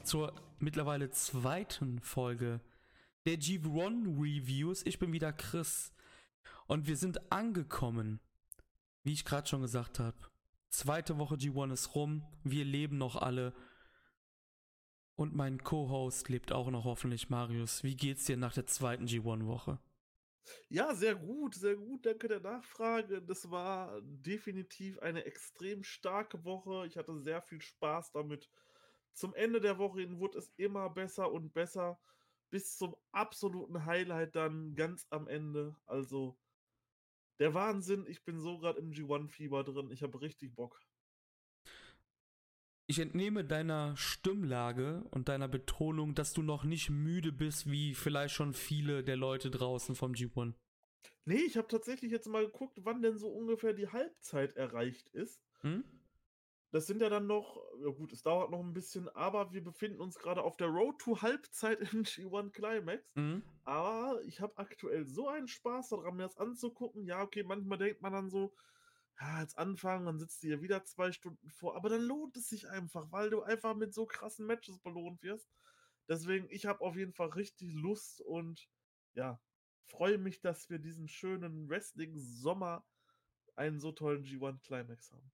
zur mittlerweile zweiten Folge der G1 Reviews. Ich bin wieder Chris und wir sind angekommen, wie ich gerade schon gesagt habe. Zweite Woche G1 ist rum, wir leben noch alle und mein Co-Host lebt auch noch hoffentlich, Marius. Wie geht's dir nach der zweiten G1-Woche? Ja, sehr gut, danke der Nachfrage. Das war definitiv eine extrem starke Woche. Ich hatte sehr viel Spaß damit. Zum Ende der Woche hin wurde es immer besser und besser, bis zum absoluten Highlight dann ganz am Ende. Also der Wahnsinn, ich bin so gerade im G1-Fieber drin. Ich habe richtig Bock. Ich entnehme deiner Stimmlage und deiner Betonung, dass du noch nicht müde bist, wie vielleicht schon viele der Leute draußen vom G1. Nee, ich habe tatsächlich jetzt mal geguckt, wann denn so ungefähr die Halbzeit erreicht ist. Hm? Das sind ja dann noch, ja gut, es dauert noch ein bisschen, aber wir befinden uns gerade auf der Road to Halbzeit im G1 Climax. Mhm. Aber ich habe aktuell so einen Spaß daran, mir das anzugucken. Ja, okay, manchmal denkt man dann so, ja, jetzt anfangen, dann sitzt du hier wieder 2 Stunden vor. Aber dann lohnt es sich einfach, weil du einfach mit so krassen Matches belohnt wirst. Deswegen, ich habe auf jeden Fall richtig Lust und ja, freue mich, dass wir diesen schönen Wrestling-Sommer einen so tollen G1 Climax haben.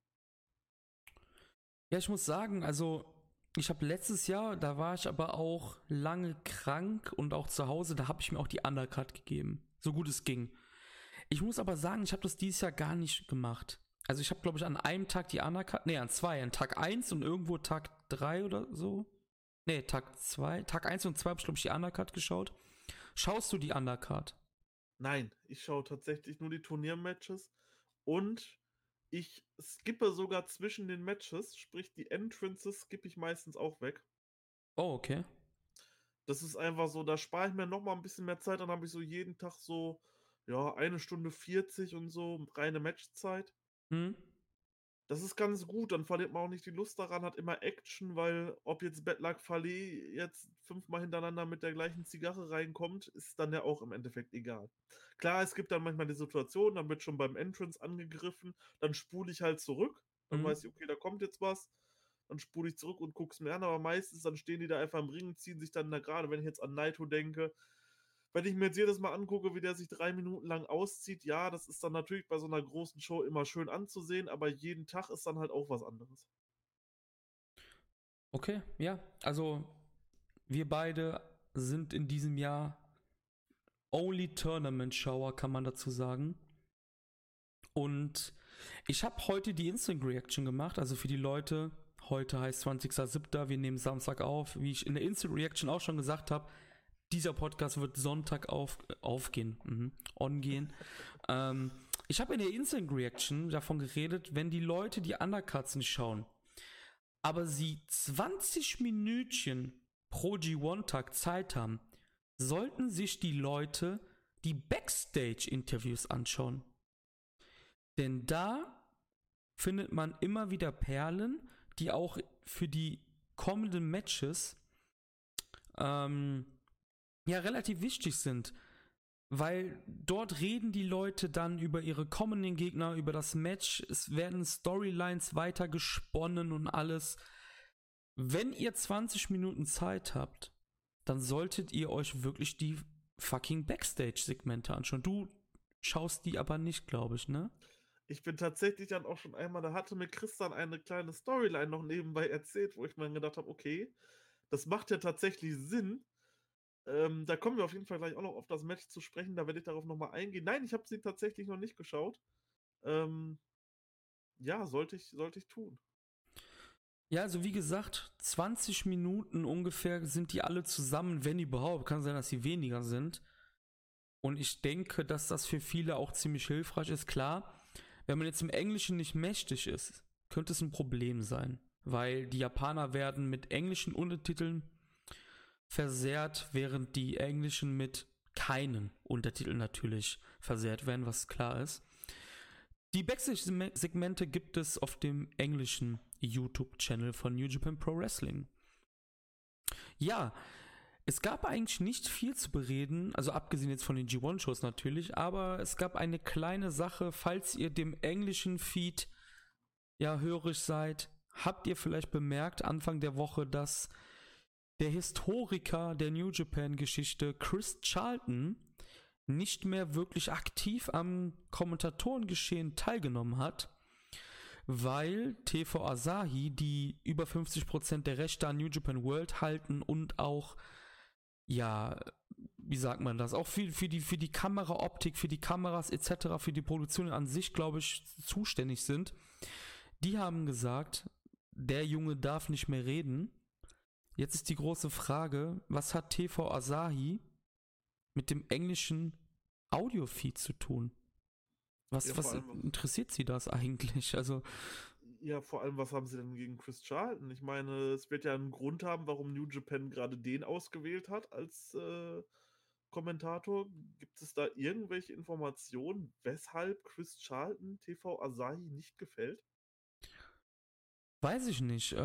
Ja, ich muss sagen, also ich habe letztes Jahr, da war ich aber auch lange krank und auch zu Hause, da habe ich mir auch die Undercard gegeben, so gut es ging. Ich muss aber sagen, ich habe das dieses Jahr gar nicht gemacht. Also ich habe, glaube ich, an einem Tag die Undercard, nee, an zwei, an Tag 1 und irgendwo Tag 3 oder so. Nee, Tag 2, Tag 1 und 2 habe ich, glaube ich, die Undercard geschaut. Schaust du die Undercard? Nein, ich schaue tatsächlich nur die Turniermatches und ich skippe sogar zwischen den Matches, sprich die Entrances skippe ich meistens auch weg. Oh, okay. Das ist einfach so, da spare ich mir nochmal ein bisschen mehr Zeit, dann habe ich so jeden Tag so, ja, 1 Stunde 40 und so reine Matchzeit. Hm? Das ist ganz gut, dann verliert man auch nicht die Lust daran, hat immer Action, weil ob jetzt Bad Luck Fale jetzt 5-mal hintereinander mit der gleichen Zigarre reinkommt, ist dann ja auch im Endeffekt egal. Klar, es gibt dann manchmal die Situation, dann wird schon beim Entrance angegriffen, dann spule ich halt zurück, dann Hm? weiß ich, okay, da kommt jetzt was, dann spule ich zurück und guck's mir an, aber meistens dann stehen die da einfach im Ring, ziehen sich dann da gerade, wenn ich jetzt an Naito denke, wenn ich mir jetzt jedes Mal angucke, wie der sich 3 Minuten lang auszieht, ja, das ist dann natürlich bei so einer großen Show immer schön anzusehen, aber jeden Tag ist dann halt auch was anderes. Okay, ja. Also wir beide sind in diesem Jahr Only Tournament Shower, kann man dazu sagen. Und ich habe heute die Instant Reaction gemacht, also für die Leute. Heute heißt 20.07. Wir nehmen Samstag auf. Wie ich in der Instant Reaction auch schon gesagt habe, dieser Podcast wird Sonntag aufgehen, ongehen. Ich habe in der Instant Reaction davon geredet, wenn die Leute die Undercuts nicht schauen, aber sie 20 Minütchen pro G1-Tag Zeit haben, sollten sich die Leute die Backstage-Interviews anschauen. Denn da findet man immer wieder Perlen, die auch für die kommenden Matches ja relativ wichtig sind. Weil dort reden die Leute dann über ihre kommenden Gegner, über das Match. Es werden Storylines weiter gesponnen und alles. Wenn ihr 20 Minuten Zeit habt, dann solltet ihr euch wirklich die fucking Backstage-Segmente anschauen. Du schaust die aber nicht, glaube ich, ne? Ich bin tatsächlich dann auch schon einmal, da hatte mir Chris dann eine kleine Storyline noch nebenbei erzählt, wo ich mir dann gedacht habe, okay, das macht ja tatsächlich Sinn. Da kommen wir auf jeden Fall gleich auch noch auf das Match zu sprechen, da werde ich darauf nochmal eingehen. Nein, ich habe sie tatsächlich noch nicht geschaut. Ja, sollte ich tun. Ja, also wie gesagt, 20 Minuten ungefähr sind die alle zusammen, wenn überhaupt. Kann sein, dass sie weniger sind. Und ich denke, dass das für viele auch ziemlich hilfreich ist. Klar, wenn man jetzt im Englischen nicht mächtig ist, könnte es ein Problem sein. Weil die Japaner werden mit englischen Untertiteln versehrt, während die englischen mit keinen Untertiteln natürlich versehrt werden, was klar ist. Die Backstage-Segmente gibt es auf dem englischen YouTube-Channel von New Japan Pro Wrestling. Ja, es gab eigentlich nicht viel zu bereden, also abgesehen jetzt von den G1-Shows natürlich, aber es gab eine kleine Sache, falls ihr dem englischen Feed ja hörig seid, habt ihr vielleicht bemerkt Anfang der Woche, dass der Historiker der New Japan-Geschichte Chris Charlton nicht mehr wirklich aktiv am Kommentatorengeschehen teilgenommen hat, weil TV Asahi, die über 50% der Rechte an New Japan World halten und auch, ja, wie sagt man das, auch für die Kameraoptik, für die Kameras etc., für die Produktion an sich, glaube ich, zuständig sind, die haben gesagt, der Junge darf nicht mehr reden. Jetzt ist die große Frage, was hat TV Asahi mit dem englischen Audiofeed zu tun? Ja, Was interessiert sie das eigentlich? Also, ja, vor allem, was haben sie denn gegen Chris Charlton? Ich meine, es wird ja einen Grund haben, warum New Japan gerade den ausgewählt hat als Kommentator. Gibt es da irgendwelche Informationen, weshalb Chris Charlton TV Asahi nicht gefällt? weiß ich nicht.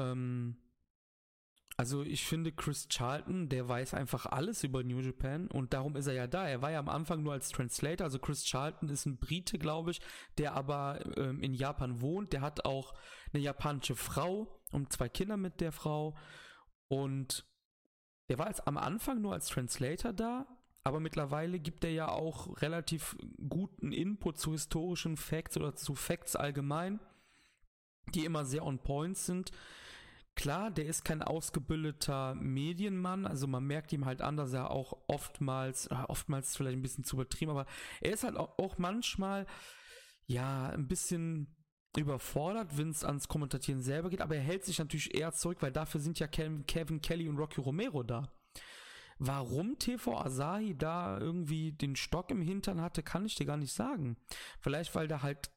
Also ich finde Chris Charlton, der weiß einfach alles über New Japan und darum ist er ja da. Er war ja am Anfang nur als Translator, also Chris Charlton ist ein Brite, glaube ich, der aber in Japan wohnt. Der hat auch eine japanische Frau und 2 Kinder mit der Frau und der war am Anfang nur als Translator da, aber mittlerweile gibt er ja auch relativ guten Input zu historischen Facts oder zu Facts allgemein, die immer sehr on point sind. Klar, der ist kein ausgebildeter Medienmann, also man merkt ihm halt an, dass er auch oftmals vielleicht ein bisschen zu übertrieben, aber er ist halt auch manchmal, ja, ein bisschen überfordert, wenn es ans Kommentieren selber geht, aber er hält sich natürlich eher zurück, weil dafür sind ja Kevin Kelly und Rocky Romero da. Warum TV Asahi da irgendwie den Stock im Hintern hatte, kann ich dir gar nicht sagen. Vielleicht, weil da halt,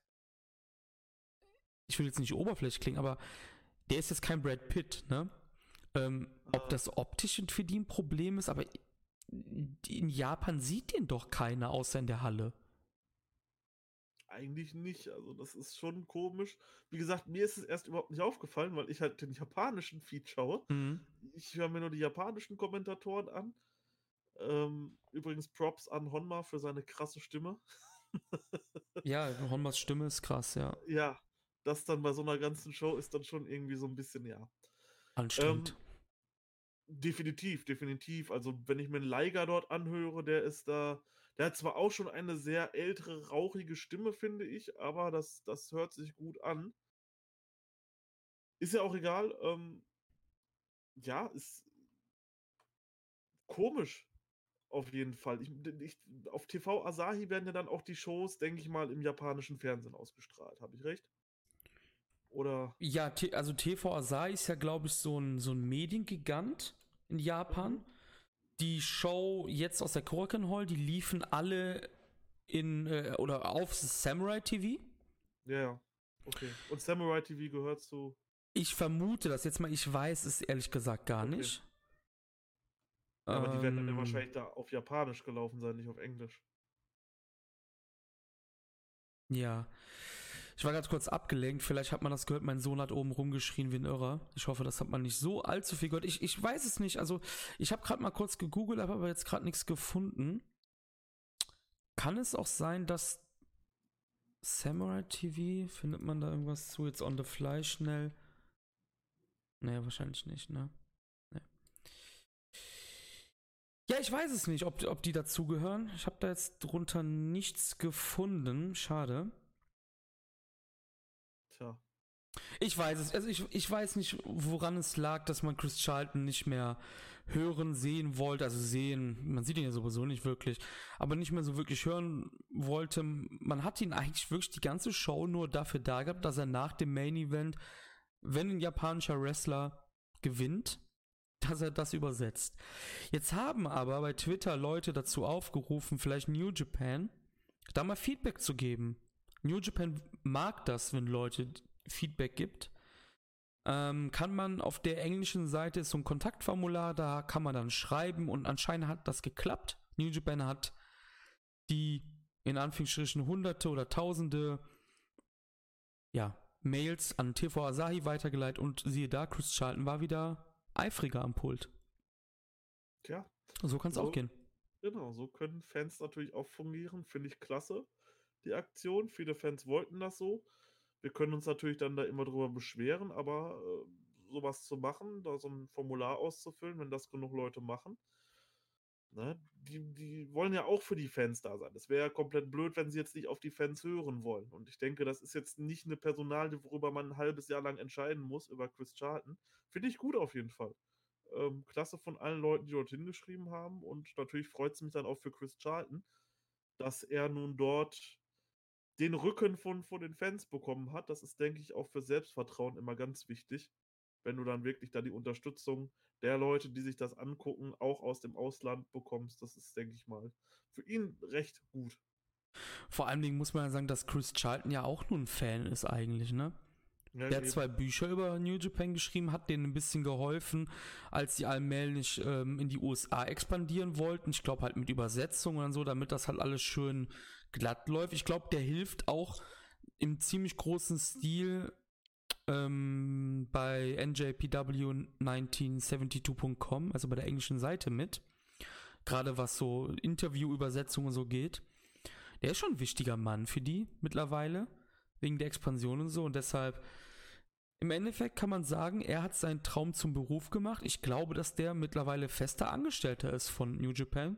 ich will jetzt nicht oberflächlich klingen, aber der ist jetzt kein Brad Pitt, ne? Ob das optisch für die ein Problem ist, aber in Japan sieht den doch keiner außer in der Halle. Eigentlich nicht. Also, das ist schon komisch. Wie gesagt, mir ist es erst überhaupt nicht aufgefallen, weil ich halt den japanischen Feed schaue. Mhm. Ich höre mir nur die japanischen Kommentatoren an. Übrigens Props an Honma für seine krasse Stimme. Ja, Honmas Stimme ist krass, ja. Ja, das dann bei so einer ganzen Show ist dann schon irgendwie so ein bisschen, ja. Anstrengend. Ähm, definitiv, definitiv. Also, wenn ich mir einen Liger dort anhöre, der hat zwar auch schon eine sehr ältere, rauchige Stimme, finde ich, aber das hört sich gut an. Ist ja auch egal. Ja, ist komisch. Auf jeden Fall. Auf TV Asahi werden ja dann auch die Shows, denke ich mal, im japanischen Fernsehen ausgestrahlt. Habe ich recht? Oder? Ja, also TV Asahi ist ja, glaube ich, so ein Mediengigant in Japan. Mhm. Die Show jetzt aus der Korakuen Hall, die liefen alle oder auf Samurai TV. Ja, ja. Okay. Und Samurai TV gehört zu. Ich vermute das jetzt mal, ich weiß es ehrlich gesagt gar Okay. nicht. Ja, aber die werden dann ja wahrscheinlich da auf Japanisch gelaufen sein, nicht auf Englisch. Ja. Ich war ganz kurz abgelenkt, vielleicht hat man das gehört, mein Sohn hat oben rumgeschrien wie ein Irrer. Ich hoffe, das hat man nicht so allzu viel gehört. Ich weiß es nicht, also ich habe gerade mal kurz gegoogelt, habe aber jetzt gerade nichts gefunden. Kann es auch sein, dass Samurai TV, findet man da irgendwas zu, jetzt on the fly schnell? Nee, wahrscheinlich nicht, ne? Nee. Ja, ich weiß es nicht, ob die dazugehören. Ich habe da jetzt drunter nichts gefunden. Schade. Tja. Ich weiß es. Also ich weiß nicht, woran es lag, dass man Chris Charlton nicht mehr hören, sehen wollte. Also sehen, man sieht ihn ja sowieso nicht wirklich, aber nicht mehr so wirklich hören wollte. Man hat ihn eigentlich wirklich die ganze Show nur dafür da gehabt, dass er nach dem Main Event, wenn ein japanischer Wrestler gewinnt, dass er das übersetzt. Jetzt haben aber bei Twitter Leute dazu aufgerufen, vielleicht New Japan, da mal Feedback zu geben. New Japan mag das, wenn Leute Feedback gibt. Kann man auf der englischen Seite ist so ein Kontaktformular, da kann man dann schreiben und anscheinend hat das geklappt. New Japan hat die in Anführungsstrichen Hunderte oder Tausende Mails an TV Asahi weitergeleitet und siehe da, Chris Charlton war wieder eifriger am Pult. Tja. So kann es auch gehen. Genau, so können Fans natürlich auch fungieren. Finde ich klasse, die Aktion. Viele Fans wollten das so. Wir können uns natürlich dann da immer drüber beschweren, aber sowas zu machen, da so ein Formular auszufüllen, wenn das genug Leute machen. Ne? Die wollen ja auch für die Fans da sein. Das wäre ja komplett blöd, wenn sie jetzt nicht auf die Fans hören wollen. Und ich denke, das ist jetzt nicht eine Personalie, worüber man ein halbes Jahr lang entscheiden muss, über Chris Charlton. Finde ich gut auf jeden Fall. Klasse von allen Leuten, die dort hingeschrieben haben. Und natürlich freut es mich dann auch für Chris Charlton, dass er nun dort den Rücken von den Fans bekommen hat. Das ist, denke ich, auch für Selbstvertrauen immer ganz wichtig, wenn du dann wirklich da die Unterstützung der Leute, die sich das angucken, auch aus dem Ausland bekommst. Das ist, denke ich mal, für ihn recht gut. Vor allen Dingen muss man ja sagen, dass Chris Charlton ja auch nur ein Fan ist eigentlich, ne? Ja, Der hat 2 Bücher über New Japan geschrieben, hat denen ein bisschen geholfen, als sie allmählich in die USA expandieren wollten. Ich glaube halt mit Übersetzungen und so, damit das halt alles schön glatt läuft. Ich glaube, der hilft auch im ziemlich großen Stil bei njpw1972.com, also bei der englischen Seite mit. Gerade was so Interviewübersetzungen und so geht. Der ist schon ein wichtiger Mann für die mittlerweile, wegen der Expansion und so. Und deshalb, im Endeffekt kann man sagen, er hat seinen Traum zum Beruf gemacht. Ich glaube, dass der mittlerweile fester Angestellter ist von New Japan.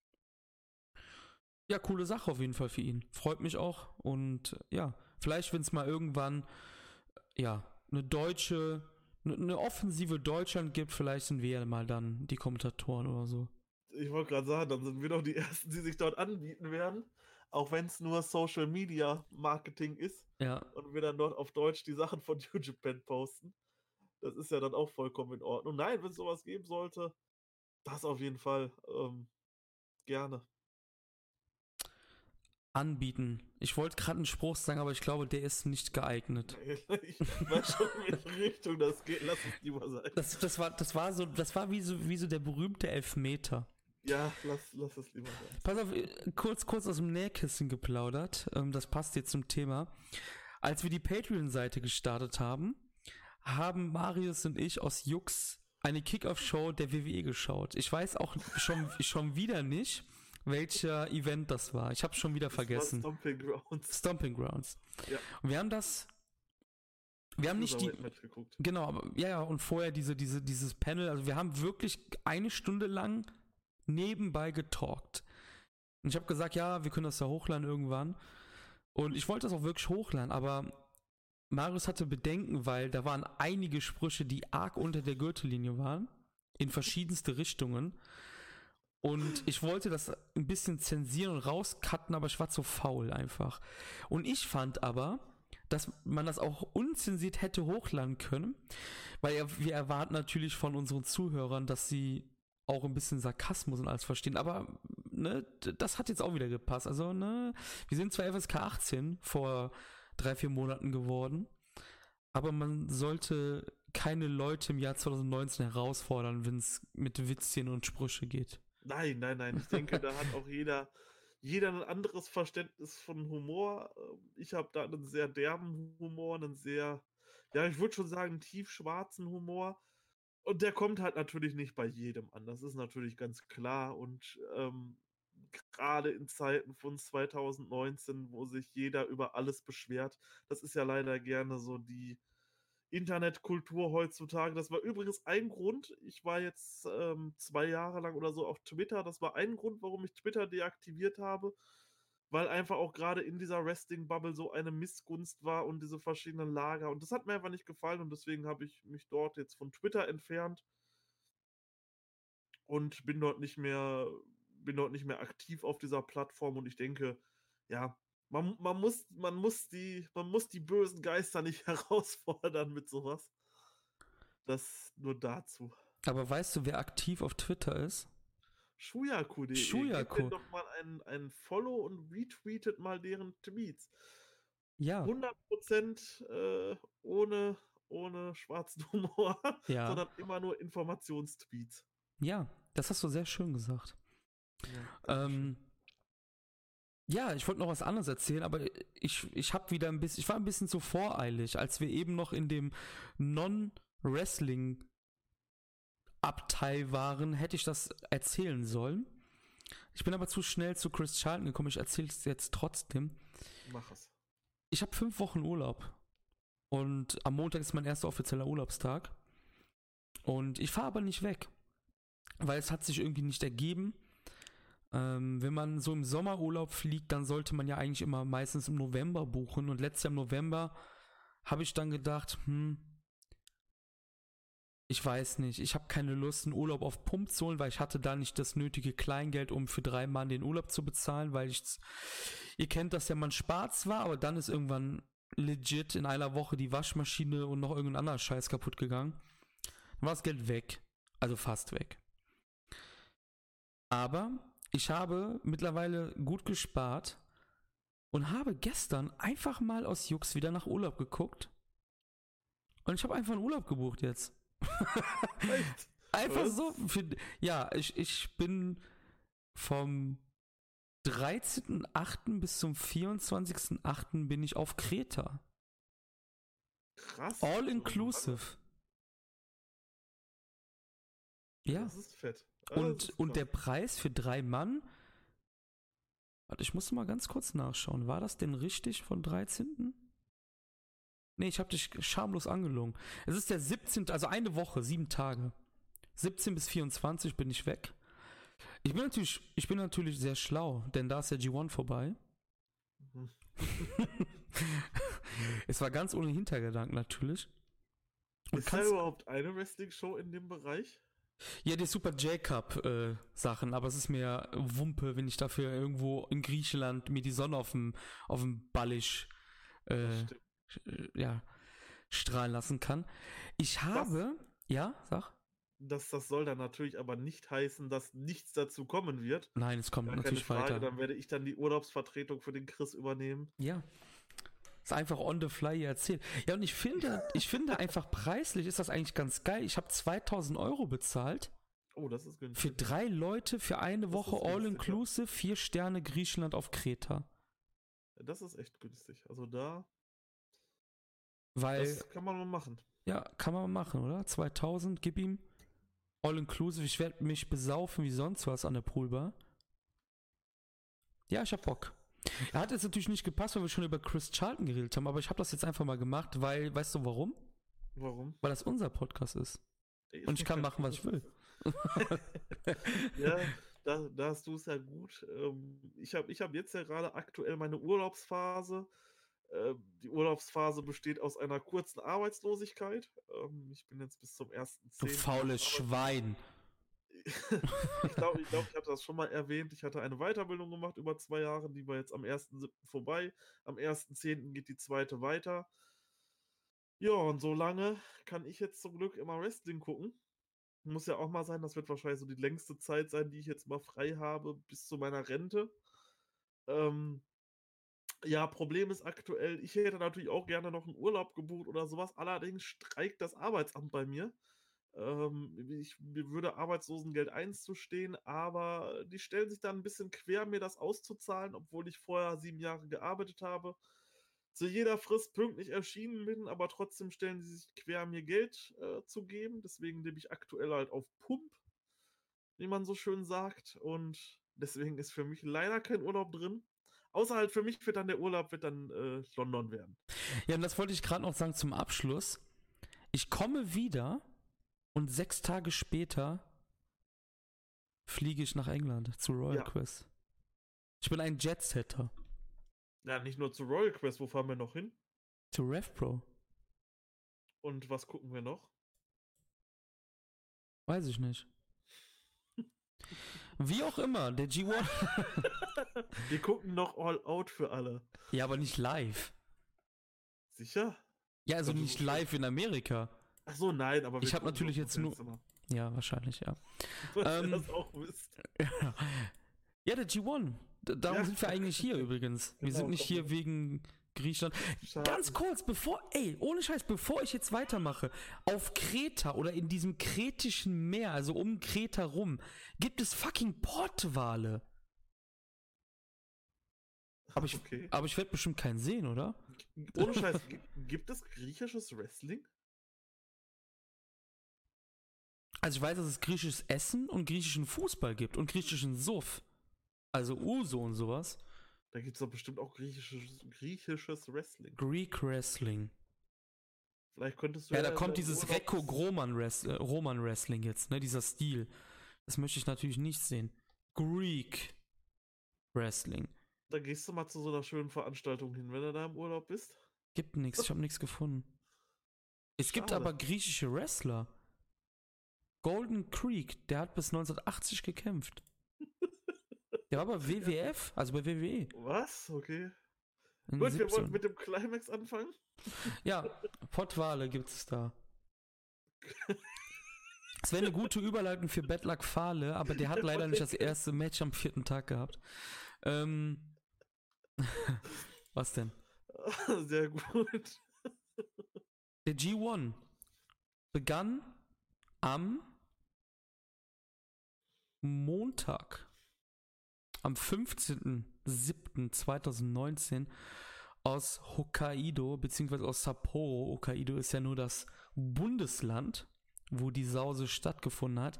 Ja, coole Sache auf jeden Fall für ihn. Freut mich auch. Und ja, vielleicht, wenn es mal irgendwann ja, eine offensive Deutschland gibt, vielleicht sind wir ja mal dann die Kommentatoren oder so. Ich wollte gerade sagen, dann sind wir doch die Ersten, die sich dort anbieten werden. Auch wenn es nur Social Media Marketing ist. Ja. Und wir dann dort auf Deutsch die Sachen von New Japan posten. Das ist ja dann auch vollkommen in Ordnung. Nein, wenn es sowas geben sollte, das auf jeden Fall gerne. Anbieten. Ich wollte gerade einen Spruch sagen, aber ich glaube, der ist nicht geeignet. Ich weiß schon, in welche Richtung das geht. Lass es lieber sein. Das war wie so der berühmte Elfmeter. Ja, lass es lieber sein. Pass auf, kurz aus dem Nähkissen geplaudert. Das passt jetzt zum Thema. Als wir die Patreon-Seite gestartet haben, haben Marius und ich aus Jux eine Kick-Off-Show der WWE geschaut. Ich weiß auch schon wieder nicht, welcher Event das war. Ich habe schon wieder vergessen. Stomping Grounds. Stomping Grounds. Ja. Und wir haben nicht die. Geguckt. Genau, aber ja, und vorher dieses Panel, also wir haben wirklich 1 Stunde lang nebenbei getalkt. Und ich habe gesagt, ja, wir können das ja hochladen irgendwann. Und ich wollte das auch wirklich hochladen, aber Marius hatte Bedenken, weil da waren einige Sprüche, die arg unter der Gürtellinie waren, in verschiedenste Richtungen. Und ich wollte das ein bisschen zensieren und rauscutten, aber ich war zu faul einfach. Und ich fand aber, dass man das auch unzensiert hätte hochladen können, weil wir erwarten natürlich von unseren Zuhörern, dass sie auch ein bisschen Sarkasmus und alles verstehen. Aber ne, das hat jetzt auch wieder gepasst. Also ne, wir sind zwar FSK 18 vor 3-4 Monaten geworden, aber man sollte keine Leute im Jahr 2019 herausfordern, wenn es mit Witzchen und Sprüche geht. Nein. Ich denke, da hat auch jeder ein anderes Verständnis von Humor. Ich habe da einen sehr derben Humor, einen sehr, ja, ich würde schon sagen, tiefschwarzen Humor. Und der kommt halt natürlich nicht bei jedem an. Das ist natürlich ganz klar. Und gerade in Zeiten von 2019, wo sich jeder über alles beschwert, das ist ja leider gerne so die Internetkultur heutzutage. Das war übrigens ein Grund. Ich war jetzt 2 Jahre lang oder so auf Twitter. Das war ein Grund, warum ich Twitter deaktiviert habe, weil einfach auch gerade in dieser Wrestling-Bubble so eine Missgunst war und diese verschiedenen Lager. Und das hat mir einfach nicht gefallen und deswegen habe ich mich dort jetzt von Twitter entfernt und bin dort nicht mehr aktiv auf dieser Plattform. Und ich denke, ja, man muss die bösen Geister nicht herausfordern mit sowas. Das nur dazu. Aber weißt du, wer aktiv auf Twitter ist? Shuyaku.de. Shuyaku. Gebt doch mal ein Follow und retweetet mal deren Tweets. Ja. 100% ohne schwarzen Humor, Ja. sondern immer nur Informationstweets. Ja, das hast du sehr schön gesagt. Ja, ich wollte noch was anderes erzählen, aber ich war ein bisschen zu voreilig, als wir eben noch in dem Non-Wrestling-Abteil waren, hätte ich das erzählen sollen. Ich bin aber zu schnell zu Chris Charlton gekommen, ich erzähle es jetzt trotzdem. Mach es. Ich habe 5 Wochen Urlaub und am Montag ist mein erster offizieller Urlaubstag Und ich fahre aber nicht weg, weil es hat sich irgendwie nicht ergeben. Wenn man so im Sommerurlaub fliegt, dann sollte man ja eigentlich immer meistens im November buchen. Und letztes Jahr im November habe ich dann gedacht, ich weiß nicht, ich habe keine Lust, einen Urlaub auf Pump zu holen, weil ich hatte da nicht das nötige Kleingeld, um für 3 Mann den Urlaub zu bezahlen, weil ihr kennt das ja, man spart zwar, aber dann ist irgendwann legit in einer Woche die Waschmaschine und noch irgendein anderer Scheiß kaputt gegangen. Dann war das Geld weg, also fast weg. Aber ich habe mittlerweile gut gespart und habe gestern einfach mal aus Jux wieder nach Urlaub geguckt. Und ich habe einfach einen Urlaub gebucht jetzt. Echt? Einfach Was? so. Ich bin vom 13.8. bis zum 24.8. bin ich auf Kreta. Krass. All inclusive. Ja. Das ist fett. Das ist Und der krass. Preis für 3 Mann. Warte, ich muss mal ganz kurz nachschauen. War das denn richtig von 13.? Nee, ich habe dich schamlos angelogen. Es ist der 17., also eine Woche, 7 Tage. 17 bis 24 bin ich weg. Ich bin natürlich sehr schlau, denn da ist der G1 vorbei. Mhm. Es war ganz ohne Hintergedanken natürlich. Und Ist da überhaupt eine Wrestling-Show in dem Bereich? ja, die Super J-Cup Sachen, aber es ist mir Wumpe, wenn ich dafür irgendwo in Griechenland mir die Sonne auf dem Ballisch Das stimmt. ja, strahlen lassen kann. Ich habe, ja, sag. Das soll dann natürlich aber nicht heißen, dass nichts dazu kommen wird. Nein, es kommt Gar keine natürlich Frage, weiter. dann werde ich dann die Urlaubsvertretung für den Chris übernehmen. Ja. Ist einfach on the fly hier erzählt. Ja, und ich finde einfach preislich ist das eigentlich ganz geil. Ich habe 2.000 Euro bezahlt Oh, das ist für günstig. 3 Leute für eine Das Woche ist günstig, all ja. inclusive, 4 Sterne Griechenland auf Kreta. Das ist echt günstig. Also da, Weil, das kann man mal machen. ja, kann man machen, oder? 2.000, gib ihm. All inclusive, ich werde mich besaufen wie sonst was an der Poolbar. Ja, ich hab Bock. Er hat jetzt natürlich nicht gepasst, weil wir schon über Chris Charlton geredet haben, aber ich habe das jetzt einfach mal gemacht, weil, weißt du warum? Warum? Weil das unser Podcast ist. Ist Und ich doch kann kein machen, was ich will. Ja, da hast du es ja gut. Ich hab jetzt ja gerade aktuell meine Urlaubsphase. Die Urlaubsphase besteht aus einer kurzen Arbeitslosigkeit. Ich bin jetzt bis zum 1.10. Du faules Schwein. Ich hatte das schon mal erwähnt. Ich hatte eine Weiterbildung gemacht über 2 Jahre, die war jetzt am 1.7. vorbei. Am 1.10. geht die zweite weiter. Ja, und so lange kann ich jetzt zum Glück immer Wrestling gucken. Muss ja auch mal sein, das wird wahrscheinlich so die längste Zeit sein, die ich jetzt mal frei habe, bis zu meiner Rente. Ähm, ja, Problem ist aktuell, ich hätte natürlich auch gerne noch einen Urlaub gebucht oder sowas. Allerdings streikt das Arbeitsamt bei mir. Mir würde Arbeitslosengeld einzustehen, aber die stellen sich dann ein bisschen quer, mir das auszuzahlen, obwohl ich vorher 7 Jahre gearbeitet habe, zu jeder Frist pünktlich erschienen bin, aber trotzdem stellen sie sich quer, mir Geld zu geben. Deswegen lebe ich aktuell halt auf Pump, wie man so schön sagt. Und deswegen ist für mich leider kein Urlaub drin. Außer halt für mich wird dann der Urlaub London werden. Ja, und das wollte ich gerade noch sagen zum Abschluss. Ich komme wieder und 6 Tage später fliege ich nach England zu Royal Ja. Quest. Ich bin ein Jetsetter. Ja, nicht nur zu Royal Quest, wo fahren wir noch hin? Zu RevPro. Und was gucken wir noch? Weiß ich nicht. Wie auch immer, der G1. Wir gucken noch All Out für alle. Ja, aber nicht live. Sicher? Ja, also Das ist nicht schon- live in Amerika. Ach so, nein, aber wir Ich hab gucken natürlich doch jetzt im nur- Hotelzimmer. Ja, wahrscheinlich, ja. Dass ihr das auch wisst. Ja, der G1. Darum Ja. sind wir eigentlich hier übrigens. Wir Genau, sind nicht komm. hier wegen Griechenland. Schade. Ganz kurz, ohne Scheiß, bevor ich jetzt weitermache, auf Kreta oder in diesem kretischen Meer, also um Kreta rum, gibt es fucking Portwale. Aber ich, Okay. aber ich werde bestimmt keinen sehen, oder? Ohne Scheiß, gibt es griechisches Wrestling? Also ich weiß, dass es griechisches Essen und griechischen Fußball gibt und griechischen Suff. Also Uso und sowas. Da gibt es doch bestimmt auch griechisches Wrestling. Greek Wrestling. Vielleicht könntest du Ja, da ja in kommt deinem dieses Urlaub. Roman Wrestling jetzt, ne? Dieser Stil. Das möchte ich natürlich nicht sehen. Greek Wrestling. Da gehst du mal zu so einer schönen Veranstaltung hin, wenn du da im Urlaub bist. Gibt nichts, ich habe nichts gefunden. Es gibt Schade. aber griechische Wrestler. Golden Creek, der hat bis 1980 gekämpft. Der war bei WWF, also bei WWE. Was? Okay. In Gut, wir 17. wollten mit dem Climax anfangen. Ja, Pottwale gibt es da. Es wäre eine gute Überleitung für Bad Luck Fale, aber der hat leider nicht das erste Match am 4. Tag gehabt. Was denn? Sehr gut. Der G1 begann am Montag, am 15.07.2019 aus Hokkaido, beziehungsweise aus Sapporo. Hokkaido ist ja nur das Bundesland, wo die Sause stattgefunden hat.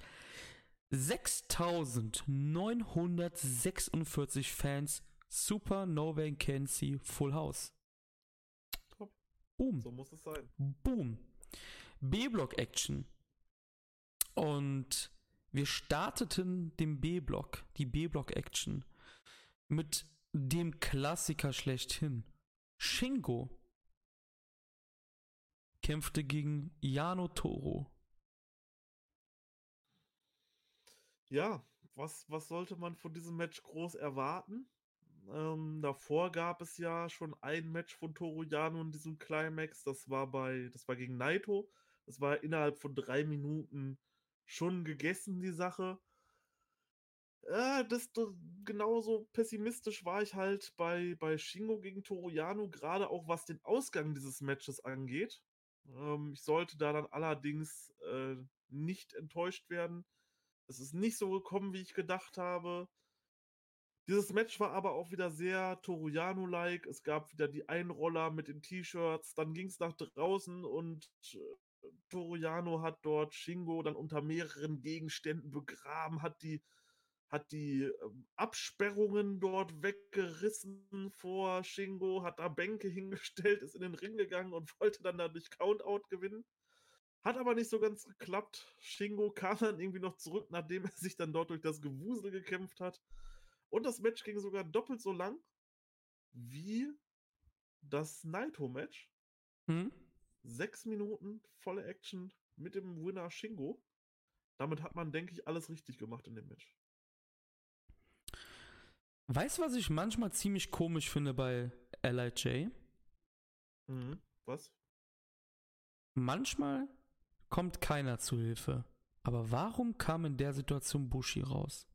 6.946 Fans, Super Nova Kenzie, Full House. Top. Boom. So muss es sein. Boom. B-Block Action. Und wir starteten den B-Block, die B-Block Action, mit dem Klassiker schlechthin. Shingo kämpfte gegen Yano Toro. Ja, was sollte man von diesem Match groß erwarten? Davor gab es ja schon ein Match von Toru Yano in diesem Climax. Das war gegen Naito. Das war innerhalb von 3 Minuten schon gegessen, die Sache. Genauso pessimistisch war ich halt bei Shingo gegen Toru Yano, gerade auch was den Ausgang dieses Matches angeht. Ich sollte da dann allerdings nicht enttäuscht werden. Es ist nicht so gekommen, wie ich gedacht habe. Dieses Match war aber auch wieder sehr Toru Yano-like. Es gab wieder die Einroller mit den T-Shirts. Dann ging es nach draußen und Toru Yano hat dort Shingo dann unter mehreren Gegenständen begraben, hat die Absperrungen dort weggerissen vor Shingo, hat da Bänke hingestellt, ist in den Ring gegangen und wollte dann dadurch Countout gewinnen. Hat aber nicht so ganz geklappt. Shingo kam dann irgendwie noch zurück, nachdem er sich dann dort durch das Gewusel gekämpft hat. Und das Match ging sogar doppelt so lang wie das Naito-Match. 6 Minuten volle Action mit dem Winner Shingo. Damit hat man, denke ich, alles richtig gemacht in dem Match. Weißt du, was ich manchmal ziemlich komisch finde bei LIJ? Was? Manchmal kommt keiner zu Hilfe. Aber warum kam in der Situation Bushi raus?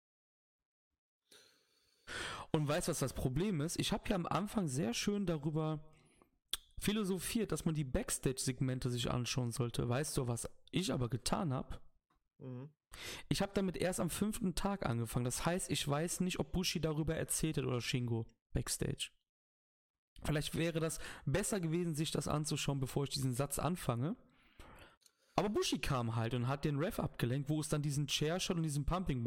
Und weißt du, was das Problem ist? Ich habe ja am Anfang sehr schön darüber philosophiert, dass man die Backstage-Segmente sich anschauen sollte. Weißt du, was ich aber getan habe? Ich habe damit erst am 5. Tag angefangen. Das heißt, ich weiß nicht, ob Bushi darüber erzählt hat oder Shingo Backstage. Vielleicht wäre das besser gewesen, sich das anzuschauen, bevor ich diesen Satz anfange. Aber Bushi kam halt und hat den Ref abgelenkt, wo es dann diesen Chairshot und diesen Pumping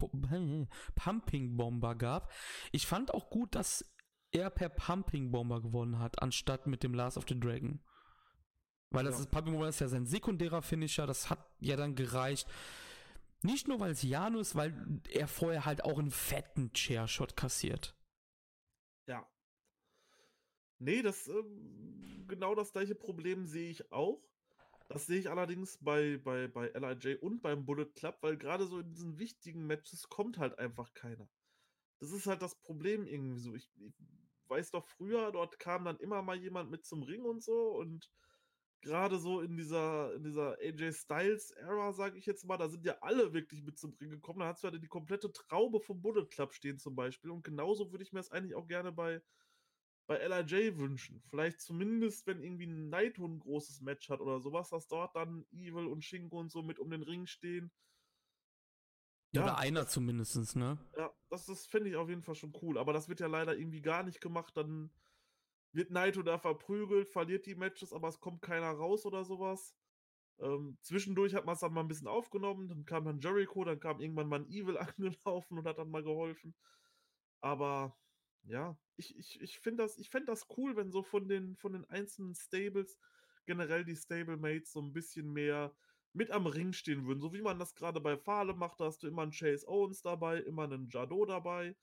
Bomber gab. Ich fand auch gut, dass er per Pumping Bomber gewonnen hat, anstatt mit dem Last of the Dragon. Weil das Pumping Bomber ist ja sein sekundärer Finisher, das hat ja dann gereicht. Nicht nur, weil es Yano ist, weil er vorher halt auch einen fetten Chairshot kassiert. Ja. Nee, genau das gleiche Problem sehe ich auch. Das sehe ich allerdings bei LIJ und beim Bullet Club, weil gerade so in diesen wichtigen Matches kommt halt einfach keiner. Das ist halt das Problem irgendwie so. Ich weiß doch früher, dort kam dann immer mal jemand mit zum Ring und so und gerade so in dieser AJ Styles-Ära, sage ich jetzt mal, da sind ja alle wirklich mit zum Ring gekommen. Da hast du ja die komplette Traube vom Bullet Club stehen zum Beispiel. Und genauso würde ich mir das eigentlich auch gerne bei LIJ wünschen. Vielleicht zumindest, wenn irgendwie ein Naito ein großes Match hat oder sowas, dass dort dann Evil und Shingo und so mit um den Ring stehen. Ja, oder einer zumindest, ne? Ja, das fände ich auf jeden Fall schon cool. Aber das wird ja leider irgendwie gar nicht gemacht. Dann wird Naito da verprügelt, verliert die Matches, aber es kommt keiner raus oder sowas. Zwischendurch hat man es dann mal ein bisschen aufgenommen, dann kam dann Jericho, dann kam irgendwann mal ein Evil angelaufen und hat dann mal geholfen. Aber ja, ich fände das cool, wenn so von den einzelnen Stables, generell die Stablemates so ein bisschen mehr mit am Ring stehen würden. So wie man das gerade bei Fale macht, da hast du immer einen Chase Owens dabei, immer einen Jado dabei.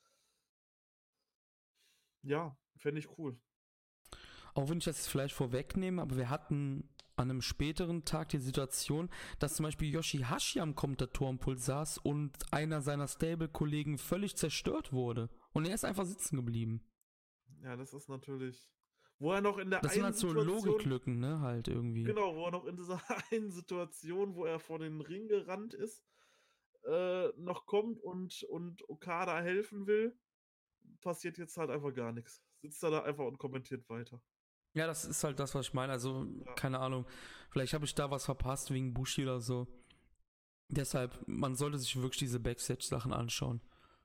Ja, fände ich cool. Auch wenn ich das jetzt vielleicht vorwegnehme, aber wir hatten an einem späteren Tag die Situation, dass zum Beispiel Yoshihashi am Kommentatorenpult saß und einer seiner Stable-Kollegen völlig zerstört wurde. Und er ist einfach sitzen geblieben. Ja, das ist natürlich. Wo er noch in der Das sind einen halt so Situation. Logiklücken, ne, halt irgendwie. Genau, wo er noch in dieser einen Situation, wo er vor den Ring gerannt ist, noch kommt und Okada helfen will, passiert jetzt halt einfach gar nichts. Sitzt er da einfach und kommentiert weiter. Ja, das ist halt das, was ich meine. Also, Ja. keine Ahnung. Vielleicht habe ich da was verpasst wegen Bushi oder so. Deshalb, man sollte sich wirklich diese Backstage-Sachen anschauen.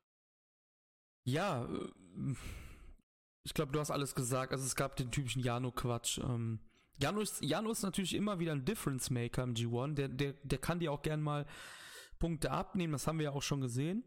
Ja, ich glaube, du hast alles gesagt. Also es gab den typischen Jano-Quatsch. Jano ist natürlich immer wieder ein Difference-Maker im G1. Der kann dir auch gern mal Punkte abnehmen. Das haben wir ja auch schon gesehen.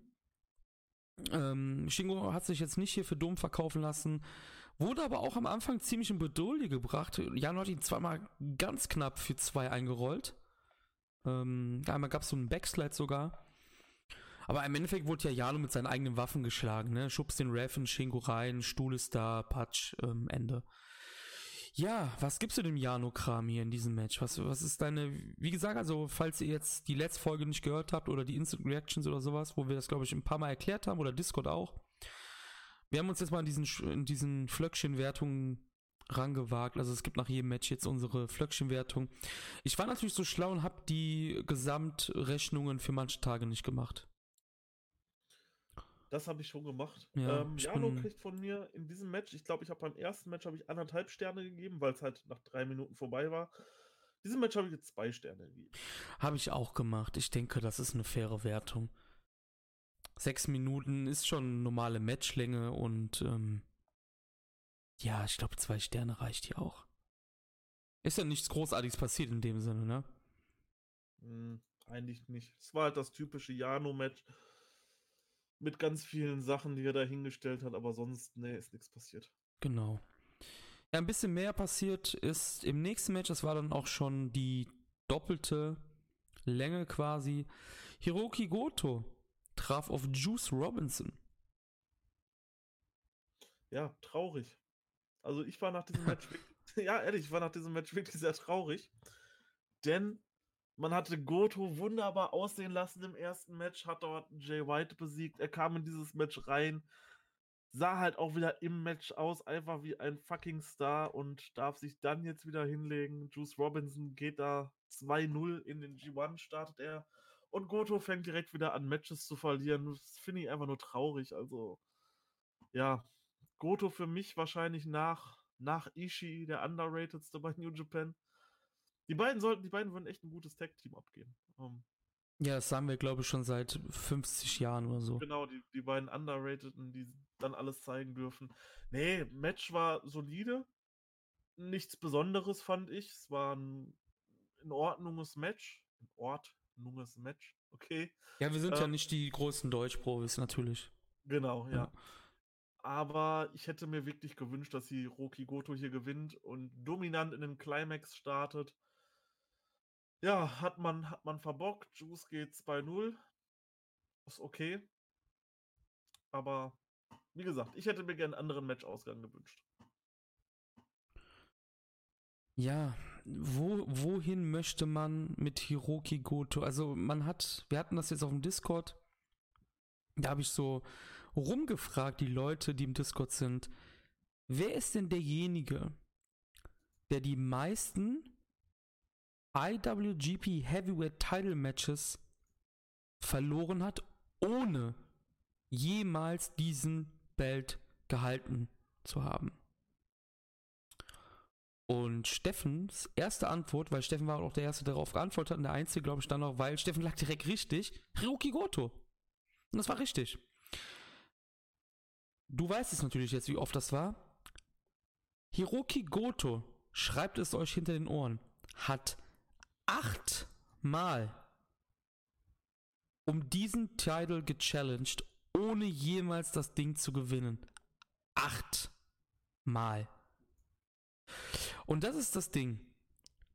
Shingo hat sich jetzt nicht hier für dumm verkaufen lassen. Wurde aber auch am Anfang ziemlich in Bredouille gebracht. Jano hat ihn zweimal ganz knapp für 2 eingerollt. Einmal gab es so einen Backslide sogar. Aber im Endeffekt wurde ja Jano mit seinen eigenen Waffen geschlagen, ne? Schubst den Ref in Shingo rein, Stuhl ist da, Patsch, Ende. Ja, was gibst du dem Jano-Kram hier in diesem Match? Was ist deine, wie gesagt, also falls ihr jetzt die letzte Folge nicht gehört habt oder die Instant Reactions oder sowas, wo wir das, glaube ich, ein paar Mal erklärt haben oder Discord auch. Wir haben uns jetzt mal in diesen Flöckchen-Wertungen rangewagt. Also es gibt nach jedem Match jetzt unsere Flöckchen-Wertung. Ich war natürlich so schlau und habe die Gesamtrechnungen für manche Tage nicht gemacht. Das habe ich schon gemacht. Ja, Jano kriegt von mir in diesem Match, ich glaube, ich habe beim ersten Match 1,5 Sterne gegeben, weil es halt nach 3 Minuten vorbei war. Diesem Match habe ich jetzt 2 Sterne gegeben. Habe ich auch gemacht. Ich denke, das ist eine faire Wertung. 6 Minuten ist schon normale Matchlänge und ja, ich glaube 2 Sterne reicht hier auch. Ist ja nichts Großartiges passiert in dem Sinne, ne? Eigentlich nicht. Es war halt das typische Jano-Match mit ganz vielen Sachen, die er da hingestellt hat, aber sonst, nee, ist nichts passiert. Genau. Ja, ein bisschen mehr passiert ist im nächsten Match, das war dann auch schon die doppelte Länge quasi. Hiroki Goto traf auf Juice Robinson. Ja, traurig. Also ich war nach diesem Match wirklich, ja, ehrlich, ich war nach diesem Match wirklich sehr traurig. Denn man hatte Goto wunderbar aussehen lassen im ersten Match, hat dort Jay White besiegt. Er kam in dieses Match rein, sah halt auch wieder im Match aus, einfach wie ein fucking Star und darf sich dann jetzt wieder hinlegen. Juice Robinson geht da 2-0 in den G1, startet er. Und Goto fängt direkt wieder an, Matches zu verlieren. Das finde ich einfach nur traurig. Also, ja, Goto für mich wahrscheinlich nach Ishii der underratedste bei New Japan. Die beiden würden echt ein gutes Tag-Team abgeben. Ja, das sagen wir, glaube ich, schon seit 50 Jahren oder so. Genau, die beiden Underrateden, die dann alles zeigen dürfen. Nee, Match war solide. Nichts Besonderes, fand ich. Es war ein in Ordnunges Match. Okay. Ja, wir sind ja nicht die großen Deutschprofis, natürlich. Genau, ja. Aber ich hätte mir wirklich gewünscht, dass Hiroki Goto hier gewinnt und dominant in den Climax startet. Ja, hat man verbockt. Juice geht 2-0. Ist okay. Aber wie gesagt, ich hätte mir gerne einen anderen Matchausgang gewünscht. Ja, wohin möchte man mit Hiroki Goto? Also wir hatten das jetzt auf dem Discord, da habe ich so rumgefragt, die Leute, die im Discord sind, wer ist denn derjenige, der die meisten IWGP Heavyweight Title Matches verloren hat, ohne jemals diesen Belt gehalten zu haben? Und Steffens erste Antwort, weil Steffen war auch der Erste, der darauf geantwortet hat, und der Einzige, glaube ich, dann noch, weil Steffen lag direkt richtig, Hiroki Goto. Und das war richtig. Du weißt es natürlich jetzt, wie oft das war. Hiroki Goto, schreibt es euch hinter den Ohren, hat 8 Mal um diesen Titel gechallenged, ohne jemals das Ding zu gewinnen. 8 Mal. Und das ist das Ding.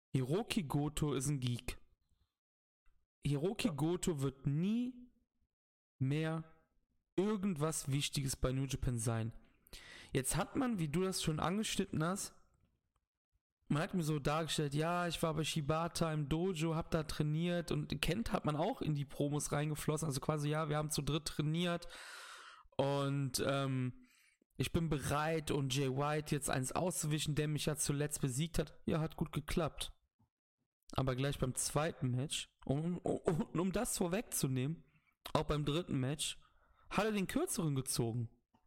Hiroki Goto ist ein Geek. Hiroki Ja. Goto wird nie mehr irgendwas Wichtiges bei New Japan sein. Jetzt hat man, wie du das schon angeschnitten hast, man hat mir so dargestellt, ja, ich war bei Shibata im Dojo, hab da trainiert und kennt hat man auch in die Promos reingeflossen, also quasi, ja, wir haben zu dritt trainiert und ich bin bereit und Jay White jetzt eins auszuwischen, der mich ja zuletzt besiegt hat. Ja, hat gut geklappt. Aber gleich beim zweiten Match, um das vorwegzunehmen, auch beim dritten Match, hat er den kürzeren gezogen.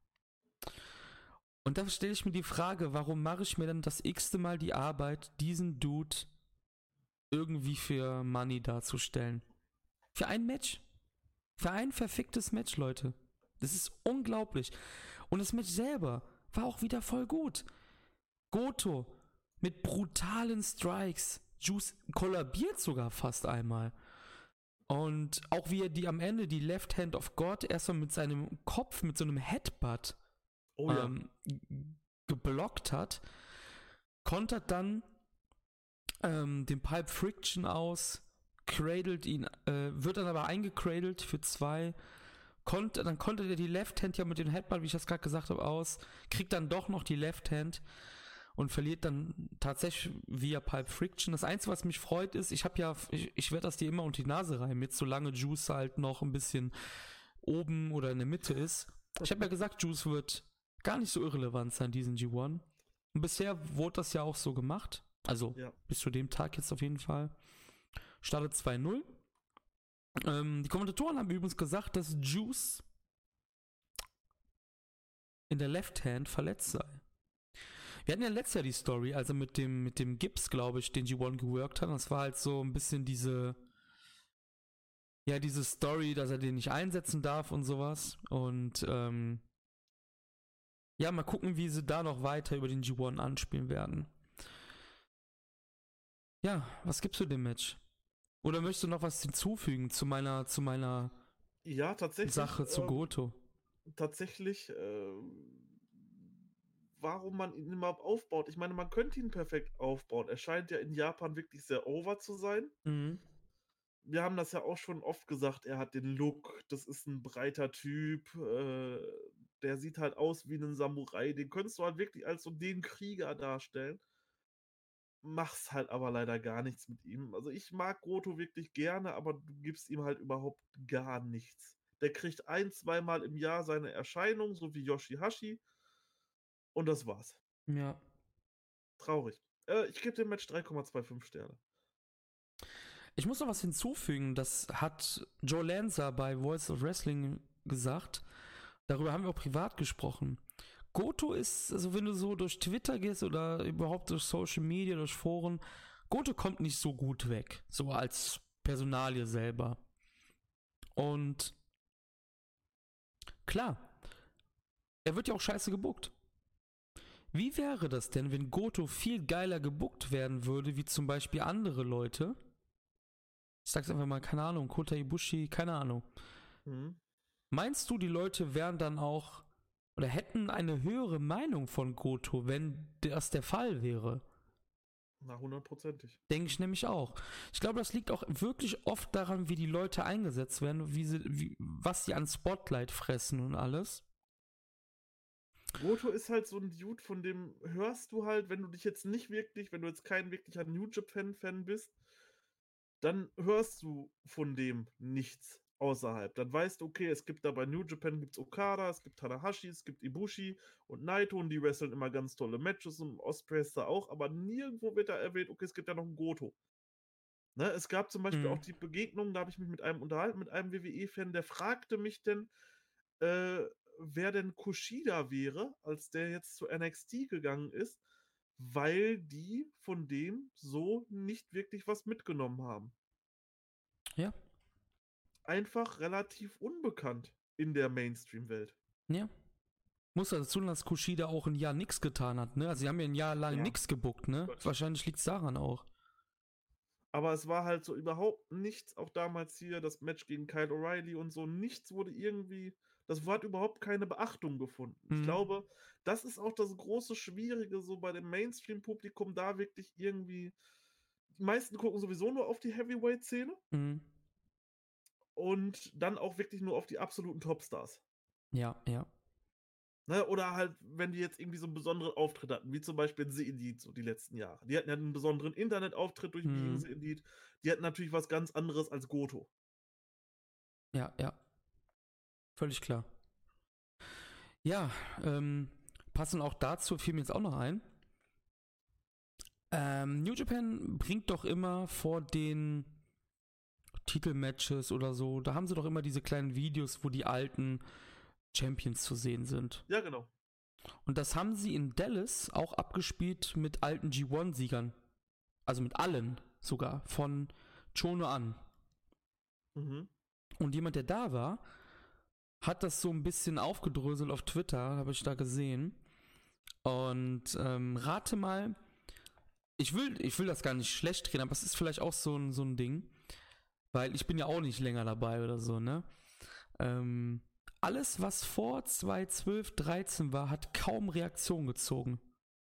Und da stelle ich mir die Frage, warum mache ich mir dann das x-te Mal die Arbeit, diesen Dude irgendwie für Money darzustellen? Für ein Match? Für ein verficktes Match, Leute. Das ist unglaublich. Und das Match selber war auch wieder voll gut. Goto mit brutalen Strikes. Juice kollabiert sogar fast einmal. Und auch wie er die am Ende, die Left Hand of God, erstmal mit seinem Kopf, mit so einem Headbutt Oh ja. geblockt hat, kontert dann den Pipe Friction aus, cradelt ihn, wird dann aber eingecradelt für 2. Dann kontert er die Left Hand ja mit dem Headbutt, wie ich das gerade gesagt habe, aus, kriegt dann doch noch die Left Hand und verliert dann tatsächlich via Pipe Friction. Das Einzige, was mich freut, ist, ich werde das dir immer unter die Nase reiben, jetzt solange Juice halt noch ein bisschen oben oder in der Mitte ist. Ich habe ja gesagt, Juice wird gar nicht so irrelevant sein, diesen G1. Und bisher wurde das ja auch so gemacht. Also Ja. bis zu dem Tag jetzt auf jeden Fall. Startet 2-0. Die Kommentatoren haben übrigens gesagt, dass Juice in der Left Hand verletzt sei. Wir hatten ja letztes Jahr die Story, also mit dem Gips, glaube ich, den G1 geworkt hat. Und das war halt so ein bisschen diese Story, dass er den nicht einsetzen darf und sowas. Und mal gucken, wie sie da noch weiter über den G1 anspielen werden. Ja, was gibst du dem Match? Oder möchtest du noch was hinzufügen zu meiner Ja, tatsächlich. Sache zu Goto? Tatsächlich, warum man ihn überhaupt aufbaut. Ich meine, man könnte ihn perfekt aufbauen. Er scheint ja in Japan wirklich sehr over zu sein. Mhm. Wir haben das ja auch schon oft gesagt, er hat den Look, das ist ein breiter Typ, der sieht halt aus wie ein Samurai, den könntest du halt wirklich als so den Krieger darstellen. Machst halt aber leider gar nichts mit ihm. Also ich mag Goto wirklich gerne, aber du gibst ihm halt überhaupt gar nichts. Der kriegt 1-2 Mal im Jahr seine Erscheinung, so wie Yoshihashi. Und das war's. Ja. Traurig. Ich gebe dem Match 3,25 Sterne. Ich muss noch was hinzufügen, das hat Joe Lanza bei Voice of Wrestling gesagt. Darüber haben wir auch privat gesprochen. Goto ist, also wenn du so durch Twitter gehst oder überhaupt durch Social Media, durch Foren, Goto kommt nicht so gut weg, so als Personalie selber. Und klar, er wird ja auch scheiße gebuckt. Wie wäre das denn, wenn Goto viel geiler gebuckt werden würde, wie zum Beispiel andere Leute? Ich sag's einfach mal, keine Ahnung, Kota Ibushi, keine Ahnung. Mhm. Meinst du, die Leute wären dann auch oder hätten eine höhere Meinung von Goto, wenn das der Fall wäre? Na, 100%ig. Denke ich nämlich auch. Ich glaube, das liegt auch wirklich oft daran, wie die Leute eingesetzt werden, was sie an Spotlight fressen und alles. Goto ist halt so ein Dude, von dem hörst du halt, wenn du jetzt kein wirklicher New Japan-Fan bist, dann hörst du von dem nichts außerhalb. Dann weißt du, okay, es gibt da bei New Japan gibt's Okada, es gibt Tanahashi, es gibt Ibushi und Naito und die wresteln immer ganz tolle Matches und Ospreay ist da auch, aber nirgendwo wird da erwähnt, okay, es gibt ja noch einen Goto. Ne, es gab zum Beispiel auch die Begegnung, da habe ich mich mit einem unterhalten, mit einem WWE-Fan, der fragte mich denn, wer denn Kushida wäre, als der jetzt zu NXT gegangen ist, weil die von dem so nicht wirklich was mitgenommen haben. Ja. Einfach relativ unbekannt in der Mainstream-Welt. Ja. Muss dazu, dass Kushida auch ein Jahr nichts getan hat, ne? Also sie haben ja ein Jahr lang Ja. nichts gebuckt, ne? Gott. Wahrscheinlich liegt es daran auch. Aber es war halt so überhaupt nichts, auch damals hier das Match gegen Kyle O'Reilly und so, nichts wurde irgendwie, das hat überhaupt keine Beachtung gefunden. Ich glaube, das ist auch das große Schwierige so bei dem Mainstream-Publikum, da wirklich irgendwie die meisten gucken sowieso nur auf die Heavyweight-Szene Mhm. und dann auch wirklich nur auf die absoluten Topstars. Ja, ja. Ne? Oder halt, wenn die jetzt irgendwie so einen besonderen Auftritt hatten, wie zum Beispiel The Elite, so die letzten Jahre. Die hatten ja einen besonderen Internetauftritt durch Being The Elite. Die hatten natürlich was ganz anderes als Goto. Ja, ja. Völlig klar. Ja, passend auch dazu fiel mir jetzt auch noch ein. New Japan bringt doch immer vor den Titelmatches oder so, da haben sie doch immer diese kleinen Videos, wo die alten Champions zu sehen sind. Ja, genau. Und das haben sie in Dallas auch abgespielt mit alten G1-Siegern. Also mit allen sogar, von Chono an. Mhm. Und jemand, der da war, hat das so ein bisschen aufgedröselt auf Twitter, habe ich da gesehen. Und rate mal, ich will das gar nicht schlecht reden, aber es ist vielleicht auch so ein Ding, weil ich bin ja auch nicht länger dabei oder so, ne? Alles, was vor 2012, 13 war, hat kaum Reaktion gezogen.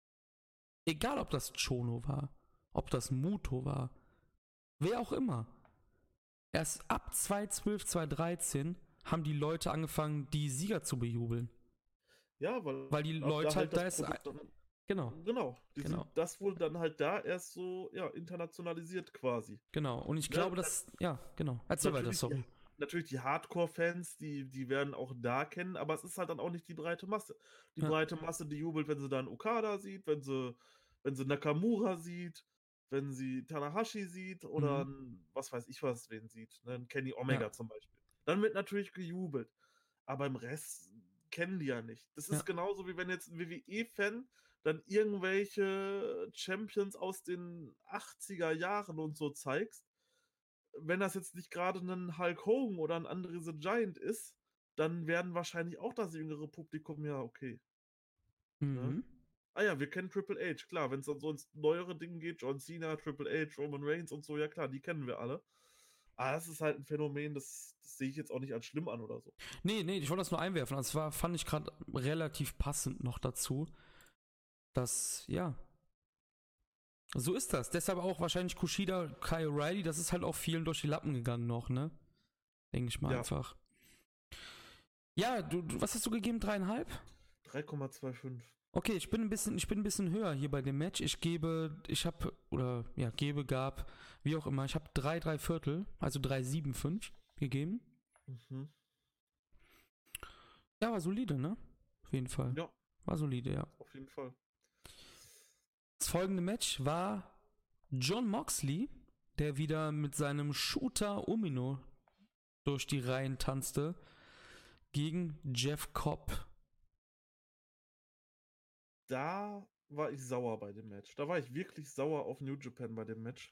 Egal, ob das Chono war, ob das Muto war, wer auch immer. Erst ab 2012, 2013 haben die Leute angefangen, die Sieger zu bejubeln. Ja, Weil die Leute halt da ist. Genau. Genau. Genau. Das wurde dann halt da erst so, ja, internationalisiert quasi. Genau. Und ich glaube, dass. Ja, genau. Erzähl weiter, sorry. Natürlich die Hardcore-Fans, die werden auch da kennen, aber es ist halt dann auch nicht die breite Masse. Die breite Masse, die jubelt, wenn sie dann Okada sieht, wenn sie Nakamura sieht, wenn sie Tanahashi sieht oder was weiß ich was, wen sieht. Ne? Kenny Omega zum Beispiel. Dann wird natürlich gejubelt. Aber im Rest kennen die ja nicht. Das ist genauso wie wenn jetzt ein WWE-Fan dann irgendwelche Champions aus den 80er Jahren und so zeigst. Wenn das jetzt nicht gerade ein Hulk Hogan oder ein Andre the Giant ist, dann werden wahrscheinlich auch das jüngere Publikum ja okay. Ne? Ah ja, wir kennen Triple H, klar, wenn es dann so ins neuere Ding geht, John Cena, Triple H, Roman Reigns und so, ja klar, die kennen wir alle. Aber das ist halt ein Phänomen, das sehe ich jetzt auch nicht als schlimm an oder so. Nee, ich wollte das nur einwerfen. Das fand ich gerade relativ passend noch dazu. Dass, ja. So ist das. Deshalb auch wahrscheinlich Kushida, Kyle O'Reilly, das ist halt auch vielen durch die Lappen gegangen noch, ne? Denke ich mal einfach. Ja, du, was hast du gegeben? 3,5? 3,25. Okay, ich bin ein bisschen höher hier bei dem Match. Gab, wie auch immer, ich habe 3 Viertel, also 3,75 gegeben. Mhm. Ja, war solide, ne? Auf jeden Fall. Ja. War solide, ja. Auf jeden Fall. Das folgende Match war Jon Moxley, der wieder mit seinem Shooter Umino durch die Reihen tanzte, gegen Jeff Cobb. Da war ich sauer bei dem Match. Da war ich wirklich sauer auf New Japan bei dem Match.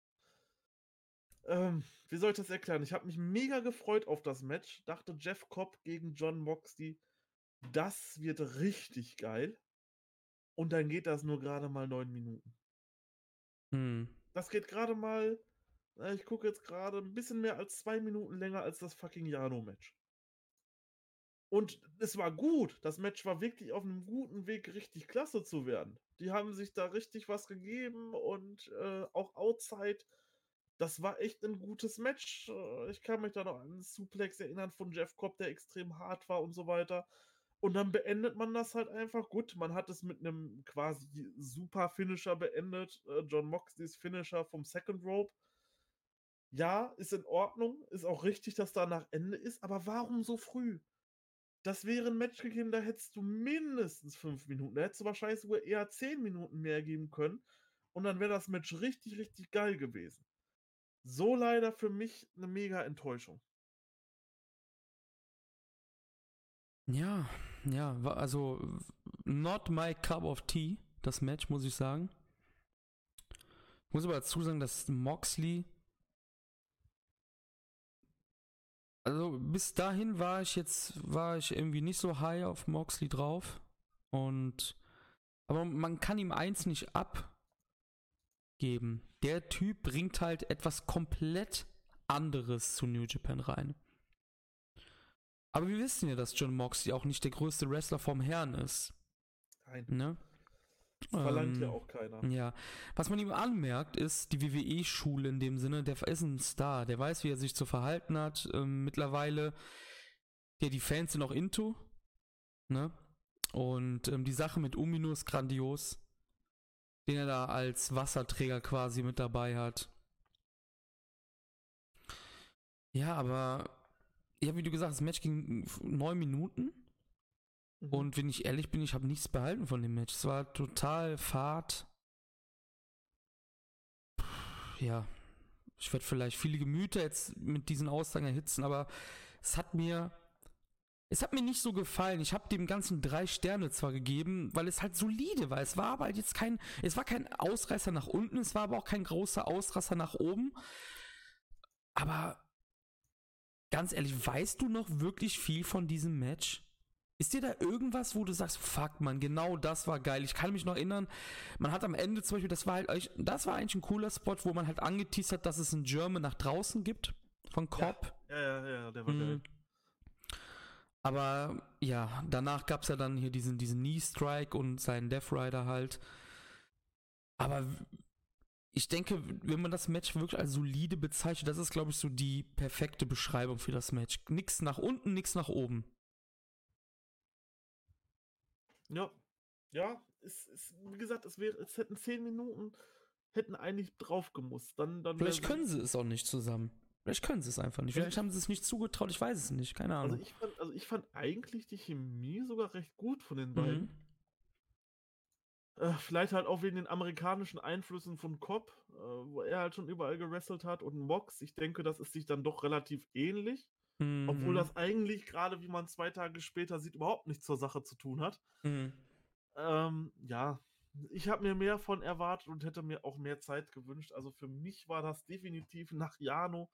Wie soll ich das erklären? Ich habe mich mega gefreut auf das Match. Dachte Jeff Cobb gegen Jon Moxley, das wird richtig geil. Und dann geht das nur gerade mal 9 Minuten. Das geht gerade mal, ich gucke jetzt gerade, ein bisschen mehr als 2 Minuten länger als das fucking Yano-Match. Und es war gut. Das Match war wirklich auf einem guten Weg, richtig klasse zu werden. Die haben sich da richtig was gegeben und auch Outside. Das war echt ein gutes Match. Ich kann mich da noch an einen Suplex erinnern von Jeff Cobb, der extrem hart war und so weiter. Und dann beendet man das halt einfach gut. Man hat es mit einem quasi super Finisher beendet. Jon Moxleys Finisher vom Second Rope. Ja, ist in Ordnung. Ist auch richtig, dass da nach Ende ist. Aber warum so früh? Das wäre ein Match gegeben, da hättest du mindestens 5 Minuten. Da hättest du wahrscheinlich sogar eher 10 Minuten mehr geben können. Und dann wäre das Match richtig, richtig geil gewesen. So leider für mich eine mega Enttäuschung. Ja, also not my cup of tea, das Match, muss ich sagen. Ich muss aber dazu sagen, dass Moxley, also bis dahin war ich irgendwie nicht so high auf Moxley drauf. Aber man kann ihm eins nicht abgeben. Der Typ bringt halt etwas komplett anderes zu New Japan rein. Aber wir wissen ja, dass Jon Moxley auch nicht der größte Wrestler vom Herrn ist. Nein. Ne? Das verlangt ja auch keiner. Ja, was man ihm anmerkt, ist die WWE-Schule in dem Sinne, der ist ein Star, der weiß, wie er sich zu verhalten hat. Mittlerweile, ja, die Fans sind auch into, ne? Und die Sache mit Umino ist grandios, den er da als Wasserträger quasi mit dabei hat. Ja, aber, ja, wie du gesagt hast, das Match ging 9 Minuten. Und wenn ich ehrlich bin, ich habe nichts behalten von dem Match. Es war total fad. Ja, ich werde vielleicht viele Gemüter jetzt mit diesen Aussagen erhitzen, aber es hat mir nicht so gefallen. Ich habe dem Ganzen 3 Sterne zwar gegeben, weil es halt solide war. Es war aber halt jetzt es war kein Ausreißer nach unten, es war aber auch kein großer Ausreißer nach oben. Aber ganz ehrlich, weißt du noch wirklich viel von diesem Match? Ist dir da irgendwas, wo du sagst, fuck man, genau das war geil. Ich kann mich noch erinnern, man hat am Ende zum Beispiel, das war eigentlich ein cooler Spot, wo man halt angeteasert hat, dass es einen German nach draußen gibt von Cobb. Ja, der war geil. Aber ja, danach gab es ja dann hier diesen Knee-Strike und seinen Death Rider halt. Aber ich denke, wenn man das Match wirklich als solide bezeichnet, das ist, glaube ich, so die perfekte Beschreibung für das Match. Nix nach unten, nix nach oben. Ja, wie gesagt, es hätten 10 Minuten, hätten eigentlich drauf gemusst. Dann Vielleicht können sie es auch nicht zusammen. Vielleicht können sie es einfach nicht. Vielleicht haben sie es nicht zugetraut, ich weiß es nicht, keine Ahnung. Also ich fand eigentlich die Chemie sogar recht gut von den beiden. Vielleicht halt auch wegen den amerikanischen Einflüssen von Cobb, wo er halt schon überall gewrestelt hat, und Mox. Ich denke, das ist sich dann doch relativ ähnlich. Obwohl das eigentlich, gerade wie man 2 Tage später sieht, überhaupt nichts zur Sache zu tun hat. Ja, ich habe mir mehr von erwartet und hätte mir auch mehr Zeit gewünscht. Also für mich war das definitiv nach Jano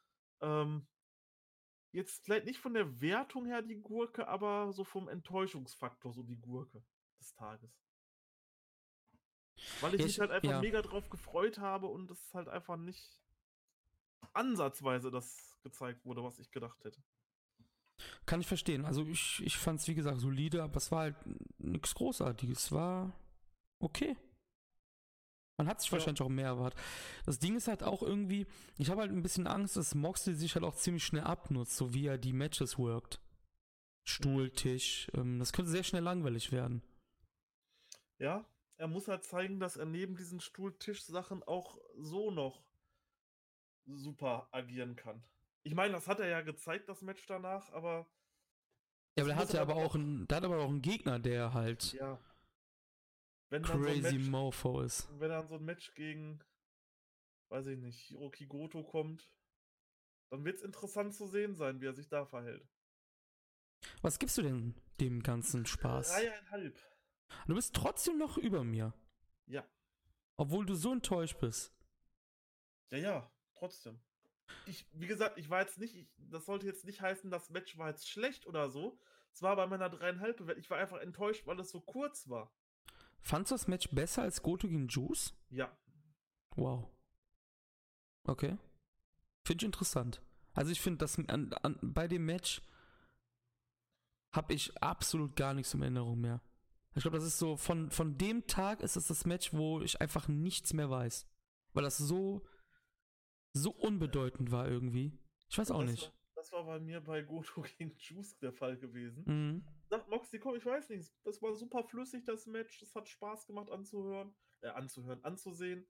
jetzt vielleicht nicht von der Wertung her die Gurke, aber so vom Enttäuschungsfaktor so die Gurke des Tages. Weil ich mich halt einfach mega drauf gefreut habe und es halt einfach nicht ansatzweise das gezeigt wurde, was ich gedacht hätte. Kann ich verstehen. Also ich fand es, wie gesagt, solide, aber es war halt nichts Großartiges. Es war okay. Man hat sich wahrscheinlich auch mehr erwartet. Das Ding ist halt auch irgendwie, ich habe halt ein bisschen Angst, dass Moxley sich halt auch ziemlich schnell abnutzt, so wie er die Matches workt. Stuhltisch, das könnte sehr schnell langweilig werden. Ja, er muss halt zeigen, dass er neben diesen Stuhltisch-Sachen auch so noch super agieren kann. Ich meine, das hat er ja gezeigt, das Match danach, aber... Ja, aber der hat aber auch einen Gegner, der halt... Ja. Crazy Mofo ist. Wenn dann so ein Match gegen, weiß ich nicht, Hiroki Goto kommt, dann wird es interessant zu sehen sein, wie er sich da verhält. Was gibst du denn dem ganzen Spaß? 3,5. Du bist trotzdem noch über mir. Ja. Obwohl du so enttäuscht bist. Ja, trotzdem. Wie gesagt, ich war jetzt nicht, das sollte jetzt nicht heißen, das Match war jetzt schlecht oder so. Es war bei meiner 3,5 Bewertung. Ich war einfach enttäuscht, weil es so kurz war. Fandst du das Match besser als Goto gegen Juice? Ja. Wow. Okay. Finde ich interessant. Also ich finde, dass bei dem Match habe ich absolut gar nichts in Erinnerung mehr. Ich glaube, das ist so, von dem Tag ist es das Match, wo ich einfach nichts mehr weiß. Weil das so unbedeutend war irgendwie. Ich weiß auch nicht. Das war bei mir bei Goto gegen Juice der Fall gewesen. Sagt Moxley, komm, ich weiß nicht, das war super flüssig, das Match, das hat Spaß gemacht anzusehen.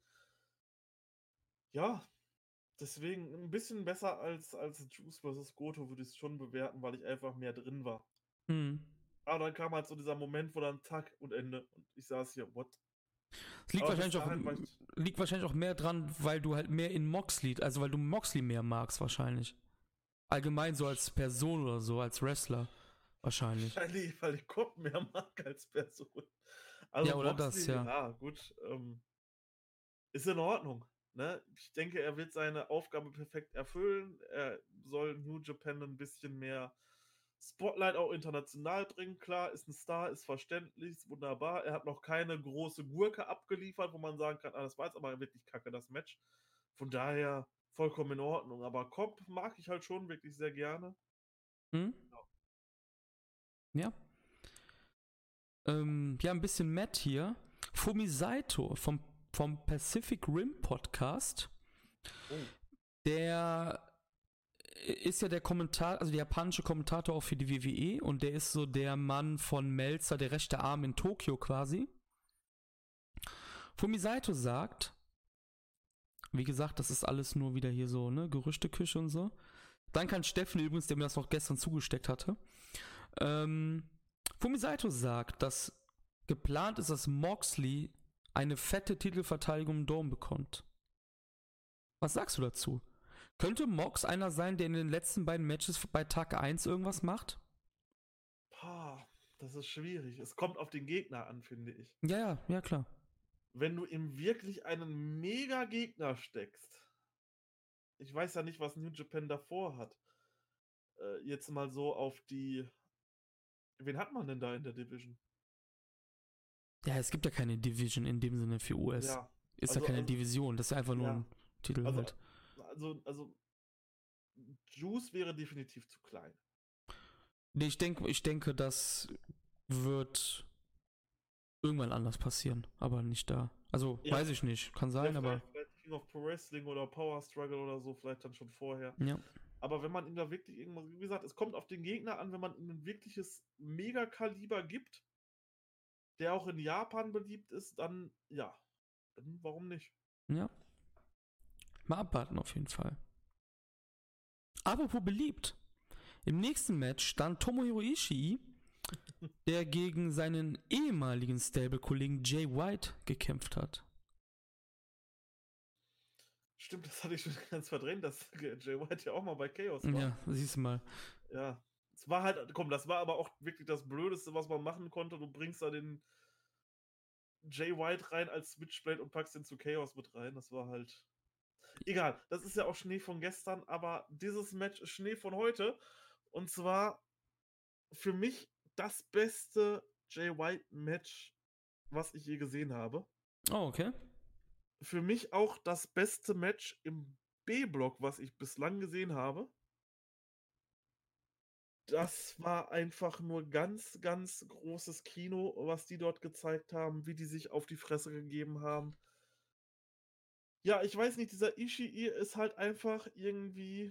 Ja, deswegen ein bisschen besser als Juice vs. Goto würde ich es schon bewerten, weil ich einfach mehr drin war. Aber dann kam halt so dieser Moment, wo dann Tag und Ende und ich saß hier, what? Es liegt wahrscheinlich auch mehr dran, weil du halt mehr in Moxley, also weil du Moxley mehr magst wahrscheinlich. Allgemein so als Person oder so, als Wrestler. Wahrscheinlich. Wahrscheinlich, weil ich Cobb mehr mag als Person. Also ja, oder Moxley, das, ja. Ja, gut. Ist in Ordnung. Ne? Ich denke, er wird seine Aufgabe perfekt erfüllen. Er soll New Japan ein bisschen mehr Spotlight auch international bringen. Klar, ist ein Star, ist verständlich, ist wunderbar. Er hat noch keine große Gurke abgeliefert, wo man sagen kann, das war jetzt aber wirklich kacke, das Match. Von daher vollkommen in Ordnung. Aber Cobb mag ich halt schon wirklich sehr gerne. Ja. Ja, ein bisschen Matt hier. Fumi Saito vom Pacific Rim Podcast, Oh. der ist ja der der japanische Kommentator auch für die WWE und der ist so der Mann von Meltzer, der rechte Arm in Tokio quasi. Fumi Saito sagt, wie gesagt, das ist alles nur wieder hier so, ne, Gerüchteküche und so. Danke an Steffen übrigens, der mir das noch gestern zugesteckt hatte. Fumi Saito sagt, dass geplant ist, dass Moxley eine fette Titelverteidigung im Dome bekommt. Was sagst du dazu? Könnte Mox einer sein, der in den letzten beiden Matches bei Tag 1 irgendwas macht? Das ist schwierig. Es kommt auf den Gegner an, finde ich. Ja, klar. Wenn du ihm wirklich einen mega Gegner steckst, ich weiß ja nicht, was New Japan davor hat, jetzt mal so auf die... Wen hat man denn da in der Division? Ja, es gibt ja keine Division in dem Sinne für US. Ja. Ist ja keine Division, das ist ja einfach nur ja. ein Titel Also, halt. also Juice wäre definitiv zu klein. Nee, ich denke, das wird irgendwann anders passieren, aber nicht da. Also, Ja. weiß ich nicht. Kann sein, Ja, aber... vielleicht King of Pro Wrestling oder Power Struggle oder so, vielleicht dann schon vorher. Ja. Aber wenn man ihm da wirklich irgendwas, wie gesagt, es kommt auf den Gegner an, wenn man ihm ein wirkliches Mega-Kaliber gibt, der auch in Japan beliebt ist, dann ja, dann warum nicht? Ja. Mal abwarten auf jeden Fall. Apropos beliebt. Im nächsten Match stand Tomohiro Ishii, der gegen seinen ehemaligen Stable-Kollegen Jay White gekämpft hat. Stimmt, das hatte ich schon ganz verdrängt, dass Jay White ja auch mal bei Chaos war. Ja, siehst du mal. Ja. Es war halt, komm, das war aber auch wirklich das Blödeste, was man machen konnte. Du bringst da den Jay White rein als Switchblade und packst ihn zu Chaos mit rein. Das war halt... Egal, das ist ja auch Schnee von gestern, aber dieses Match ist Schnee von heute. Und zwar für mich das beste Jay White-Match, was ich je gesehen habe. Oh, okay. Für mich auch das beste Match im B-Block, was ich bislang gesehen habe. Das war einfach nur ganz, ganz großes Kino, was die dort gezeigt haben, wie die sich auf die Fresse gegeben haben. Ja, ich weiß nicht, dieser Ishii ist halt einfach irgendwie,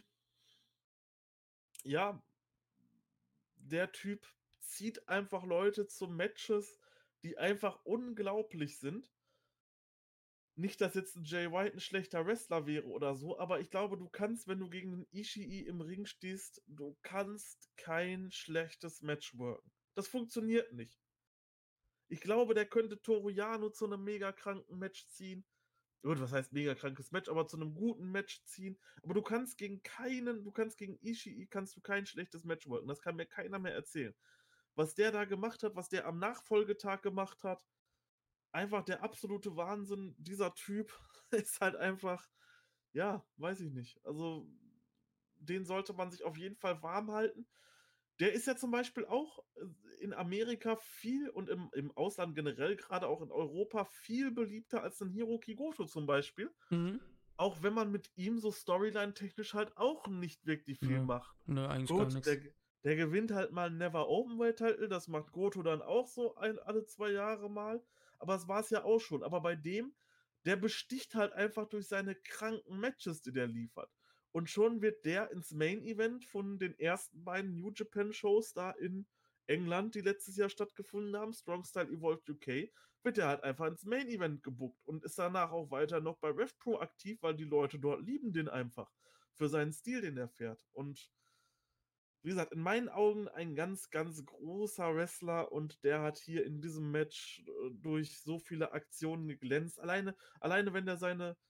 ja, der Typ zieht einfach Leute zu Matches, die einfach unglaublich sind. Nicht, dass jetzt ein Jay White ein schlechter Wrestler wäre oder so, aber ich glaube, du kannst, wenn du gegen einen Ishii im Ring stehst, du kannst kein schlechtes Match worken. Das funktioniert nicht. Ich glaube, der könnte Toru Yano zu einem mega kranken Match ziehen. Gut, was heißt mega krankes Match, aber zu einem guten Match ziehen. Aber du kannst gegen Ishii kannst du kein schlechtes Match worken. Das kann mir keiner mehr erzählen. Was der da gemacht hat, was der am Nachfolgetag gemacht hat, einfach der absolute Wahnsinn. Dieser Typ ist halt einfach, ja, weiß ich nicht. Also, den sollte man sich auf jeden Fall warm halten. Der ist ja zum Beispiel auch in Amerika viel und im Ausland generell, gerade auch in Europa, viel beliebter als ein Hiroki Goto zum Beispiel. Mhm. Auch wenn man mit ihm so Storyline-technisch halt auch nicht wirklich viel macht. Nö, eigentlich gar Gut, nichts. der gewinnt halt mal einen Never Openweight-Titel, das macht Goto dann auch so alle 2 Jahre mal. Aber das war es ja auch schon. Aber bei dem, der besticht halt einfach durch seine kranken Matches, die der liefert. Und schon wird der ins Main-Event von den ersten beiden New Japan-Shows da in England, die letztes Jahr stattgefunden haben, Strong Style Evolved UK, wird er halt einfach ins Main-Event gebuckt und ist danach auch weiter noch bei RevPro aktiv, weil die Leute dort lieben den einfach für seinen Stil, den er fährt. Und wie gesagt, in meinen Augen ein ganz, ganz großer Wrestler und der hat hier in diesem Match durch so viele Aktionen geglänzt. Alleine wenn der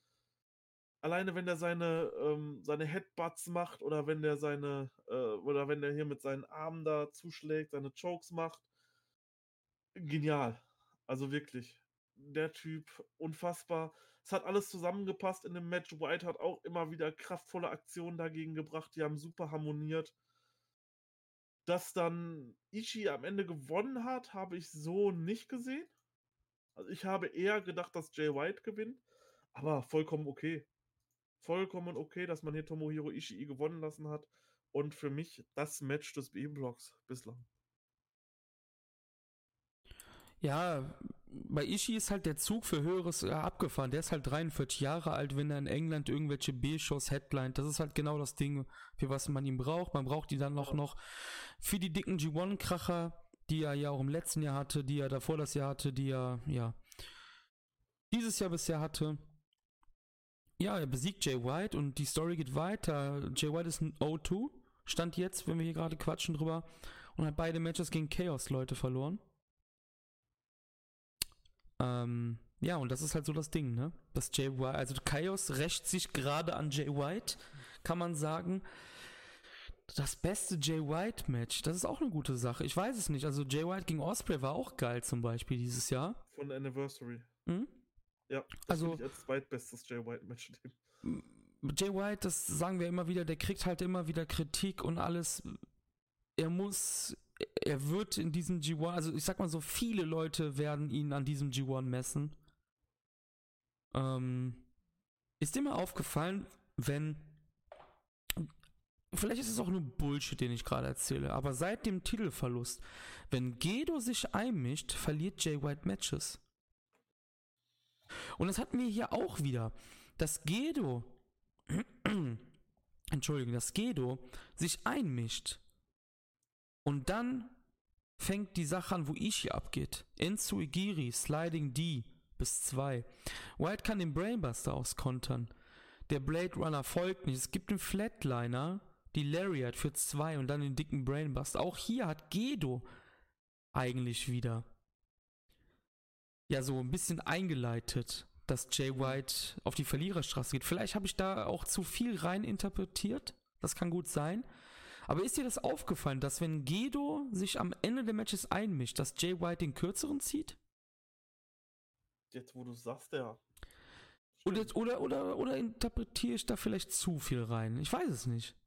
seine Headbutts macht oder wenn der hier mit seinen Armen da zuschlägt, seine Chokes macht. Genial. Also wirklich. Der Typ, unfassbar. Es hat alles zusammengepasst in dem Match. White hat auch immer wieder kraftvolle Aktionen dagegen gebracht. Die haben super harmoniert. Dass dann Ishii am Ende gewonnen hat, habe ich so nicht gesehen. Also ich habe eher gedacht, dass Jay White gewinnt. Aber vollkommen okay. Vollkommen okay, dass man hier Tomohiro Ishii gewonnen lassen hat. Und für mich das Match des B-Blocks bislang. Ja, bei Ishii ist halt der Zug für Höheres abgefahren. Der ist halt 43 Jahre alt, wenn er in England irgendwelche B-Shows headlined. Das ist halt genau das Ding, für was man ihn braucht. Man braucht ihn dann auch noch für die dicken G1-Kracher, die er ja auch im letzten Jahr hatte, die er davor das Jahr hatte, die er, ja, dieses Jahr bisher hatte. Ja, er besiegt Jay White und die Story geht weiter. Jay White ist ein O2, stand jetzt, wenn wir hier gerade quatschen drüber, und hat beide Matches gegen Chaos-Leute verloren. Ja, und das ist halt so das Ding, ne? Das Jay White, also Chaos rächt sich gerade an Jay White, kann man sagen. Das beste Jay White Match, das ist auch eine gute Sache. Ich weiß es nicht. Also Jay White gegen Ospreay war auch geil zum Beispiel dieses Jahr. Von Anniversary. Mhm. Ja, das also finde ich als zweitbestes Jay White Match. Jay White, das sagen wir immer wieder, der kriegt halt immer wieder Kritik und alles. Er wird in diesem G1, also ich sag mal so, viele Leute werden ihn an diesem G1 messen. Ist dir mal aufgefallen, wenn, vielleicht ist es auch nur Bullshit, den ich gerade erzähle, aber seit dem Titelverlust, wenn Gedo sich einmischt, verliert Jay White Matches. Und das hatten wir hier auch wieder, dass Gedo sich einmischt und dann fängt die Sache an, wo Ishii abgeht. Enzo Igiri, Sliding D bis 2. White kann den Brainbuster auskontern. Der Blade Runner folgt nicht. Es gibt einen Flatliner, die Lariat für 2 und dann den dicken Brainbuster. Auch hier hat Gedo eigentlich wieder ja so ein bisschen eingeleitet, dass Jay White auf die Verliererstraße geht. Vielleicht habe ich da auch zu viel rein interpretiert. Das kann gut sein. Aber ist dir das aufgefallen, dass wenn Gedo sich am Ende der Matches einmischt, dass Jay White den kürzeren zieht? Jetzt, wo du sagst, ja. Oder interpretiere ich da vielleicht zu viel rein? Ich weiß es nicht.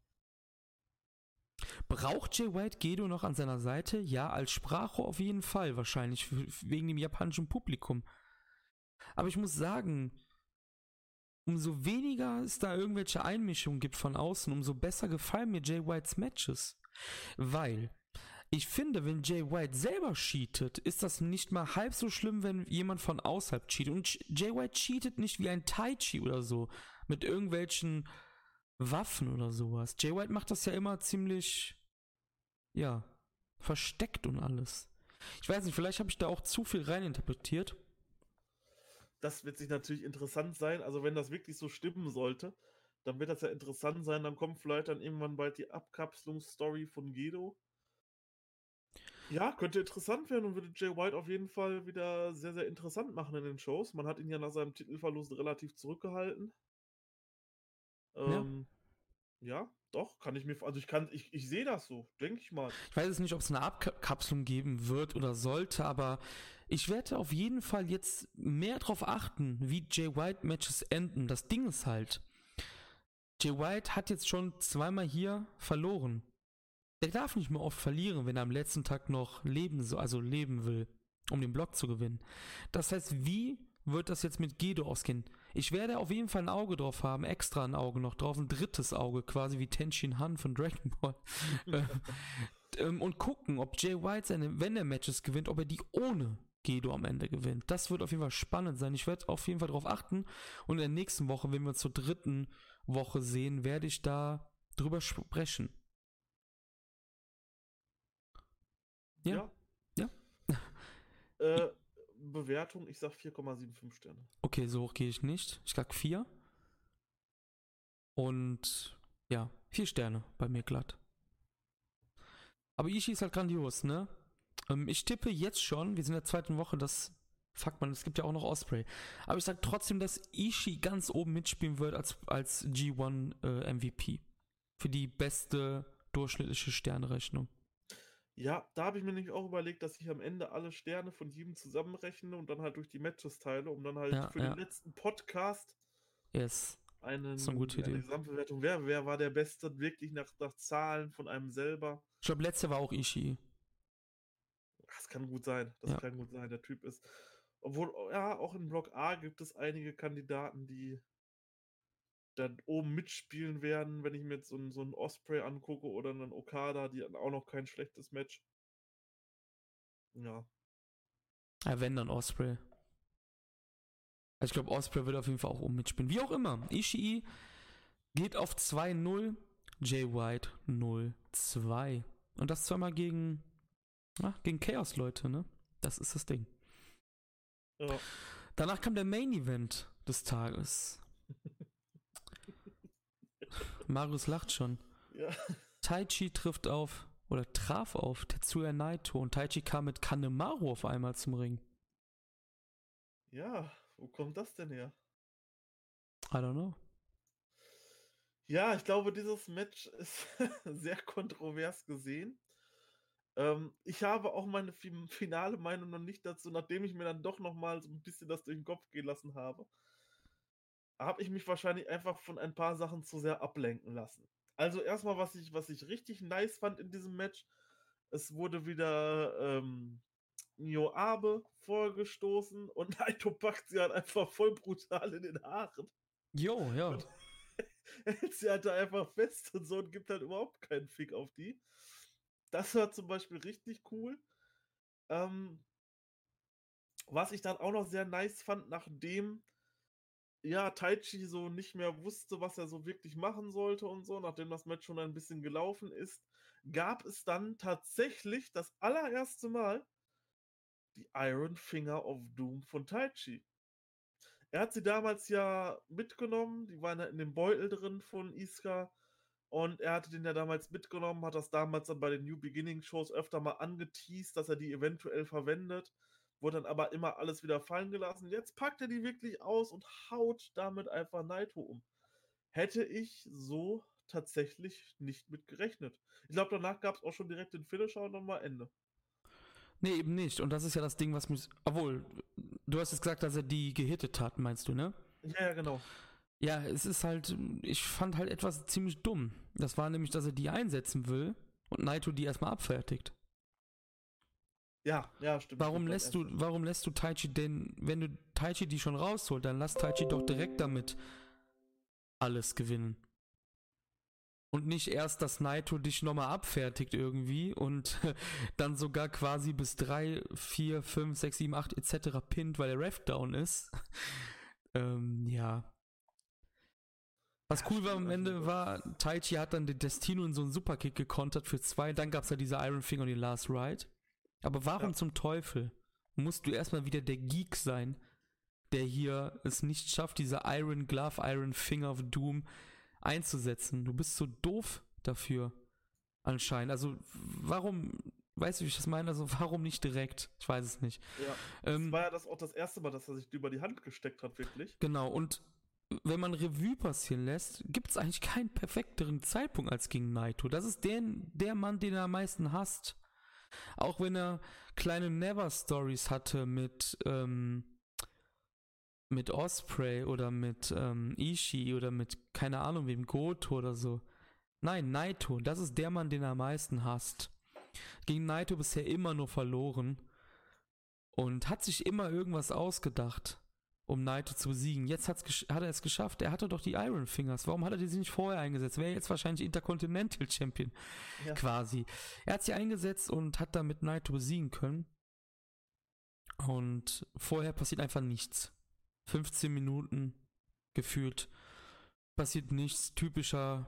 Braucht Jay White Gedo noch an seiner Seite? Ja, als Sprachrohr auf jeden Fall, wahrscheinlich, wegen dem japanischen Publikum. Aber ich muss sagen, umso weniger es da irgendwelche Einmischungen gibt von außen, umso besser gefallen mir Jay Whites Matches. Weil ich finde, wenn Jay White selber cheatet, ist das nicht mal halb so schlimm, wenn jemand von außerhalb cheatet. Und Jay White cheatet nicht wie ein Taichi oder so, mit irgendwelchen Waffen oder sowas. Jay White macht das ja immer ziemlich, ja, versteckt und alles. Ich weiß nicht, vielleicht habe ich da auch zu viel reininterpretiert. Das wird sich natürlich interessant sein. Also wenn das wirklich so stimmen sollte, dann wird das ja interessant sein. Dann kommt vielleicht dann irgendwann bald die Abkapselungsstory von Gedo. Ja, könnte interessant werden und würde Jay White auf jeden Fall wieder sehr, sehr interessant machen in den Shows. Man hat ihn ja nach seinem Titelverlust relativ zurückgehalten. Ja, doch, kann ich mir, also ich sehe das so, denke ich mal. Ich weiß jetzt nicht, ob es eine Abkapselung geben wird oder sollte, aber ich werde auf jeden Fall jetzt mehr darauf achten, wie Jay White Matches enden. Das Ding ist halt, Jay White hat jetzt schon zweimal hier verloren. Der darf nicht mehr oft verlieren, wenn er am letzten Tag noch leben will, um den Block zu gewinnen. Das heißt, wie wird das jetzt mit Gedo ausgehen? Ich werde auf jeden Fall ein Auge drauf haben, extra ein Auge noch drauf, ein drittes Auge, quasi wie Tenshin Han von Dragon Ball. Und gucken, ob Jay White wenn er Matches gewinnt, ob er die ohne Gedo am Ende gewinnt. Das wird auf jeden Fall spannend sein. Ich werde auf jeden Fall darauf achten. Und in der nächsten Woche, wenn wir uns zur dritten Woche sehen, werde ich da drüber sprechen. Ja. Bewertung, ich sag 4,75 Sterne. Okay, so hoch gehe ich nicht. Ich sag 4. Und ja, 4 Sterne bei mir glatt. Aber Ishii ist halt grandios, ne? Ich tippe jetzt schon, wir sind in der zweiten Woche, es gibt ja auch noch Ospreay. Aber ich sag trotzdem, dass Ishii ganz oben mitspielen wird als G1 MVP. Für die beste durchschnittliche Sternerechnung. Ja, da habe ich mir nämlich auch überlegt, dass ich am Ende alle Sterne von jedem zusammenrechne und dann halt durch die Matches teile, um dann halt für den letzten Podcast eine Gesamtbewertung. Wer war der Beste, wirklich nach Zahlen von einem selber? Ich glaube, letzter war auch Ishii. Das kann gut sein. Kann gut sein. Der Typ ist. Obwohl, ja, auch in Block A gibt es einige Kandidaten, die dann oben mitspielen werden, wenn ich mir jetzt so einen Ospreay angucke oder einen Okada, die hatten auch noch kein schlechtes Match. Ja. Ja, wenn dann Osprey. Also ich glaube, Osprey wird auf jeden Fall auch mitspielen. Wie auch immer, Ishii geht auf 2-0, Jay White 0-2. Und das zweimal gegen Chaos-Leute, ne? Das ist das Ding. Ja. Danach kam der Main Event des Tages. Marius lacht schon. Ja. Taichi traf auf Tetsuya Naito und Taichi kam mit Kanemaru auf einmal zum Ring. Ja, wo kommt das denn her? I don't know. Ja, ich glaube, dieses Match ist sehr kontrovers gesehen. Ich habe auch meine finale Meinung noch nicht dazu, nachdem ich mir dann doch nochmal so ein bisschen das durch den Kopf gehen lassen habe ich mich wahrscheinlich einfach von ein paar Sachen zu sehr ablenken lassen. Also erstmal, was ich richtig nice fand in diesem Match, es wurde wieder Nio Abe vorgestoßen und Naito packt sie halt einfach voll brutal in den Haaren. Jo, ja. Und hält sie halt da einfach fest und so und gibt halt überhaupt keinen Fick auf die. Das war zum Beispiel richtig cool. Was ich dann auch noch sehr nice fand, nachdem Taichi so nicht mehr wusste, was er so wirklich machen sollte und so, nachdem das Match schon ein bisschen gelaufen ist, gab es dann tatsächlich das allererste Mal die Iron Finger of Doom von Taichi. Er hat sie damals ja mitgenommen, die waren ja in dem Beutel drin von Iska und er hatte den ja damals mitgenommen, hat das damals dann bei den New Beginning Shows öfter mal angeteased, dass er die eventuell verwendet, wurde dann aber immer alles wieder fallen gelassen. Jetzt packt er die wirklich aus und haut damit einfach Naito um. Hätte ich so tatsächlich nicht mit gerechnet. Ich glaube, danach gab es auch schon direkt den Finisher und dann mal Ende. Nee, eben nicht. Und das ist ja das Ding, was mich. Obwohl, du hast jetzt gesagt, dass er die gehittet hat, meinst du, ne? Ja, genau. Ja, es ist halt. Ich fand halt etwas ziemlich dumm. Das war nämlich, dass er die einsetzen will und Naito die erstmal abfertigt. Ja, stimmt. Warum lässt du Taichi denn, wenn du Taichi die schon rausholt, dann lass Taichi doch direkt damit alles gewinnen. Und nicht erst, dass Naito dich nochmal abfertigt irgendwie und dann sogar quasi bis 3, 4, 5, 6, 7, 8 etc. pinnt, weil der Ref down ist. Ja. Was cool war am Ende war, Taichi hat dann den Destino in so einen Superkick gekontert für 2, dann gab es ja diese Iron Finger und den Last Ride. Aber warum zum Teufel musst du erstmal wieder der Geek sein, der hier es nicht schafft, diese Iron Glove, Iron Finger of Doom einzusetzen? Du bist so doof dafür, anscheinend. Also warum, weißt du, wie ich das meine? Also warum nicht direkt? Ich weiß es nicht. Ja, das war ja auch das erste Mal, dass er sich über die Hand gesteckt hat, wirklich. Genau, und wenn man Revue passieren lässt, gibt es eigentlich keinen perfekteren Zeitpunkt als gegen Naito. Das ist der Mann, den er am meisten hasst. Auch wenn er kleine Never-Stories hatte mit Osprey oder mit Ishii oder mit, keine Ahnung wem, Goto oder so. Nein, Naito, das ist der Mann, den er am meisten hasst. Gegen Naito bisher immer nur verloren und hat sich immer irgendwas ausgedacht, um Naito zu besiegen. Jetzt hat er es geschafft. Er hatte doch die Iron Fingers. Warum hat er die nicht vorher eingesetzt? Wäre jetzt wahrscheinlich Intercontinental Champion quasi. Er hat sie eingesetzt und hat damit Naito besiegen können. Und vorher passiert einfach nichts. 15 Minuten gefühlt passiert nichts. Typischer.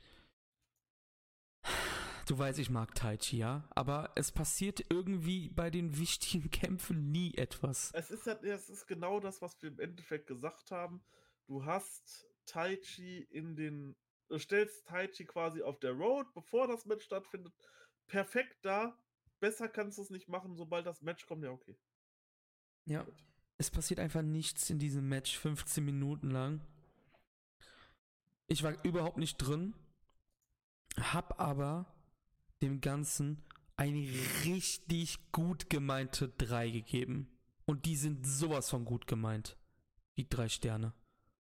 Du weißt, ich mag Taichi, ja, aber es passiert irgendwie bei den wichtigen Kämpfen nie etwas. Es ist genau das, was wir im Endeffekt gesagt haben. Du hast Taichi du stellst Taichi quasi auf der Road, bevor das Match stattfindet. Perfekt da. Besser kannst du es nicht machen, sobald das Match kommt, ja, okay. Ja. Gut. Es passiert einfach nichts in diesem Match, 15 Minuten lang. Ich war überhaupt nicht drin, hab aber dem Ganzen eine richtig gut gemeinte 3 gegeben. Und die sind sowas von gut gemeint. Die 3 Sterne.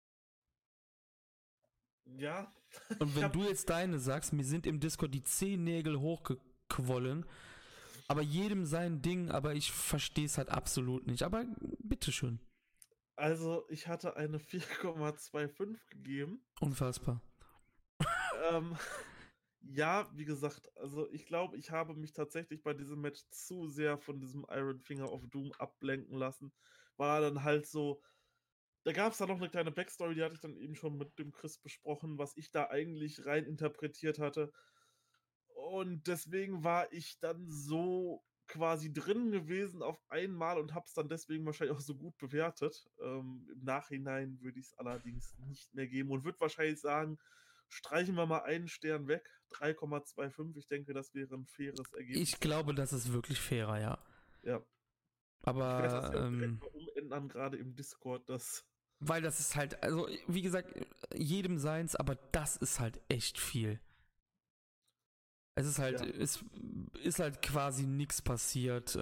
Ja. Und wenn du jetzt deine sagst, mir sind im Discord die Zehennägel hochgequollen, aber jedem sein Ding, aber ich verstehe es halt absolut nicht. Aber bitteschön. Also, ich hatte eine 4,25 gegeben. Unfassbar. Ja, wie gesagt, also ich glaube, ich habe mich tatsächlich bei diesem Match zu sehr von diesem Iron Finger of Doom ablenken lassen. War dann halt so, da gab es dann noch eine kleine Backstory, die hatte ich dann eben schon mit dem Chris besprochen, was ich da eigentlich rein interpretiert hatte. Und deswegen war ich dann so quasi drin gewesen auf einmal und habe es dann deswegen wahrscheinlich auch so gut bewertet. Im Nachhinein würde ich es allerdings nicht mehr geben und würde wahrscheinlich sagen, streichen wir mal einen Stern weg, 3,25. Ich denke, das wäre ein faires Ich Ergebnis glaube, dafür. das ist wirklich fairer, ja. Ja, ich werde das Aber ja auch direkt mal umändern, gerade im Discord, das. weil das ist halt, also wie gesagt, jedem seins, aber das ist halt echt viel. Es ist halt, Ja, es ist halt quasi nichts passiert.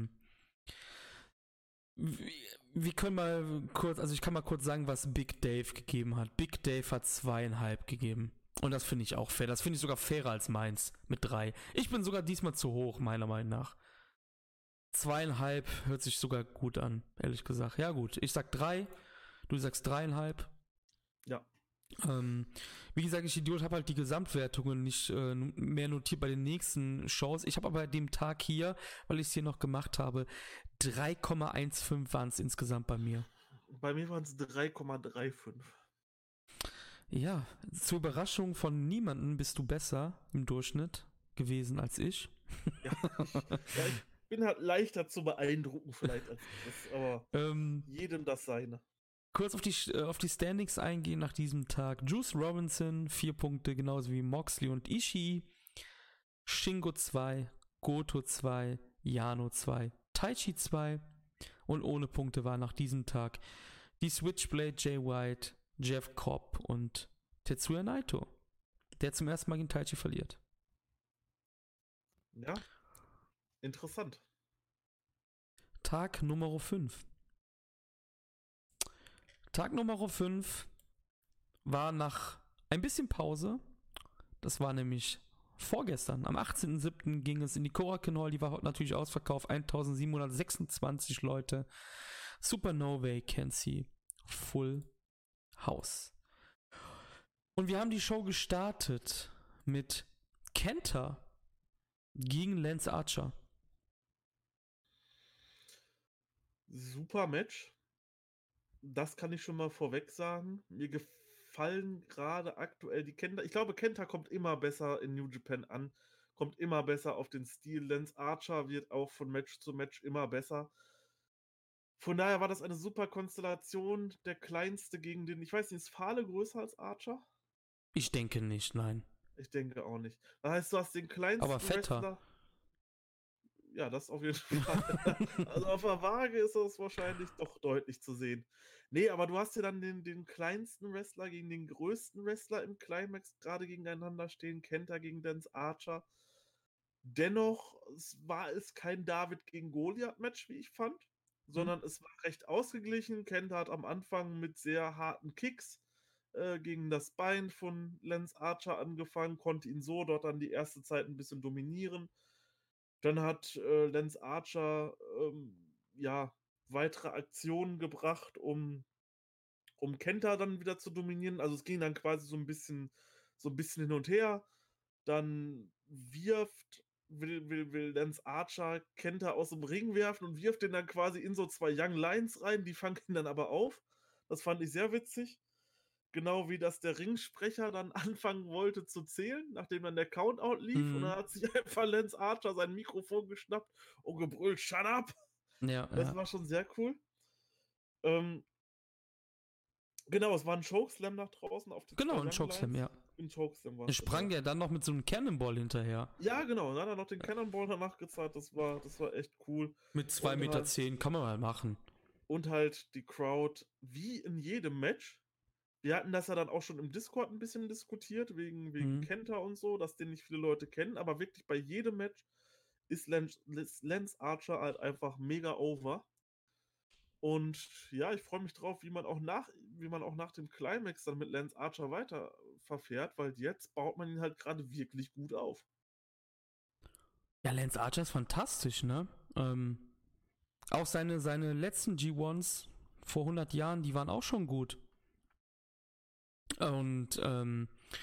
Wir können mal kurz, also ich kann mal kurz sagen, was Big Dave gegeben hat. Big Dave hat 2,5 gegeben. Und das finde ich auch fair. Das finde ich sogar fairer als meins mit 3. Ich bin sogar diesmal zu hoch, meiner Meinung nach. 2,5 hört sich sogar gut an, ehrlich gesagt. Ja gut, ich sag 3, du sagst 3,5. ja. Ähm, Wie gesagt, ich Idiot habe halt die Gesamtwertungen nicht mehr notiert bei den nächsten Shows. Ich habe aber bei dem Tag hier, weil ich es hier noch gemacht habe, 3,15 waren es insgesamt bei mir. Bei mir waren es 3,35. Ja, zur Überraschung von niemandem bist du besser im Durchschnitt gewesen als ich. Ja, ich bin halt leichter zu beeindrucken vielleicht als Chris, aber ähm, jedem das seine. Kurz auf die Standings eingehen nach diesem Tag. Juice Robinson 4 Punkte, genauso wie Moxley und Ishii. Shingo 2, Goto 2, Yano 2, Taichi 2 und ohne Punkte war nach diesem Tag die Switchblade Jay White, Jeff Cobb und Tetsuya Naito, der zum ersten Mal gegen Taichi verliert. Ja, interessant. Tag Nummer 5. Tag Nummer 5 war nach ein bisschen Pause. Das war nämlich vorgestern. Am 18.07. ging es in die Korakuen Hall. Die war heute natürlich ausverkauft. 1726 Leute. Supernovae Kenzie. Full House. Und wir haben die Show gestartet mit Kenta gegen Lance Archer. Super Match. Das kann ich schon mal vorweg sagen. Mir gefallen gerade aktuell die Kenta. Ich glaube, Kenta kommt immer besser in New Japan an. Kommt immer besser auf den Stil. Lance Archer wird auch von Match zu Match immer besser. Von daher war das eine super Konstellation. Der kleinste gegen den, ich weiß nicht, ist Fale größer als Archer? Ich denke nicht, nein. Ich denke auch nicht. Das heißt, du hast den kleinsten Aber fetter. Wrestler. Ja, das auf jeden Fall. Also auf der Waage ist das wahrscheinlich doch deutlich zu sehen. Nee, aber du hast ja dann den kleinsten Wrestler gegen den größten Wrestler im Climax gerade gegeneinander stehen. Kenta gegen Lance Archer. Dennoch war es kein David gegen Goliath-Match, wie ich fand, sondern es war recht ausgeglichen. Kenta hat am Anfang mit sehr harten Kicks gegen das Bein von Lance Archer angefangen, konnte ihn so dort dann die erste Zeit ein bisschen dominieren. Dann hat Lance Archer ja weitere Aktionen gebracht, um Kenta dann wieder zu dominieren. Also es ging dann quasi so ein bisschen hin und her. Dann will Lance Archer Kenta aus dem Ring werfen und wirft den dann quasi in so zwei Young Lions rein. Die fangen ihn dann aber auf. Das fand ich sehr witzig. Genau wie dass der Ringsprecher dann anfangen wollte zu zählen, nachdem dann der Countout lief. Und dann hat sich einfach Lance Archer sein Mikrofon geschnappt und gebrüllt, shut up! Ja, Das war schon sehr cool. Genau, es war ein Chokeslam nach draußen auf die genau, zwei ein Young Chokeslam, Lions. ja. Ein Chokeslam war Er es. sprang ja dann noch mit so einem Cannonball hinterher. Ja, genau. Dann hat er noch den Cannonball danach gezeigt. Das war echt cool. Mit 2,10 Meter kann man mal machen. Und halt die Crowd, wie in jedem Match. Wir hatten das ja dann auch schon im Discord ein bisschen diskutiert, wegen Kenta und so, dass den nicht viele Leute kennen. Aber wirklich bei jedem Match ist Lance Archer halt einfach mega over. Und ja, ich freue mich drauf, wie man auch nach dem Climax dann mit Lance Archer weiter verfährt, weil jetzt baut man ihn halt gerade wirklich gut auf. Ja, Lance Archer ist fantastisch, ne? Auch seine letzten G1s vor 100 Jahren, die waren auch schon gut. Und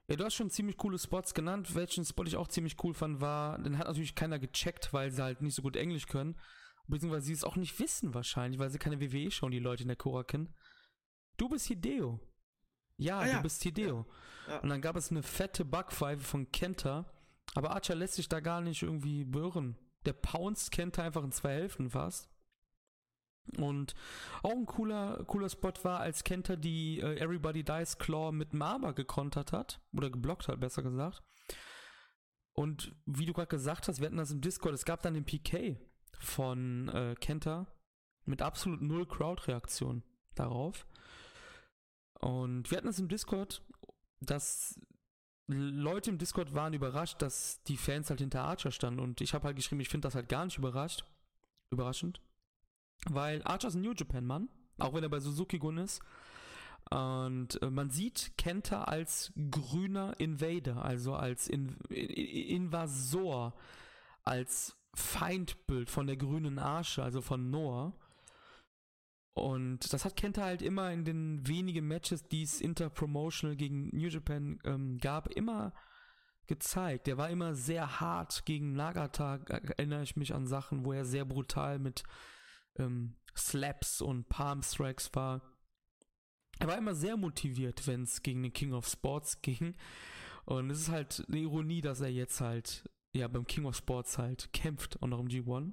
Ja, du hast schon ziemlich coole Spots genannt. Welchen Spot ich auch ziemlich cool fand, war, den hat natürlich keiner gecheckt, weil sie halt nicht so gut Englisch können. Beziehungsweise sie es auch nicht wissen wahrscheinlich, weil sie keine WWE schauen, die Leute in der Cora kennen. Du bist Hideo. Ja, Ah du ja, bist Hideo. ja. Und dann gab es eine fette Backpfeife von Kenta. Aber Archer lässt sich da gar nicht irgendwie beirren. Der pounced Kenta einfach in 2 Hälften fast. Und auch ein cooler Spot war, als Kenta die Everybody Dies Claw mit Mama gekontert hat. Oder geblockt hat, besser gesagt. Und wie du gerade gesagt hast, wir hatten das im Discord, es gab dann den PK von Kenta mit absolut null Crowd-Reaktion darauf. Und wir hatten das im Discord, dass Leute im Discord waren überrascht, dass die Fans halt hinter Archer standen. Und ich habe halt geschrieben, ich finde das halt gar nicht überraschend. Weil Archer ist ein New Japan-Mann, auch wenn er bei Suzuki-Gun ist. Und man sieht Kenta als grüner Invader, also als Invasor, als Feindbild von der grünen Arche, also von Noah. Und das hat Kenta halt immer in den wenigen Matches, die es interpromotional gegen New Japan gab, immer gezeigt. Der war immer sehr hart gegen Nagata, erinnere ich mich an Sachen, wo er sehr brutal mit Slaps und Palm Strikes war. Er war immer sehr motiviert, wenn es gegen den King of Sports ging. Und es ist halt eine Ironie, dass er jetzt halt ja beim King of Sports halt kämpft, auch noch im G1.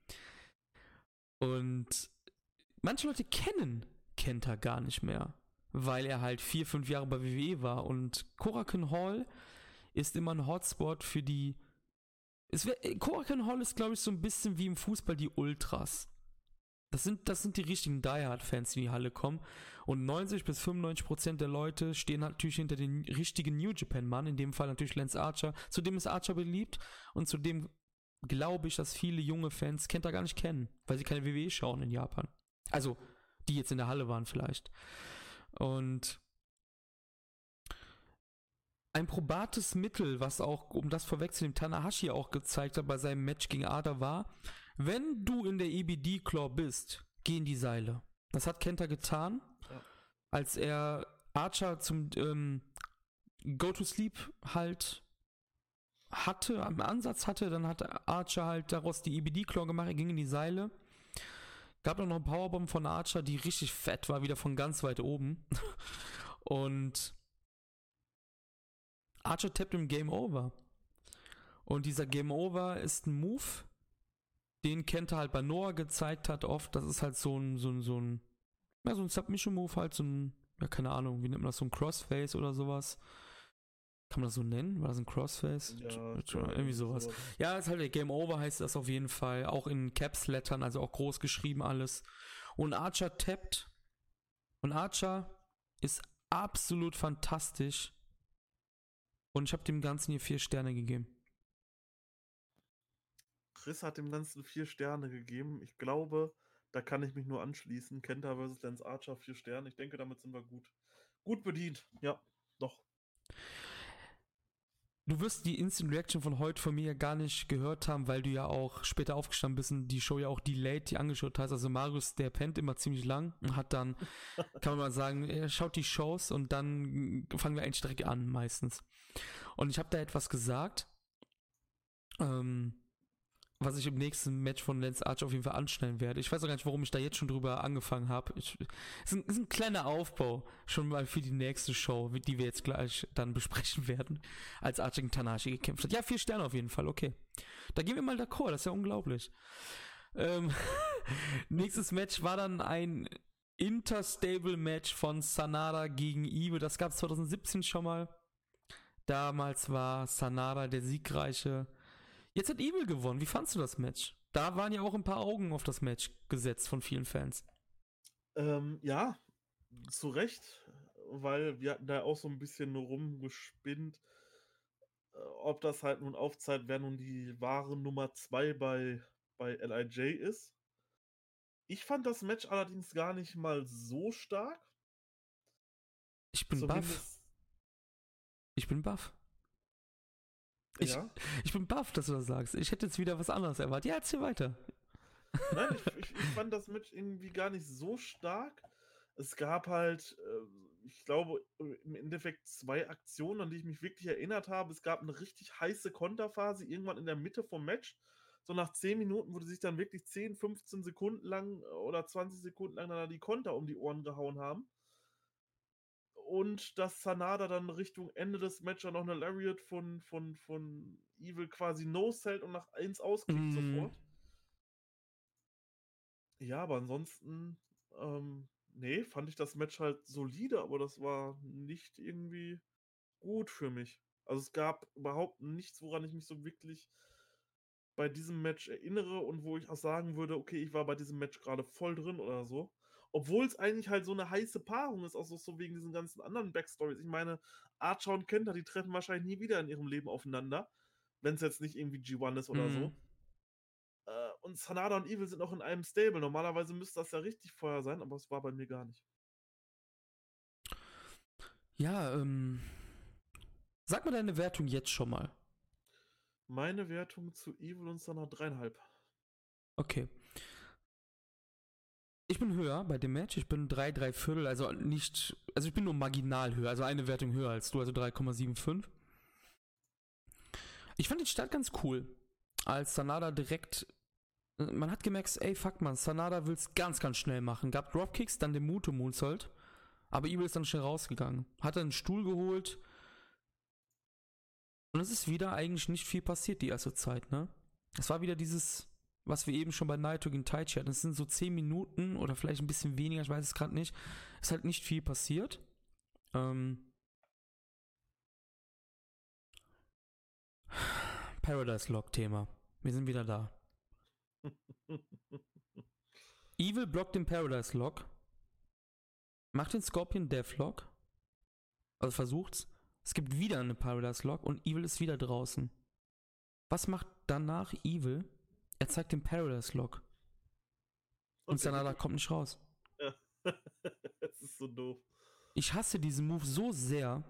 Und manche Leute kennen Kenta gar nicht mehr, weil er halt 4-5 Jahre bei WWE war. Und Korakuen Hall ist immer ein Hotspot für die... Korakuen Hall ist, glaube ich, so ein bisschen wie im Fußball die Ultras. Das sind die richtigen Die-Hard-Fans, die in die Halle kommen. Und 90-95% der Leute stehen halt natürlich hinter den richtigen New Japan-Mann, in dem Fall natürlich Lance Archer. Zudem ist Archer beliebt und zudem glaube ich, dass viele junge Fans Kenta gar nicht kennen, weil sie keine WWE schauen in Japan. Also, die jetzt in der Halle waren vielleicht. Und ein probates Mittel, was auch, um das vorwegzunehmen, Tanahashi auch gezeigt hat bei seinem Match gegen Ada war, wenn du in der EBD-Claw bist, geh in die Seile. Das hat Kenta getan, als er Archer zum Go-to-Sleep halt hatte, am Ansatz hatte, dann hat Archer halt daraus die EBD-Claw gemacht, er ging in die Seile. Gab noch eine Powerbomb von Archer, die richtig fett war, wieder von ganz weit oben. Und Archer tappt im Game Over. Und dieser Game Over ist ein Move, den Kenta halt bei Noah gezeigt hat oft. Das ist halt so ein Submission-Move, halt so ein, ja, keine Ahnung, wie nennt man das, so ein Crossface oder sowas. Kann man das so nennen? War das ein Crossface? Ja, irgendwie sowas. Ja, ist halt der Game Over, heißt das auf jeden Fall. Auch in Caps-Lettern, also auch groß geschrieben alles. Und Archer tappt. Und Archer ist absolut fantastisch. Und ich habe dem Ganzen hier 4 Sterne gegeben. Chris hat dem Ganzen 4 Sterne gegeben. Ich glaube, da kann ich mich nur anschließen. Kenta vs. Lance Archer 4 Sterne. Ich denke, damit sind wir gut bedient. Ja, doch. Du wirst die Instant Reaction von heute von mir ja gar nicht gehört haben, weil du ja auch später aufgestanden bist und die Show ja auch delayed, die angeschaut hast. Also Marius, der pennt immer ziemlich lang und hat dann, kann man mal sagen, er schaut die Shows und dann fangen wir eigentlich direkt an meistens. Und ich habe da etwas gesagt, was ich im nächsten Match von Lance Archer auf jeden Fall anschneiden werde. Ich weiß auch gar nicht, warum ich da jetzt schon drüber angefangen habe. Es ist ein kleiner Aufbau schon mal für die nächste Show, die wir jetzt gleich dann besprechen werden, als Archer gegen Tanahashi gekämpft hat. Ja, 4 Sterne auf jeden Fall, okay. Da gehen wir mal d'accord, das ist ja unglaublich. Nächstes Match war dann ein Interstable-Match von Sanada gegen Ibe. Das gab es 2017 schon mal. Damals war Sanada der siegreiche. Jetzt hat Evil gewonnen. Wie fandst du das Match? Da waren ja auch ein paar Augen auf das Match gesetzt von vielen Fans. Ja, zu Recht, weil wir hatten da auch so ein bisschen rumgespinnt, ob das halt nun aufzeigt, wer nun die wahre Nummer 2 bei LIJ ist. Ich fand das Match allerdings gar nicht mal so stark. Ich bin baff. Ich bin baff. Ja. Ich bin baff, dass du das sagst. Ich hätte jetzt wieder was anderes erwartet. Ja, erzähl weiter. Nein, ich fand das Match irgendwie gar nicht so stark. Es gab halt ich glaube, im Endeffekt 2 Aktionen, an die ich mich wirklich erinnert habe. Es gab eine richtig heiße Konterphase irgendwann in der Mitte vom Match. So nach 10 Minuten, wo die sich dann wirklich 10, 15 Sekunden lang oder 20 Sekunden lang dann die Konter um die Ohren gehauen haben. Und dass Sanada dann Richtung Ende des Matches noch eine Lariat von Evil quasi no-sellt und nach 1 auskickt sofort. Ja, aber ansonsten, nee, fand ich das Match halt solide, aber das war nicht irgendwie gut für mich. Also es gab überhaupt nichts, woran ich mich so wirklich bei diesem Match erinnere und wo ich auch sagen würde, okay, ich war bei diesem Match gerade voll drin oder so. Obwohl es eigentlich halt so eine heiße Paarung ist, auch so wegen diesen ganzen anderen Backstories. Ich meine, Archer und Kenta, die treffen wahrscheinlich nie wieder in ihrem Leben aufeinander, wenn es jetzt nicht irgendwie G1 ist oder so. Und Sanada und Evil sind auch in einem Stable. Normalerweise müsste das ja richtig Feuer sein, aber es war bei mir gar nicht. Ja, sag mal deine Wertung jetzt schon mal. Meine Wertung zu Evil und Sanada 3,5. Okay. Ich bin höher bei dem Match. Ich bin 3 Viertel, also nicht, also ich bin nur marginal höher, also eine Wertung höher als du, also 3,75. Ich fand den Start ganz cool, als Sanada direkt, man hat gemerkt, ey, fuck man, Sanada will es ganz, ganz schnell machen. Gab Dropkicks, dann den Muto Moonsault, aber Evil ist dann schnell rausgegangen. Hat einen Stuhl geholt und es ist wieder eigentlich nicht viel passiert die erste Zeit, ne? Es war wieder dieses, was wir eben schon bei Naito gegen Taichi hatten. Es sind so 10 Minuten oder vielleicht ein bisschen weniger, ich weiß es gerade nicht. Es ist halt nicht viel passiert. Paradise Lock Thema. Wir sind wieder da. Evil blockt den Paradise Lock. Macht den Scorpion Deathlock. Also versucht's. Es gibt wieder eine Paradise Lock und Evil ist wieder draußen. Was macht danach Evil? Er zeigt den Paradise Lock. Und Sanada kommt nicht raus. Ja. Das ist so doof. Ich hasse diesen Move so sehr.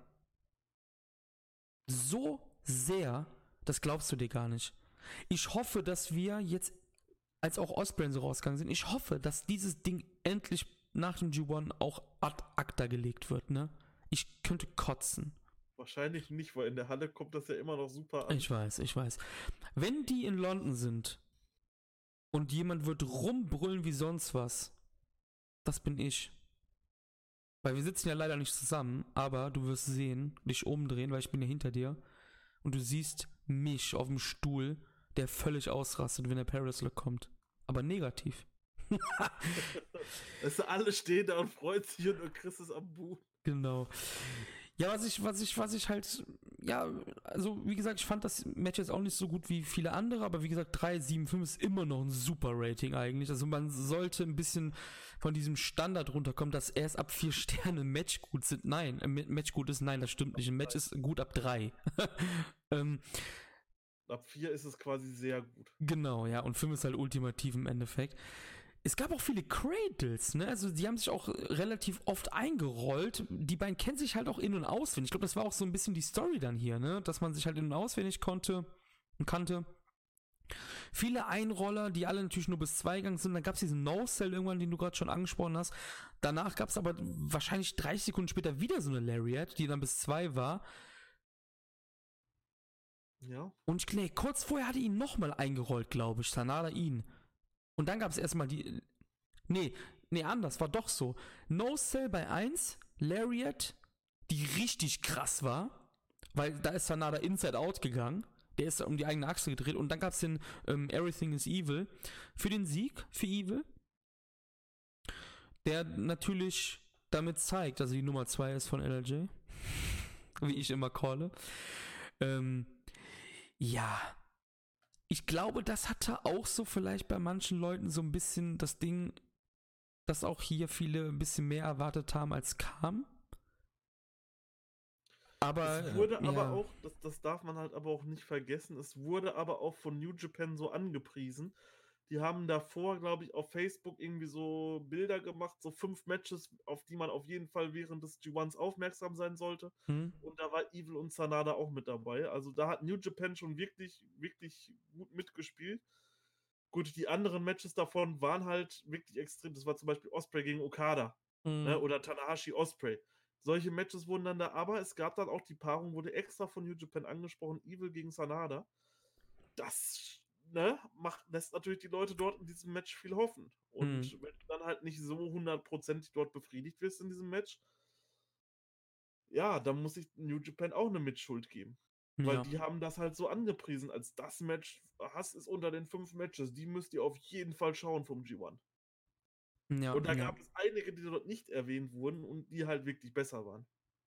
So sehr, das glaubst du dir gar nicht. Ich hoffe, dass wir jetzt, als auch Ospreay so rausgegangen sind, ich hoffe, dass dieses Ding endlich nach dem G1 auch ad acta gelegt wird, ne? Ich könnte kotzen. Wahrscheinlich nicht, weil in der Halle kommt das ja immer noch super an. Ich weiß. Wenn die in London sind und jemand wird rumbrüllen wie sonst was, das bin ich. Weil wir sitzen ja leider nicht zusammen, aber du wirst sehen, dich umdrehen, weil ich bin ja hinter dir und du siehst mich auf dem Stuhl, der völlig ausrastet, wenn der Paradise Lock kommt. Aber negativ. Also alle stehen da und freuen sich und Chris ist am Boot. Genau. Ja, was ich halt, ja, also wie gesagt, ich fand das Match jetzt auch nicht so gut wie viele andere, aber wie gesagt, 3,75 ist immer noch ein super Rating eigentlich. Also man sollte ein bisschen von diesem Standard runterkommen, dass erst ab 4 Sterne Match gut sind. Nein, Match gut ist, nein, das stimmt nicht. Ein Match ist gut ab 3. Ab 4 ist es quasi sehr gut. Genau, ja, und 5 ist halt ultimativ im Endeffekt. Es gab auch viele Cradles, ne? Also die haben sich auch relativ oft eingerollt. Die beiden kennen sich halt auch in- und auswendig. Ich glaube, das war auch so ein bisschen die Story dann hier, ne? Dass man sich halt in- und auswendig konnte und kannte. Viele Einroller, die alle natürlich nur bis 2 gegangen sind. Dann gab es diesen No-Cell irgendwann, den du gerade schon angesprochen hast. Danach gab es aber wahrscheinlich 30 Sekunden später wieder so eine Lariat, die dann bis 2 war. Ja. Und nee, kurz vorher hatte ihn nochmal eingerollt, glaube ich. Sanada ihn. Und dann gab es erstmal die. Nee, anders, war doch so. No-Cell bei 1, Lariat, die richtig krass war, weil da ist Sanada Inside Out gegangen. Der ist um die eigene Achse gedreht. Und dann gab es den Everything is Evil für den Sieg, für Evil. Der natürlich damit zeigt, dass er die Nummer 2 ist von LLJ. Wie ich immer calle. Ja. Ich glaube, das hatte auch so vielleicht bei manchen Leuten so ein bisschen das Ding, dass auch hier viele ein bisschen mehr erwartet haben, als kam. Aber es wurde aber auch, das darf man halt aber auch nicht vergessen, es wurde aber auch von New Japan so angepriesen. Die haben davor, glaube ich, auf Facebook irgendwie so Bilder gemacht, so 5 Matches, auf die man auf jeden Fall während des G1s aufmerksam sein sollte. Und da war Evil und Sanada auch mit dabei. Also da hat New Japan schon wirklich, wirklich gut mitgespielt. Gut, die anderen Matches davon waren halt wirklich extrem. Das war zum Beispiel Ospreay gegen Okada, ne? Oder Tanahashi Ospreay. Solche Matches wurden dann da, aber es gab dann auch die Paarung, wurde extra von New Japan angesprochen, Evil gegen Sanada. Das, ne, lässt natürlich die Leute dort in diesem Match viel hoffen. Und wenn du dann halt nicht so 100% dort befriedigt wirst in diesem Match, ja, dann muss ich New Japan auch eine Mitschuld geben. Weil die haben das halt so angepriesen als das Match, Hass ist unter den 5 Matches, die müsst ihr auf jeden Fall schauen vom G1. Ja, Und da gab es einige, die dort nicht erwähnt wurden und die halt wirklich besser waren.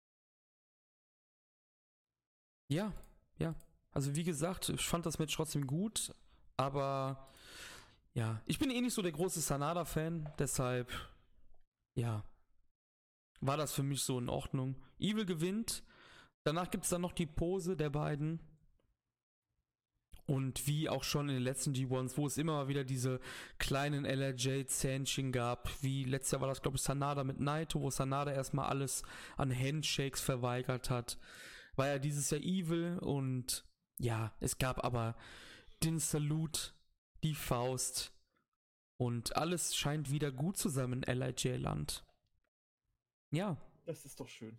Ja, ja. Also wie gesagt, ich fand das Match trotzdem gut, aber ja, ich bin eh nicht so der große Sanada-Fan, deshalb, ja, war das für mich so in Ordnung. Evil gewinnt, danach gibt es dann noch die Pose der beiden. Und wie auch schon in den letzten G1s, wo es immer mal wieder diese kleinen LRJ-Zähnchen gab, wie letztes Jahr war das, glaube ich, Sanada mit Naito, wo Sanada erstmal alles an Handshakes verweigert hat. War ja dieses Jahr Evil und ja, es gab aber den Salute, die Faust und alles scheint wieder gut zusammen in LIJ-Land. Ja. Das ist doch schön.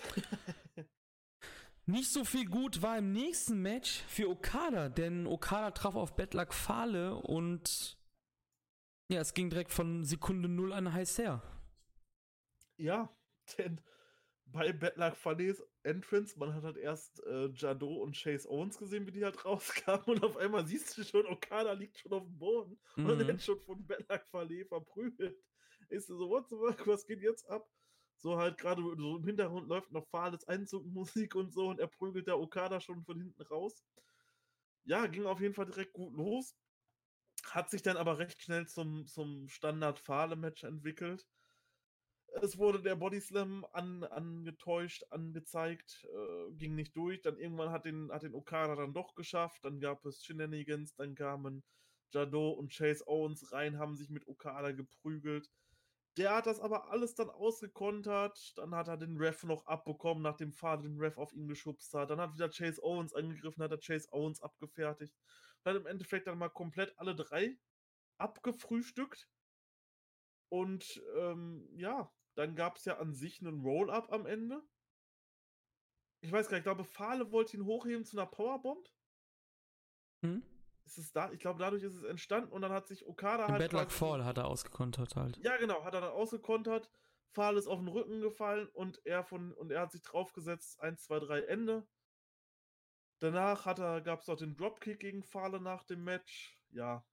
Nicht so viel gut war im nächsten Match für Okada, denn Okada traf auf Bad Luck Fale und ja, es ging direkt von Sekunde 0 an heiß her. Ja, denn bei Bad Luck Fales Entrance, man hat halt erst Jado und Chase Owens gesehen, wie die halt rauskamen und auf einmal siehst du schon, Okada liegt schon auf dem Boden und er wird schon von Bad Luck Fale verprügelt. Ist so, what the fuck, was geht jetzt ab? So halt gerade so im Hintergrund läuft noch Fales Einzugmusik und so und er prügelt der Okada schon von hinten raus. Ja, ging auf jeden Fall direkt gut los. Hat sich dann aber recht schnell zum Standard-Fale-Match entwickelt. Es wurde der Bodyslam angetäuscht, angezeigt, ging nicht durch. Dann irgendwann hat den Okada dann doch geschafft. Dann gab es Shenanigans, dann kamen Jado und Chase Owens rein, haben sich mit Okada geprügelt. Der hat das aber alles dann ausgekontert. Dann hat er den Ref noch abbekommen, nachdem Fale den Ref auf ihn geschubst hat. Dann hat wieder Chase Owens angegriffen, hat er Chase Owens abgefertigt. Hat im Endeffekt dann mal komplett alle 3 abgefrühstückt. Und ja, dann gab es ja an sich einen Roll-Up am Ende. Ich weiß gar nicht, ich glaube, Fale wollte ihn hochheben zu einer Powerbomb. Ist es da? Ich glaube, dadurch ist es entstanden und dann hat sich Okada halt. Bad Luck Fall hat er ausgekontert halt. Ja, genau, hat er dann ausgekontert. Fale ist auf den Rücken gefallen und er hat sich draufgesetzt. 1, 2, 3, Ende. Danach gab es noch den Dropkick gegen Fale nach dem Match. Ja.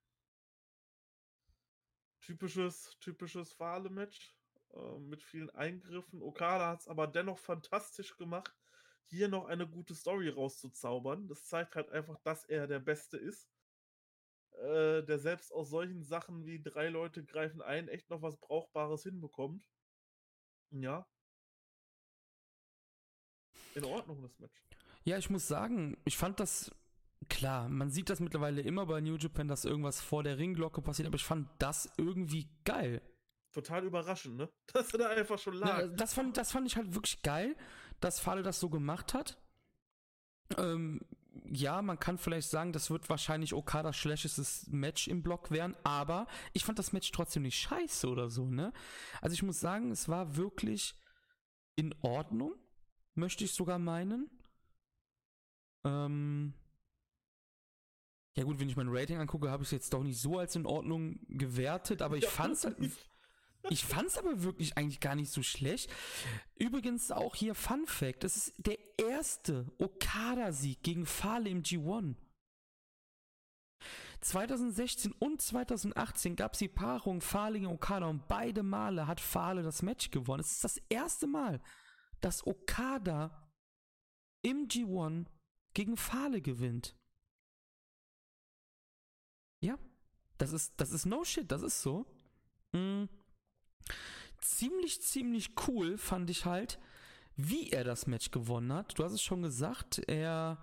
Typisches Fale-Match. Mit vielen Eingriffen. Okada hat es aber dennoch fantastisch gemacht, hier noch eine gute Story rauszuzaubern. Das zeigt halt einfach, dass er der Beste ist. Der selbst aus solchen Sachen wie 3 Leute greifen ein, echt noch was Brauchbares hinbekommt. Ja. In Ordnung, das Match. Ja, ich muss sagen, ich fand das, klar, man sieht das mittlerweile immer bei New Japan, dass irgendwas vor der Ringglocke passiert, aber ich fand das irgendwie geil. Total überraschend, ne? Dass er da einfach schon lag. Ja, das fand ich halt wirklich geil, dass Fale das so gemacht hat. Ja, man kann vielleicht sagen, das wird wahrscheinlich Okadas schlechtestes Match im Block werden, aber ich fand das Match trotzdem nicht scheiße oder so, ne? Also ich muss sagen, es war wirklich in Ordnung, möchte ich sogar meinen. Ja gut, wenn ich mein Rating angucke, habe ich es jetzt doch nicht so als in Ordnung gewertet, aber ich fand's halt... Ich fand's aber wirklich eigentlich gar nicht so schlecht. Übrigens auch hier Fun Fact, das ist der erste Okada-Sieg gegen Fale im G1. 2016 und 2018 gab es die Paarung Fale gegen Okada und beide Male hat Fale das Match gewonnen. Es ist das erste Mal, dass Okada im G1 gegen Fale gewinnt. Ja, das ist no shit, das ist so. Ziemlich cool fand ich halt, wie er das Match gewonnen hat. Du hast es schon gesagt, er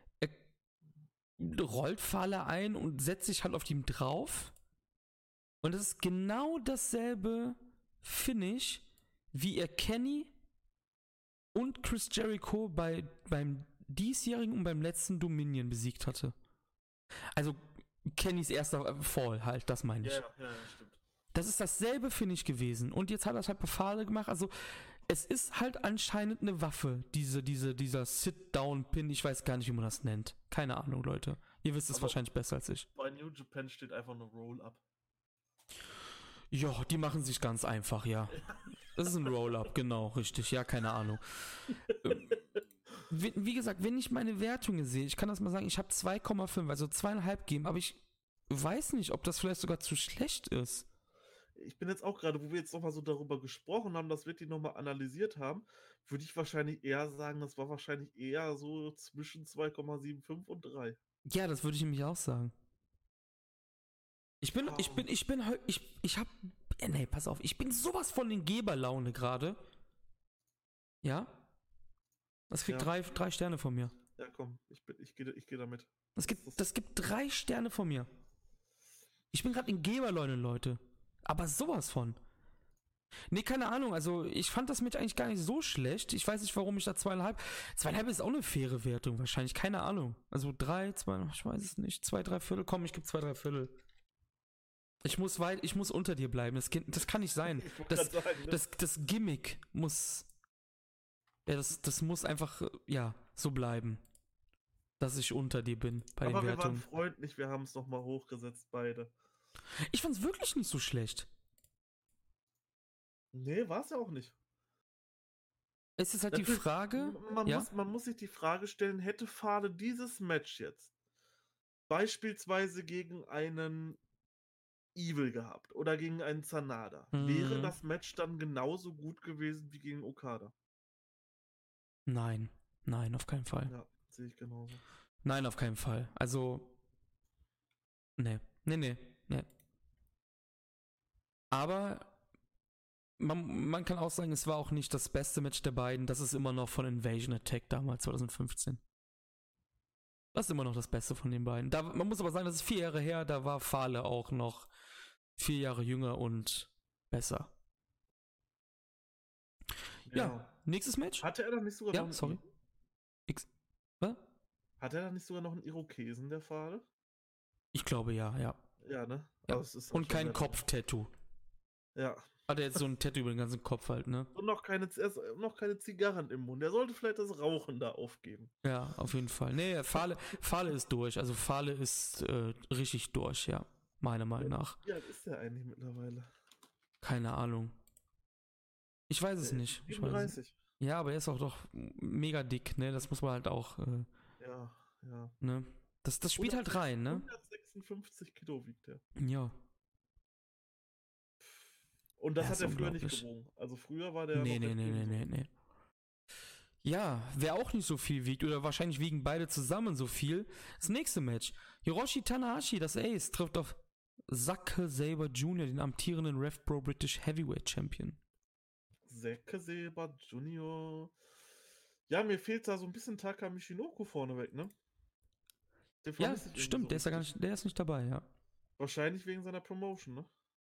rollt Fale ein und setzt sich halt auf ihm drauf. Und es ist genau dasselbe Finish, wie er Kenny und Chris Jericho beim diesjährigen und beim letzten Dominion besiegt hatte. Also Kennys erster Fall halt, das meine ich. Ja, stimmt. Das ist dasselbe Finish gewesen. Und jetzt hat er es halt bei Fale gemacht. Also es ist halt anscheinend eine Waffe, dieser Sit-Down-Pin. Ich weiß gar nicht, wie man das nennt. Keine Ahnung, Leute. Ihr wisst es Aber wahrscheinlich besser als ich. bei New Japan steht einfach nur Roll-Up. Ja, die machen sich ganz einfach, ja. Das ist ein Roll-Up, genau, richtig. Ja, keine Ahnung. Wie gesagt, wenn ich meine Wertungen sehe, ich kann das mal sagen, ich habe 2,5, also 2,5 gegeben, aber ich weiß nicht, ob das vielleicht sogar zu schlecht ist. Ich bin jetzt auch gerade, wo wir jetzt nochmal so darüber gesprochen haben, dass wir die nochmal analysiert haben, würde ich wahrscheinlich eher sagen, das war wahrscheinlich eher so zwischen 2,75 und 3. Ja, das würde ich nämlich auch sagen. Nee, pass auf, ich bin sowas von in Geberlaune gerade. Ja? Das kriegt Ja. drei Sterne von mir. Ja, komm, ich geh damit. Das gibt 3 Sterne von mir. Ich bin gerade in Geberlaune, Leute. Aber sowas von. Nee, keine Ahnung, also ich fand das Match eigentlich gar nicht so schlecht. Ich weiß nicht, warum ich da 2,5. 2,5 ist auch eine faire Wertung wahrscheinlich, keine Ahnung. Also 3, 2, ich weiß es nicht. 2, 3 Viertel, komm, ich gebe 2, 3 Viertel. Ich muss unter dir bleiben, das kann nicht sein. Ich wollte gerade sagen, ne? Das Gimmick muss, ja, das muss einfach, ja, so bleiben. Dass ich unter dir bin bei Aber den wir waren Wertungen. freundlich, wir haben es nochmal hochgesetzt, beide. Ich fand's wirklich nicht so schlecht. Nee, war es ja auch nicht. Es ist halt die Natürlich, Frage, ja? man muss sich die Frage stellen, hätte Fale dieses Match jetzt beispielsweise gegen einen Evil gehabt oder gegen einen Sanada, wäre Mhm. das Match dann genauso gut gewesen wie gegen Okada? Nein, auf keinen Fall. Ja, sehe ich genauso. Nein, auf keinen Fall. Also, nee. Aber man kann auch sagen, es war auch nicht das beste Match der beiden. Das ist immer noch von Invasion Attack damals, 2015. Das ist immer noch das Beste von den beiden. Man muss aber sagen, das ist 4 Jahre her, da war Fale auch noch 4 Jahre jünger und besser. Ja, nächstes Match? Hatte er dann nicht sogar Ja, noch einen sorry. Was? Hat er dann nicht sogar noch einen Irokesen, der Fale? Ich glaube ja. Ja, ne? Ja. Also es ist Und schon kein sehr Kopftattoo. Ja. Hat er jetzt so ein Tattoo über den ganzen Kopf halt, ne? Und noch keine Zigarren im Mund. Er sollte vielleicht das Rauchen da aufgeben. Ja, auf jeden Fall. Nee, Fale ist durch. Also Fale ist richtig durch, ja. Meiner Meinung nach. Wie alt ist der eigentlich mittlerweile? Keine Ahnung. Ich weiß es nicht. 37. Ja, aber er ist auch doch mega dick, ne? Das muss man halt auch, Ja. ne? Das spielt halt rein, ne? 156 Kilo wiegt er. Ja. Und das Ja, hat ist er früher nicht unglaublich. gewogen. Also früher war der Nee. noch recht wenig. Nee. Ja, wer auch nicht so viel wiegt, oder wahrscheinlich wiegen beide zusammen so viel, das nächste Match. Hiroshi Tanahashi, das Ace, trifft auf Zack Sabre Jr., den amtierenden Rev Pro British Heavyweight Champion. Zack Sabre Jr. Ja, mir fehlt da so ein bisschen Taka Michinoku vorneweg, ne? Den Ja, vermisse ich irgendwie stimmt, so richtig. der ist nicht dabei, ja. Wahrscheinlich wegen seiner Promotion, ne?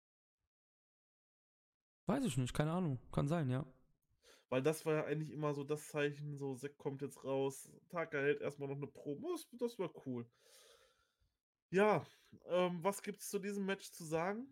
Weiß ich nicht, keine Ahnung. Kann sein, ja. Weil das war ja eigentlich immer so das Zeichen, so Zack kommt jetzt raus, Taka hält erstmal noch eine Promo, das war cool. Ja, was gibt's zu diesem Match zu sagen?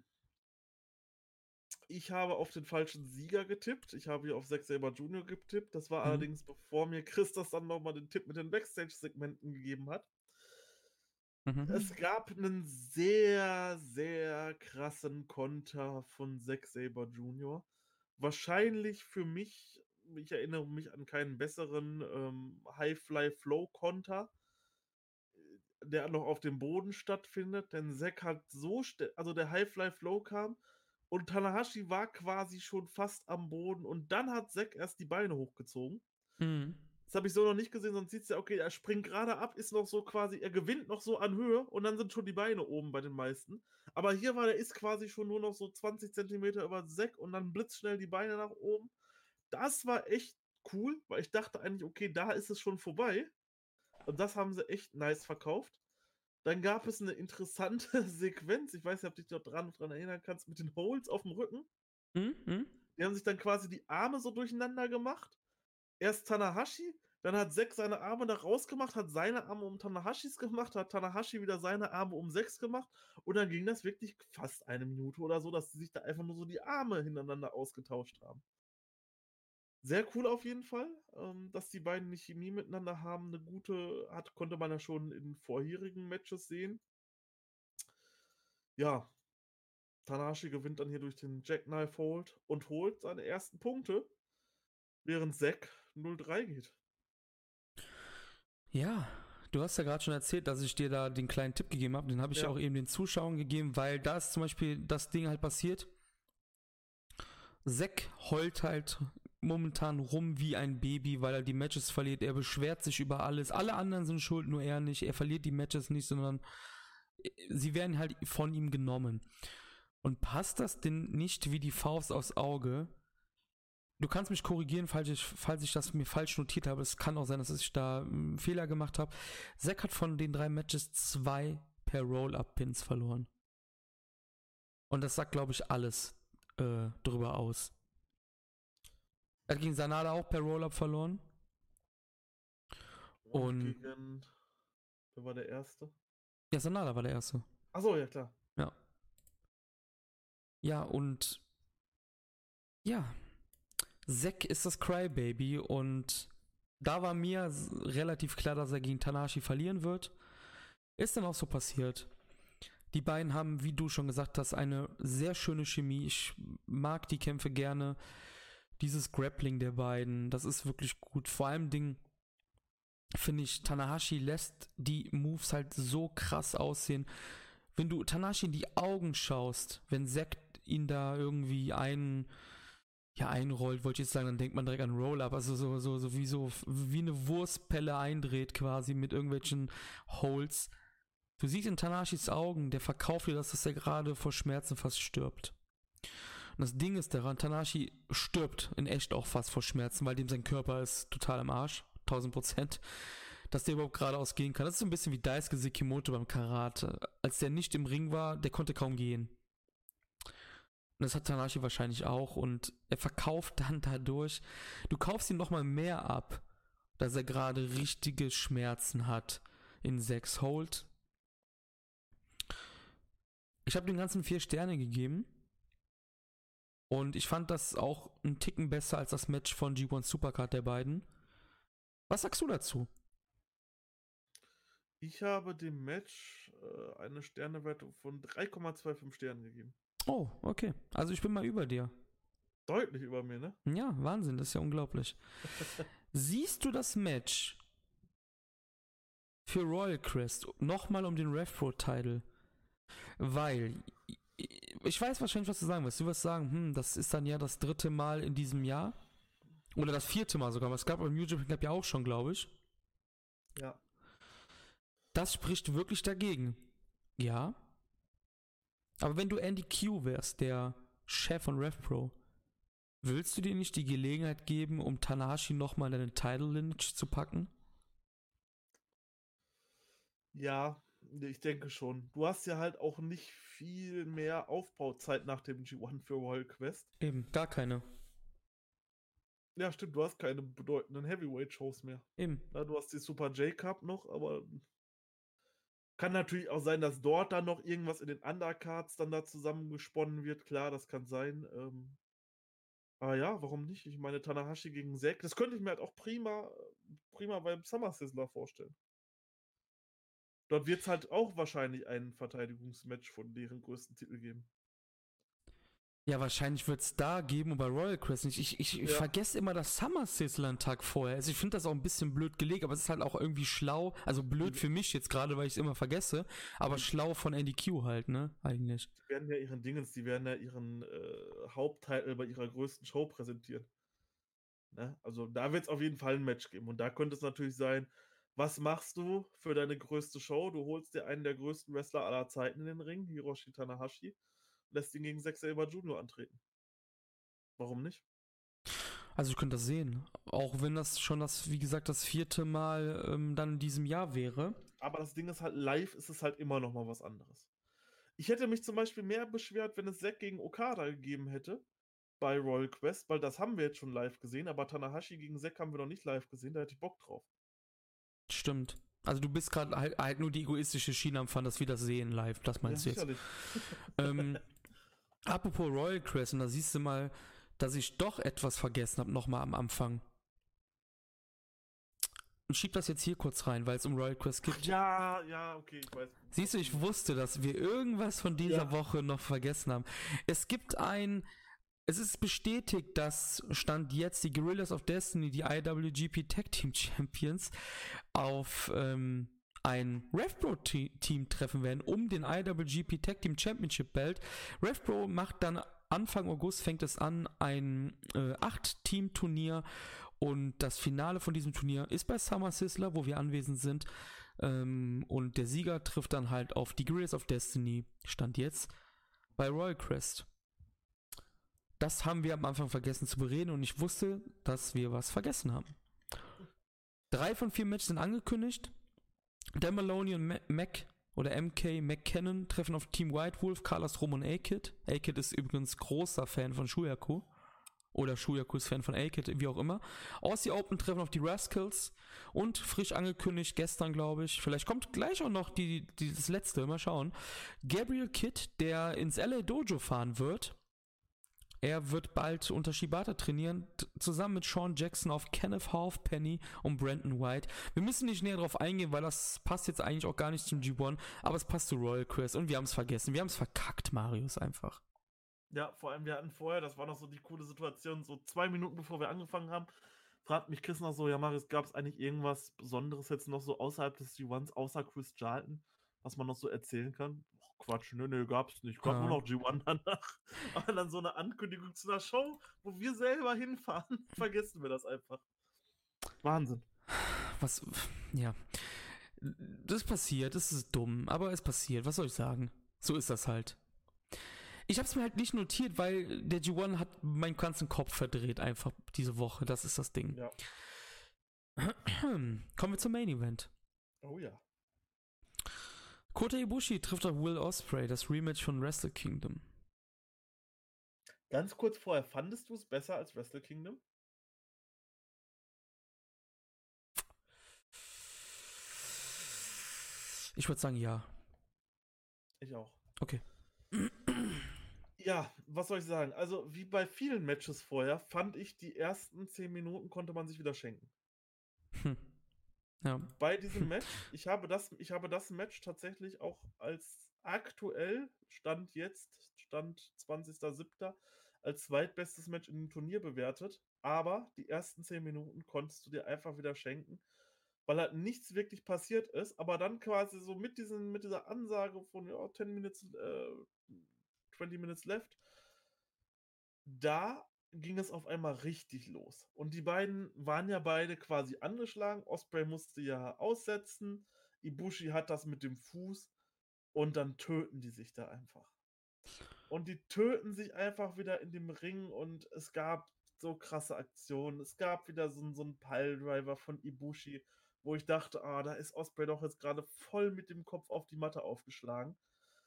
Ich habe auf den falschen Sieger getippt. Ich habe hier auf Zack Sabre Jr. getippt. Das war allerdings, bevor mir Christos dann nochmal den Tipp mit den Backstage-Segmenten gegeben hat. Es gab einen sehr, sehr krassen Konter von Zack Sabre Jr. Wahrscheinlich für mich, ich erinnere mich an keinen besseren High-Fly-Flow-Konter, der noch auf dem Boden stattfindet, denn Zack hat also der High-Fly-Flow kam und Tanahashi war quasi schon fast am Boden und dann hat Zack erst die Beine hochgezogen. Das habe ich so noch nicht gesehen, sonst sieht es ja, okay, er springt gerade ab, ist noch so quasi, er gewinnt noch so an Höhe und dann sind schon die Beine oben bei den meisten. Aber hier der ist quasi schon nur noch so 20 Zentimeter über Zack und dann blitzschnell die Beine nach oben. Das war echt cool, weil ich dachte eigentlich, okay, da ist es schon vorbei. Und das haben sie echt nice verkauft. Dann gab es eine interessante Sequenz, ich weiß nicht, ob du dich noch dran erinnern kannst, mit den Holds auf dem Rücken. Die haben sich dann quasi die Arme so durcheinander gemacht. Erst Tanahashi, dann hat Zack seine Arme da rausgemacht, hat seine Arme um Tanahashis gemacht, hat Tanahashi wieder seine Arme um Zacks gemacht und dann ging das wirklich fast 1 Minute oder so, dass sie sich da einfach nur so die Arme hintereinander ausgetauscht haben. Sehr cool auf jeden Fall, dass die beiden eine Chemie miteinander haben. Eine gute konnte man ja schon in vorherigen Matches sehen. Ja, Tanahashi gewinnt dann hier durch den Jackknife Hold und holt seine ersten Punkte, während Zack 0-3 geht. Ja, du hast ja gerade schon erzählt, dass ich dir da den kleinen Tipp gegeben habe. Den habe ich ja auch eben den Zuschauern gegeben, weil da ist zum Beispiel das Ding halt passiert. Zack heult halt momentan rum wie ein Baby, weil er die Matches verliert. Er beschwert sich über alles. Alle anderen sind schuld, nur er nicht. Er verliert die Matches nicht, sondern sie werden halt von ihm genommen. Und passt das denn nicht wie die Faust aufs Auge? Du kannst mich korrigieren, falls ich das mir falsch notiert habe. Es kann auch sein, dass ich da einen Fehler gemacht habe. Zack hat von den 3 Matches 2 per Roll-Up-Pins verloren. Und das sagt, glaube ich, alles drüber aus. Er hat gegen Sanada auch per Roll-Up verloren. Und wer war der Erste? Ja, Sanada war der Erste. Achso, ja klar. Ja. Ja, und ja, Zack ist das Crybaby und da war mir relativ klar, dass er gegen Tanahashi verlieren wird. Ist dann auch so passiert. Die beiden haben, wie du schon gesagt hast, eine sehr schöne Chemie. Ich mag die Kämpfe gerne. Dieses Grappling der beiden, das ist wirklich gut. Vor allem finde ich, Tanahashi lässt die Moves halt so krass aussehen. Wenn du Tanahashi in die Augen schaust, wenn Zack ihn da irgendwie einrollt, wollte ich jetzt sagen, dann denkt man direkt an Roll-Up, also so wie eine Wurstpelle eindreht quasi mit irgendwelchen Holds. Du siehst in Tanahashis Augen, der verkauft dir das, dass er gerade vor Schmerzen fast stirbt. Und das Ding ist daran, Tanahashi stirbt in echt auch fast vor Schmerzen, weil dem sein Körper ist total im Arsch, 1000%, dass der überhaupt geradeaus gehen kann. Das ist so ein bisschen wie Daisuke Sekimoto beim Karate. Als der nicht im Ring war, der konnte kaum gehen. Und das hat Tanahashi wahrscheinlich auch. Und er verkauft dann dadurch, du kaufst ihm nochmal mehr ab, dass er gerade richtige Schmerzen hat in 6 Hold. Ich habe den ganzen 4 Sterne gegeben. Und ich fand das auch einen Ticken besser als das Match von G1 Supercard der beiden. Was sagst du dazu? Ich habe dem Match eine Sternewertung von 3,25 Sternen gegeben. Oh, okay. Also ich bin mal über dir. Deutlich über mir, ne? Ja, Wahnsinn, das ist ja unglaublich. Siehst du das Match für Royal Crest nochmal um den RevPro-Title? Weil, ich weiß wahrscheinlich, was du sagen wirst. Du wirst sagen, das ist dann ja das 3. Mal in diesem Jahr. Oder das 4. Mal sogar. Es gab beim New Japan Cup ja auch schon, glaube ich. Ja. Das spricht wirklich dagegen. Ja. Aber wenn du Andy Q wärst, der Chef von RevPro, willst du dir nicht die Gelegenheit geben, um Tanahashi nochmal in deine Title Lineage zu packen? Ja, ich denke schon. Du hast ja halt auch nicht viel mehr Aufbauzeit nach dem G1 für Royal Quest. Eben, gar keine. Ja, stimmt, du hast keine bedeutenden Heavyweight-Shows mehr. Eben. Ja, du hast die Super J-Cup noch, aber kann natürlich auch sein, dass dort dann noch irgendwas in den Undercards dann da zusammengesponnen wird. Klar, das kann sein. Aber ja, warum nicht? Ich meine, Tanahashi gegen Zack, das könnte ich mir halt auch prima beim Summer Sizzler vorstellen. Dort wird es halt auch wahrscheinlich ein Verteidigungsmatch von deren größten Titel geben. Ja, wahrscheinlich wird es da geben und bei Royal Quest nicht. Ich vergesse immer das Summer Sizzler einen Tag vorher. Also ich finde das auch ein bisschen blöd gelegt, aber es ist halt auch irgendwie schlau. Also blöd für mich jetzt gerade, weil ich es immer vergesse. Aber schlau von Andy Q halt, ne? Eigentlich. Die werden ja ihren Haupttitel bei ihrer größten Show präsentieren. Ne? Also da wird es auf jeden Fall ein Match geben. Und da könnte es natürlich sein, was machst du für deine größte Show? Du holst dir einen der größten Wrestler aller Zeiten in den Ring, Hiroshi Tanahashi, und lässt ihn gegen Zack Sabre Jr. antreten. Warum nicht? Also ich könnte das sehen. Auch wenn das schon wie gesagt, das 4. Mal dann in diesem Jahr wäre. Aber das Ding ist halt, live ist es halt immer noch mal was anderes. Ich hätte mich zum Beispiel mehr beschwert, wenn es Zack gegen Okada gegeben hätte bei Royal Quest, weil das haben wir jetzt schon live gesehen, aber Tanahashi gegen Zack haben wir noch nicht live gesehen, da hätte ich Bock drauf. Stimmt. Also du bist gerade halt nur die egoistische Schiene am Fahren, dass wir das sehen live, das meinst du jetzt. Sicherlich. Apropos Royal Quest, und da siehst du mal, dass ich doch etwas vergessen habe, nochmal am Anfang. Und schieb das jetzt hier kurz rein, weil es um Royal Quest geht. Ja, okay, ich weiß. Siehst du, ich wusste, dass wir irgendwas von dieser Woche noch vergessen haben. Es ist bestätigt, dass Stand jetzt die Guerrillas of Destiny, die IWGP Tag Team Champions, auf ein RevPro-Team treffen werden, um den IWGP Tag Team Championship Belt. RevPro macht dann Anfang August, fängt es an, ein 8-Team-Turnier, und das Finale von diesem Turnier ist bei Summer Sizzler, wo wir anwesend sind, und der Sieger trifft dann halt auf die Guerrillas of Destiny, Stand jetzt, bei Royal Quest. Das haben wir am Anfang vergessen zu bereden, und ich wusste, dass wir was vergessen haben. 3 von 4 Matches sind angekündigt. Dan Maloney und MK McKinnon treffen auf Team White Wolf, Carlos Rom und A-Kid. A-Kid ist übrigens großer Fan von Shuyaku. Oder Shuyaku ist Fan von A-Kid, wie auch immer. Aussie Open treffen auf die Rascals. Und frisch angekündigt, gestern glaube ich, vielleicht kommt gleich auch noch das letzte, mal schauen. Gabriel Kidd, der ins LA Dojo fahren wird. Er wird bald unter Shibata trainieren, zusammen mit Sean Jackson auf Kenneth Halfpenny und Brandon White. Wir müssen nicht näher drauf eingehen, weil das passt jetzt eigentlich auch gar nicht zum G1, aber es passt zu Royal Quest, und wir haben es vergessen. Wir haben es verkackt, Marius, einfach. Ja, vor allem, wir hatten vorher, das war noch so die coole Situation, so 2 Minuten bevor wir angefangen haben, fragt mich Chris noch so, ja Marius, gab es eigentlich irgendwas Besonderes jetzt noch so außerhalb des G1, außer Chris Charlton, was man noch so erzählen kann? Och, Quatsch, ne, gab's nicht. Gab nur noch G1 danach. Aber dann so eine Ankündigung zu einer Show, wo wir selber hinfahren, vergessen wir das einfach. Wahnsinn. Ja. Das passiert, das ist dumm, aber es passiert, was soll ich sagen? So ist das halt. Ich habe es mir halt nicht notiert, weil der G1 hat meinen ganzen Kopf verdreht einfach diese Woche. Das ist das Ding. Ja. Kommen wir zum Main Event. Oh ja. Kota Ibushi trifft auf Will Ospreay, das Rematch von Wrestle Kingdom. Ganz kurz vorher, fandest du es besser als Wrestle Kingdom? Ich würde sagen, ja. Ich auch. Okay. Ja, was soll ich sagen? Also, wie bei vielen Matches vorher, fand ich, die ersten 10 Minuten konnte man sich wieder schenken. Ja. Bei diesem Match, ich habe das Match tatsächlich auch als aktuell, Stand 20.07., als zweitbestes Match in dem Turnier bewertet. Aber die ersten 10 Minuten konntest du dir einfach wieder schenken, weil halt nichts wirklich passiert ist. Aber dann quasi so mit dieser Ansage von 10 Minutes, 20 Minutes left, da ging es auf einmal richtig los. Und die beiden waren ja beide quasi angeschlagen. Ospreay musste ja aussetzen. Ibushi hat das mit dem Fuß. Und dann töten die sich da einfach. Und die töten sich einfach wieder in dem Ring. Und es gab so krasse Aktionen. Es gab wieder so einen Piledriver von Ibushi, wo ich dachte, da ist Ospreay doch jetzt gerade voll mit dem Kopf auf die Matte aufgeschlagen.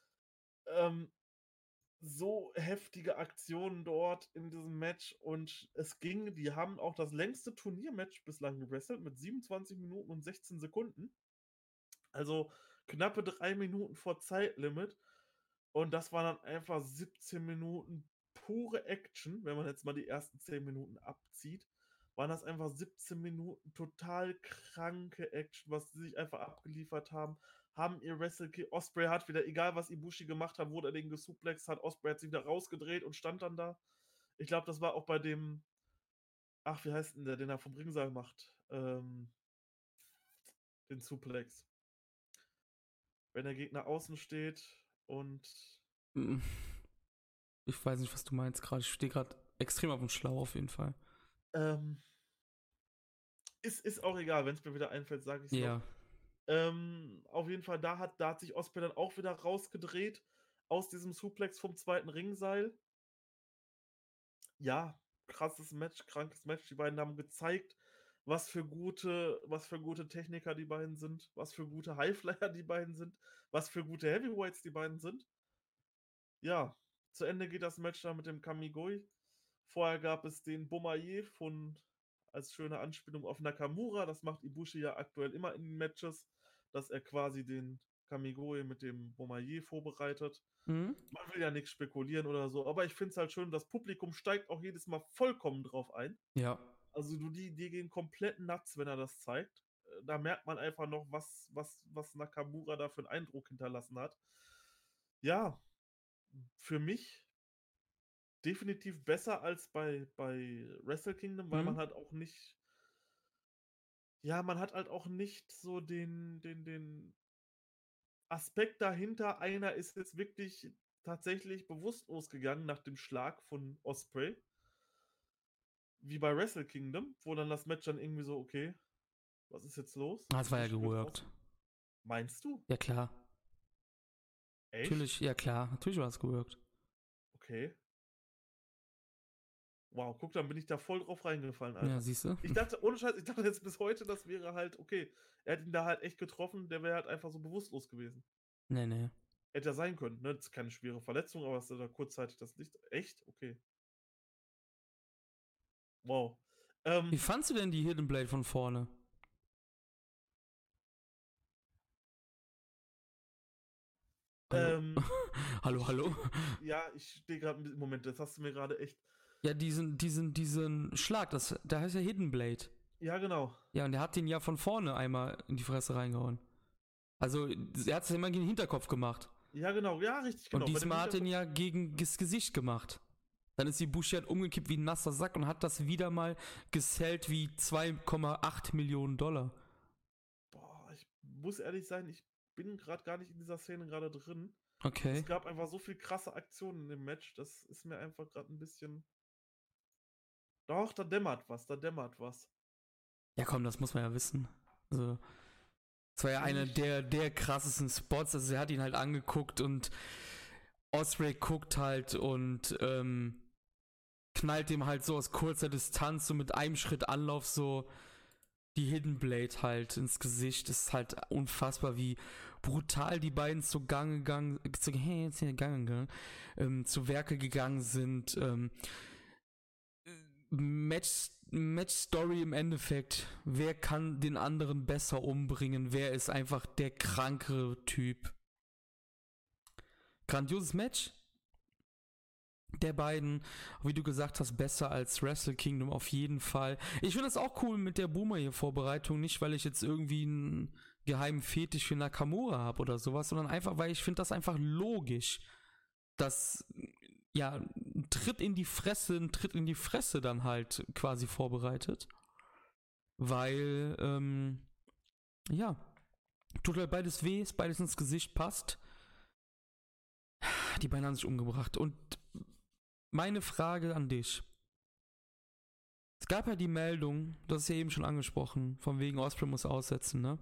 So heftige Aktionen dort in diesem Match, und die haben auch das längste Turniermatch bislang gewrestelt mit 27 Minuten und 16 Sekunden. Also knappe 3 Minuten vor Zeitlimit, und das waren dann einfach 17 Minuten pure Action. Wenn man jetzt mal die ersten 10 Minuten abzieht, waren das einfach 17 Minuten total kranke Action, was sie sich einfach abgeliefert haben ihr Ospreay hat wieder, egal was Ibushi gemacht hat, wurde er den gesuplext, Ospreay hat sich wieder rausgedreht und stand dann da. Ich glaube, das war auch bei dem, wie heißt denn der, den er vom Ringseil macht? Den Suplex. Wenn der Gegner außen steht und... Ich weiß nicht, was du meinst gerade. Ich stehe gerade extrem auf dem Schlauch auf jeden Fall. Ist auch egal, wenn es mir wieder einfällt, sage ich es noch. Auf jeden Fall, da hat sich Ospreay dann auch wieder rausgedreht aus diesem Suplex vom zweiten Ringseil. Ja, krasses Match, krankes Match. Die beiden haben gezeigt, was für gute Techniker die beiden sind, was für gute Highflyer die beiden sind, was für gute Heavyweights die beiden sind. Ja, zu Ende geht das Match dann mit dem Kamigoi. Vorher gab es den Bomaye als schöne Anspielung auf Nakamura. Das macht Ibushi ja aktuell immer in den Matches, dass er quasi den Kamigoye mit dem Bomaye vorbereitet. Mhm. Man will ja nichts spekulieren oder so, aber ich finde es halt schön, das Publikum steigt auch jedes Mal vollkommen drauf ein. Ja. Also die gehen komplett nuts, wenn er das zeigt. Da merkt man einfach noch, was Nakamura da für einen Eindruck hinterlassen hat. Ja, für mich definitiv besser als bei Wrestle Kingdom, weil Mhm. man halt auch nicht, ja, man hat halt auch nicht so den Aspekt dahinter. Einer ist jetzt wirklich tatsächlich bewusstlos gegangen nach dem Schlag von Osprey. Wie bei Wrestle Kingdom, wo dann das Match dann irgendwie so, okay, was ist jetzt los? Das war ja Bushi wird geworkt. Meinst du? Ja, klar. Echt? Natürlich, ja klar. Natürlich war es geworkt. Okay. Wow, guck, dann bin ich da voll drauf reingefallen, Ja, Alter. siehst du? Ich dachte, ohne Scheiß, ich dachte jetzt bis heute, das wäre halt, okay, er hat ihn da halt echt getroffen, der wäre halt einfach so bewusstlos gewesen. Nee. Hätte er sein können, ne? Das ist keine schwere Verletzung, aber es ist da kurzzeitig das Licht. Echt? Okay. Wow. Wie fandst du denn die Hidden Blade von vorne? Hallo? ähm, Hallo? ja, ich stehe gerade im Moment, das hast du mir gerade echt. Ja, diesen Schlag, der heißt ja Hidden Blade. Ja, genau. Ja, und der hat den ja von vorne einmal in die Fresse reingehauen. Also, er hat es ja immer gegen den Hinterkopf gemacht. Ja, genau. Ja, richtig, genau. Und diesmal hat er ihn ja gegen das Gesicht gemacht. Dann ist die Bushi halt umgekippt wie ein nasser Sack und hat das wieder mal gesellt wie 2,8 Millionen Dollar. Boah, ich muss ehrlich sein, ich bin gerade gar nicht in dieser Szene gerade drin. Okay. Es gab einfach so viel krasse Aktionen in dem Match, das ist mir einfach gerade ein bisschen. Doch, da dämmert was. Ja, komm, das muss man ja wissen. Also, das war ja einer der krassesten Spots. Also, er hat ihn halt angeguckt und Osprey guckt halt und knallt dem halt so aus kurzer Distanz, so mit einem Schritt Anlauf, so die Hidden Blade halt ins Gesicht. Das ist halt unfassbar, wie brutal die beiden zu Werke gegangen sind. Match-Story im Endeffekt. Wer kann den anderen besser umbringen? Wer ist einfach der krankere Typ? Grandioses Match der beiden, wie du gesagt hast, besser als Wrestle Kingdom auf jeden Fall. Ich finde das auch cool mit der Boomer-Vorbereitung, nicht weil ich jetzt irgendwie einen geheimen Fetisch für Nakamura habe oder sowas, sondern einfach, weil ich finde das einfach logisch, dass ja, ein Tritt in die Fresse dann halt quasi vorbereitet, weil ja, tut halt beides weh, ist beides ins Gesicht passt. Die beiden haben sich umgebracht. Und meine Frage an dich. Es gab ja die Meldung, du hast es ja eben schon angesprochen, von wegen Osprey muss aussetzen, ne?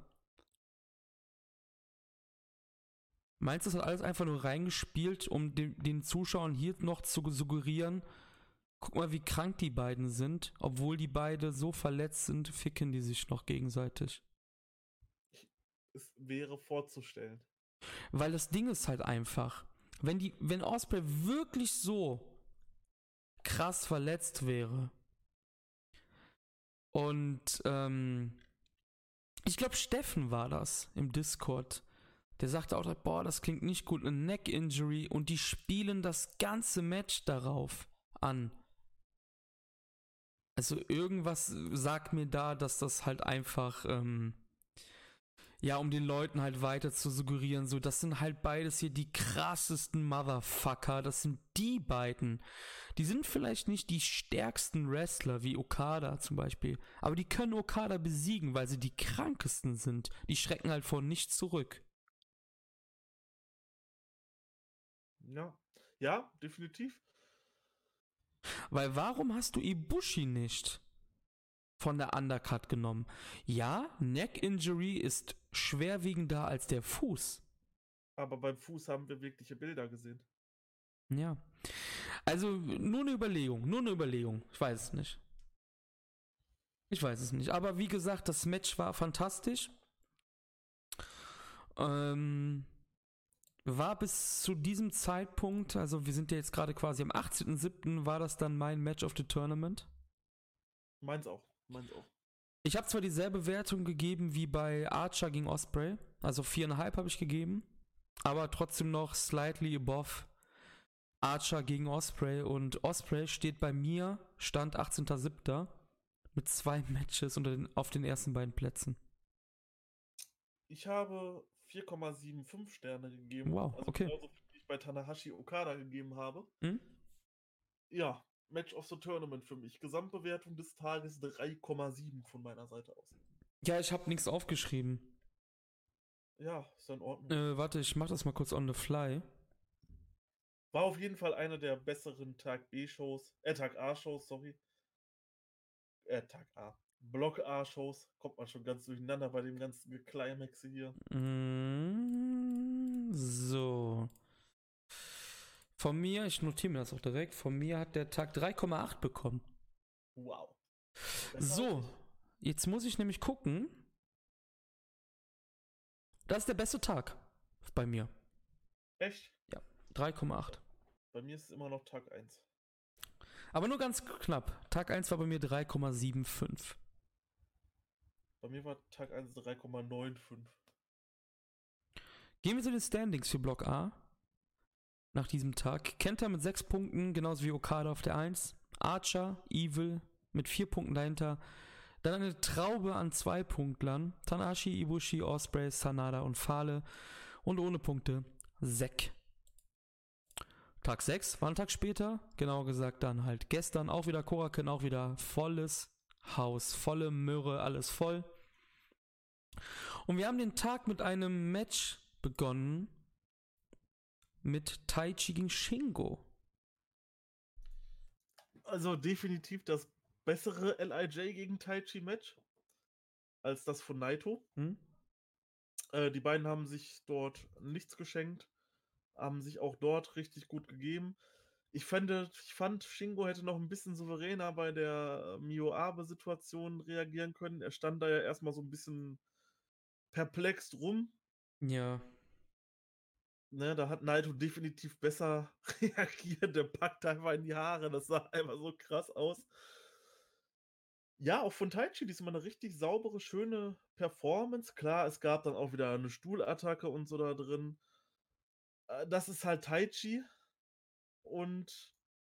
Meinst du, das hat alles einfach nur reingespielt, um den Zuschauern hier noch zu suggerieren, guck mal, wie krank die beiden sind, obwohl die beide so verletzt sind, ficken die sich noch gegenseitig? Es wäre vorzustellen. Weil das Ding ist halt einfach, wenn Osprey wirklich so krass verletzt wäre und ich glaube Steffen war das im Discord, der sagte auch, boah, das klingt nicht gut, eine Neck Injury und die spielen das ganze Match darauf an. Also irgendwas sagt mir da, dass das halt einfach ja, um den Leuten halt weiter zu suggerieren, so, das sind halt beides hier die krassesten Motherfucker, das sind die beiden. Die sind vielleicht nicht die stärksten Wrestler, wie Okada zum Beispiel, aber die können Okada besiegen, weil sie die krankesten sind. Die schrecken halt vor nichts zurück. Ja, definitiv. Weil warum hast du Ibushi nicht von der Undercard genommen? Ja, Neck Injury ist schwerwiegender als der Fuß. Aber beim Fuß haben wir wirkliche Bilder gesehen. Ja. Also nur eine Überlegung. Ich weiß es nicht. Aber wie gesagt, das Match war fantastisch. War bis zu diesem Zeitpunkt, also wir sind ja jetzt gerade quasi am 18.07., war das dann mein Match of the Tournament. Meins auch. Ich habe zwar dieselbe Wertung gegeben wie bei Archer gegen Osprey, also 4,5 habe ich gegeben, aber trotzdem noch slightly above Archer gegen Osprey, und Osprey steht bei mir, Stand 18.07. mit 2 Matches auf den ersten beiden Plätzen. Ich habe 4,75 Sterne gegeben. Wow, also okay. genauso wie ich bei Tanahashi Okada gegeben habe. Hm? Ja, Match of the Tournament für mich. Gesamtbewertung des Tages 3,7 von meiner Seite aus. Ja, ich habe nichts aufgeschrieben. Ja, ist ja in Ordnung. Warte, ich mach das mal kurz on the fly. War auf jeden Fall eine der besseren Tag B-Shows, Tag A-Shows, sorry. Tag A. Block A-Shows. Kommt man schon ganz durcheinander bei dem ganzen Geklimaxe hier. So. Von mir, ich notiere mir das auch direkt, von mir hat der Tag 3,8 bekommen. Wow. So, jetzt muss ich nämlich gucken. Das ist der beste Tag bei mir. Echt? Ja, 3,8. Bei mir ist es immer noch Tag 1. Aber nur ganz knapp. Tag 1 war bei mir 3,75. Bei mir war Tag 1 3,95. Gehen wir zu den Standings für Block A. Nach diesem Tag. Kenta mit 6 Punkten, genauso wie Okada auf der 1. Archer, Evil mit 4 Punkten dahinter. Dann eine Traube an 2 Punktlern. Tanahashi, Ibushi, Osprey, Sanada und Fale. Und ohne Punkte Zack. Tag 6 war ein Tag später. Genauer gesagt dann halt gestern. Auch wieder Korakuen, auch wieder volles Haus. Volle Möhre, alles voll. Und wir haben den Tag mit einem Match begonnen. Mit Taichi gegen Shingo. Also definitiv das bessere LIJ gegen Taichi Match als das von Naito. Die beiden haben sich dort nichts geschenkt, haben sich auch dort richtig gut gegeben. Ich fand, Shingo hätte noch ein bisschen souveräner bei der Mio Abe-Situation reagieren können. Er stand da ja erstmal so ein bisschen perplex rum. Ja. Ne, da hat Naito definitiv besser reagiert. Der packt einfach in die Haare. Das sah einfach so krass aus. Ja, auch von Taichi diesmal eine richtig saubere, schöne Performance. Klar, es gab dann auch wieder eine Stuhlattacke und so da drin. Das ist halt Taichi. Und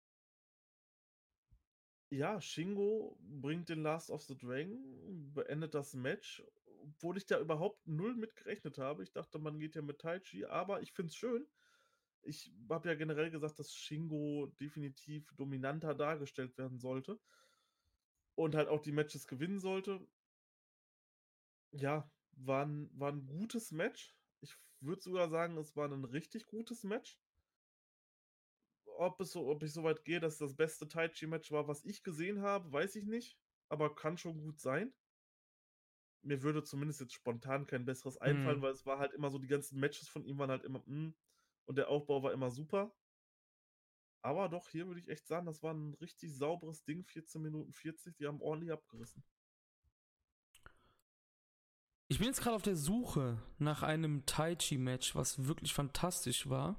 ja, Shingo bringt den Last of the Dragon, beendet das Match, obwohl ich da überhaupt null mit gerechnet habe. Ich dachte, man geht ja mit Taichi, aber ich finde es schön. Ich habe ja generell gesagt, dass Shingo definitiv dominanter dargestellt werden sollte und halt auch die Matches gewinnen sollte. Ja, war ein gutes Match. Ich würde sogar sagen, es war ein richtig gutes Match. Ob ich so weit gehe, dass es das beste Taichi-Match war, was ich gesehen habe, weiß ich nicht. Aber kann schon gut sein. Mir würde zumindest jetzt spontan kein besseres einfallen, weil es war halt immer so, die ganzen Matches von ihm waren halt immer und der Aufbau war immer super. Aber doch, hier würde ich echt sagen, das war ein richtig sauberes Ding, 14 Minuten 40, die haben ordentlich abgerissen. Ich bin jetzt gerade auf der Suche nach einem Taichi-Match, was wirklich fantastisch war.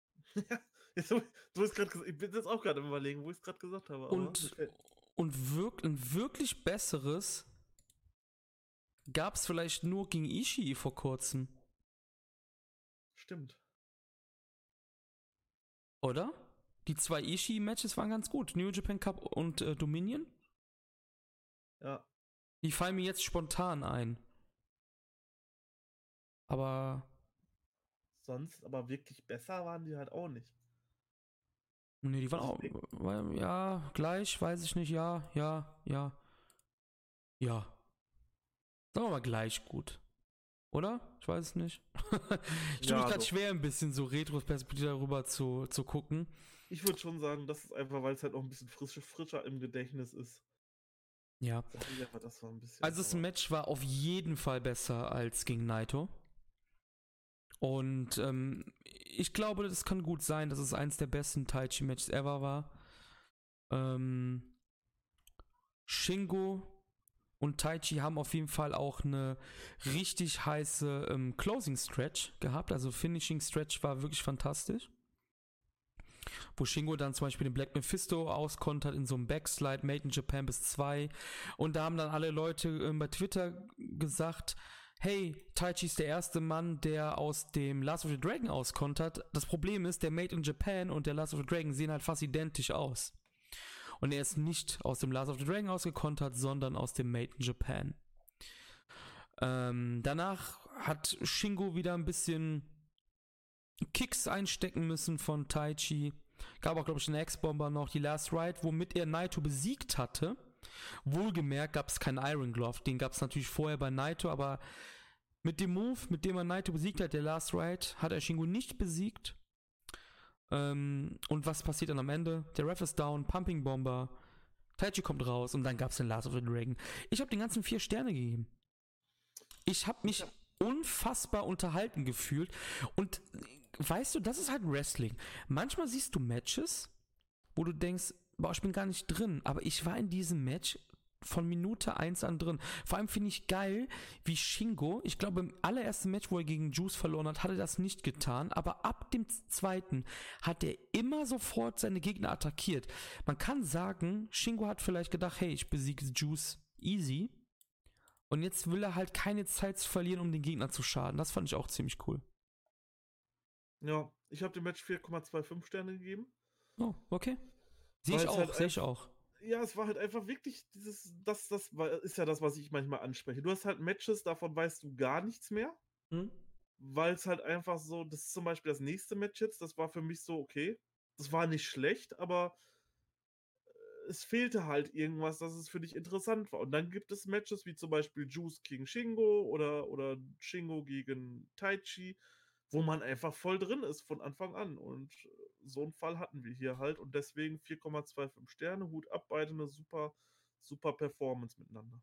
Du hast gerade ich bin jetzt auch gerade im Überlegen, wo ich es gerade gesagt habe. Und ein wirklich besseres gab es vielleicht nur gegen Ishii vor kurzem. Stimmt. Oder? Die 2 Ishii-Matches waren ganz gut. New Japan Cup und Dominion. Ja. Die fallen mir jetzt spontan ein. Aber sonst, aber wirklich besser waren die halt auch nicht. Nee, die waren auch. Ja, gleich, weiß ich nicht. Ja. Sagen wir mal gleich gut. Oder? Ich weiß es nicht. Ich tue mich gerade schwer, ein bisschen so Retro-Perspektive darüber zu gucken. Ich würde schon sagen, das ist einfach, weil es halt auch ein bisschen frischer im Gedächtnis ist. Ja. Das war ein bisschen, also das Match war auf jeden Fall besser als gegen Naito. Und ich glaube, das kann gut sein, dass es eins der besten Taichi-Matches ever war. Shingo und Taichi haben auf jeden Fall auch eine richtig heiße Closing-Stretch gehabt. Also Finishing-Stretch war wirklich fantastisch. wo Shingo dann zum Beispiel den Black Mephisto auskontert in so einem Backslide, Made in Japan bis 2. Und da haben dann alle Leute bei Twitter gesagt, hey, Taichi ist der erste Mann, der aus dem Last of the Dragon auskontert. Das Problem ist, der Made in Japan und der Last of the Dragon sehen halt fast identisch aus. Und er ist nicht aus dem Last of the Dragon ausgekontert, sondern aus dem Made in Japan. Danach hat Shingo wieder ein bisschen Kicks einstecken müssen von Taichi. Gab auch, glaube ich, einen X-Bomber noch, die Last Ride, womit er Naito besiegt hatte. Wohlgemerkt gab es keinen Iron Glove, den gab es natürlich vorher bei Naito, aber mit dem Move, mit dem er Naito besiegt hat, der Last Ride, hat er Shingo nicht besiegt. Und was passiert dann am Ende? Der Ref ist down, Pumping Bomber, Taichi kommt raus und dann gab es den Last of the Dragon. Ich habe den ganzen 4 Sterne gegeben. Ich habe mich unfassbar unterhalten gefühlt und weißt du, das ist halt Wrestling. Manchmal siehst du Matches, wo du denkst, boah, ich bin gar nicht drin, aber ich war in diesem Match von Minute 1 an drin. Vor allem finde ich geil, wie Shingo, ich glaube im allerersten Match, wo er gegen Juice verloren hat, hat er das nicht getan, aber ab dem zweiten hat er immer sofort seine Gegner attackiert. Man kann sagen, Shingo hat vielleicht gedacht, hey, ich besiege Juice easy und jetzt will er halt keine Zeit verlieren, um den Gegner zu schaden. Das fand ich auch ziemlich cool. Ja, ich habe dem Match 4,25 Sterne gegeben. Oh, okay. Sehe ich auch. Ja, es war halt einfach wirklich das ist ja das, was ich manchmal anspreche. Du hast halt Matches, davon weißt du gar nichts mehr. Weil es halt einfach so, das ist zum Beispiel das nächste Match jetzt, das war für mich so, okay, das war nicht schlecht, aber es fehlte halt irgendwas, dass es für dich interessant war. Und dann gibt es Matches wie zum Beispiel Juice gegen Shingo oder Shingo gegen Taichi, wo man einfach voll drin ist von Anfang an. Und so einen Fall hatten wir hier halt. Und deswegen 4,25 Sterne. Hut ab, beide eine super, super Performance miteinander.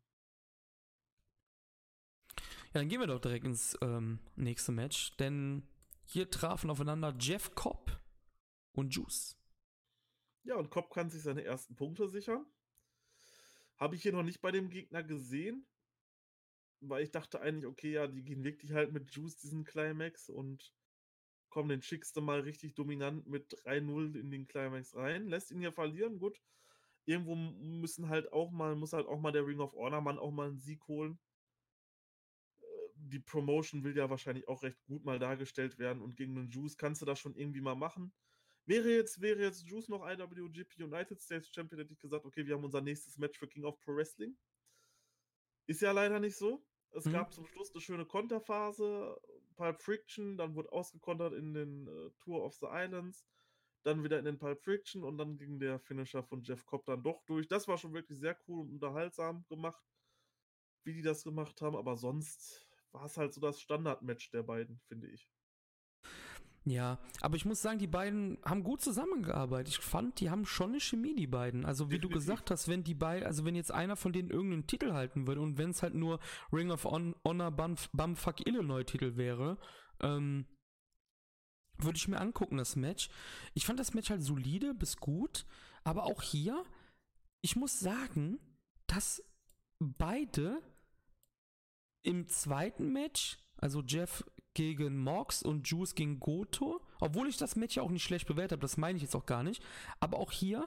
Ja, dann gehen wir doch direkt ins nächste Match. Denn hier trafen aufeinander Jeff Cobb und Juice. Ja, und Cobb kann sich seine ersten Punkte sichern. Habe ich hier noch nicht bei dem Gegner gesehen. Weil ich dachte eigentlich, okay, ja, die gehen wirklich halt mit Juice diesen Climax und kommen den schickste mal richtig dominant mit 3-0 in den Climax rein. Lässt ihn ja verlieren, gut. Irgendwo muss halt auch mal der Ring of Honor Mann auch mal einen Sieg holen. Die Promotion will ja wahrscheinlich auch recht gut mal dargestellt werden und gegen den Juice kannst du das schon irgendwie mal machen. Wäre jetzt Juice noch IWGP United States Champion, hätte ich gesagt, okay, wir haben unser nächstes Match für King of Pro Wrestling. Ist ja leider nicht so. Es gab zum Schluss eine schöne Konterphase, Pulp Friction, dann wurde ausgekontert in den Tour of the Islands, dann wieder in den Pulp Friction und dann ging der Finisher von Jeff Cobb dann doch durch. Das war schon wirklich sehr cool und unterhaltsam gemacht, wie die das gemacht haben, aber sonst war es halt so das Standardmatch der beiden, finde ich. Ja, aber ich muss sagen, die beiden haben gut zusammengearbeitet. Ich fand, die haben schon eine Chemie, die beiden. Also wie du gesagt hast, wenn jetzt einer von denen irgendeinen Titel halten würde und wenn es halt nur Ring of Honor Bumfuck Illinois Titel wäre, würde ich mir angucken, das Match. Ich fand das Match halt solide bis gut, aber auch hier, ich muss sagen, dass beide im zweiten Match, also Jeff gegen Mox und Juice gegen Goto, obwohl ich das Match ja auch nicht schlecht bewertet habe, das meine ich jetzt auch gar nicht, aber auch hier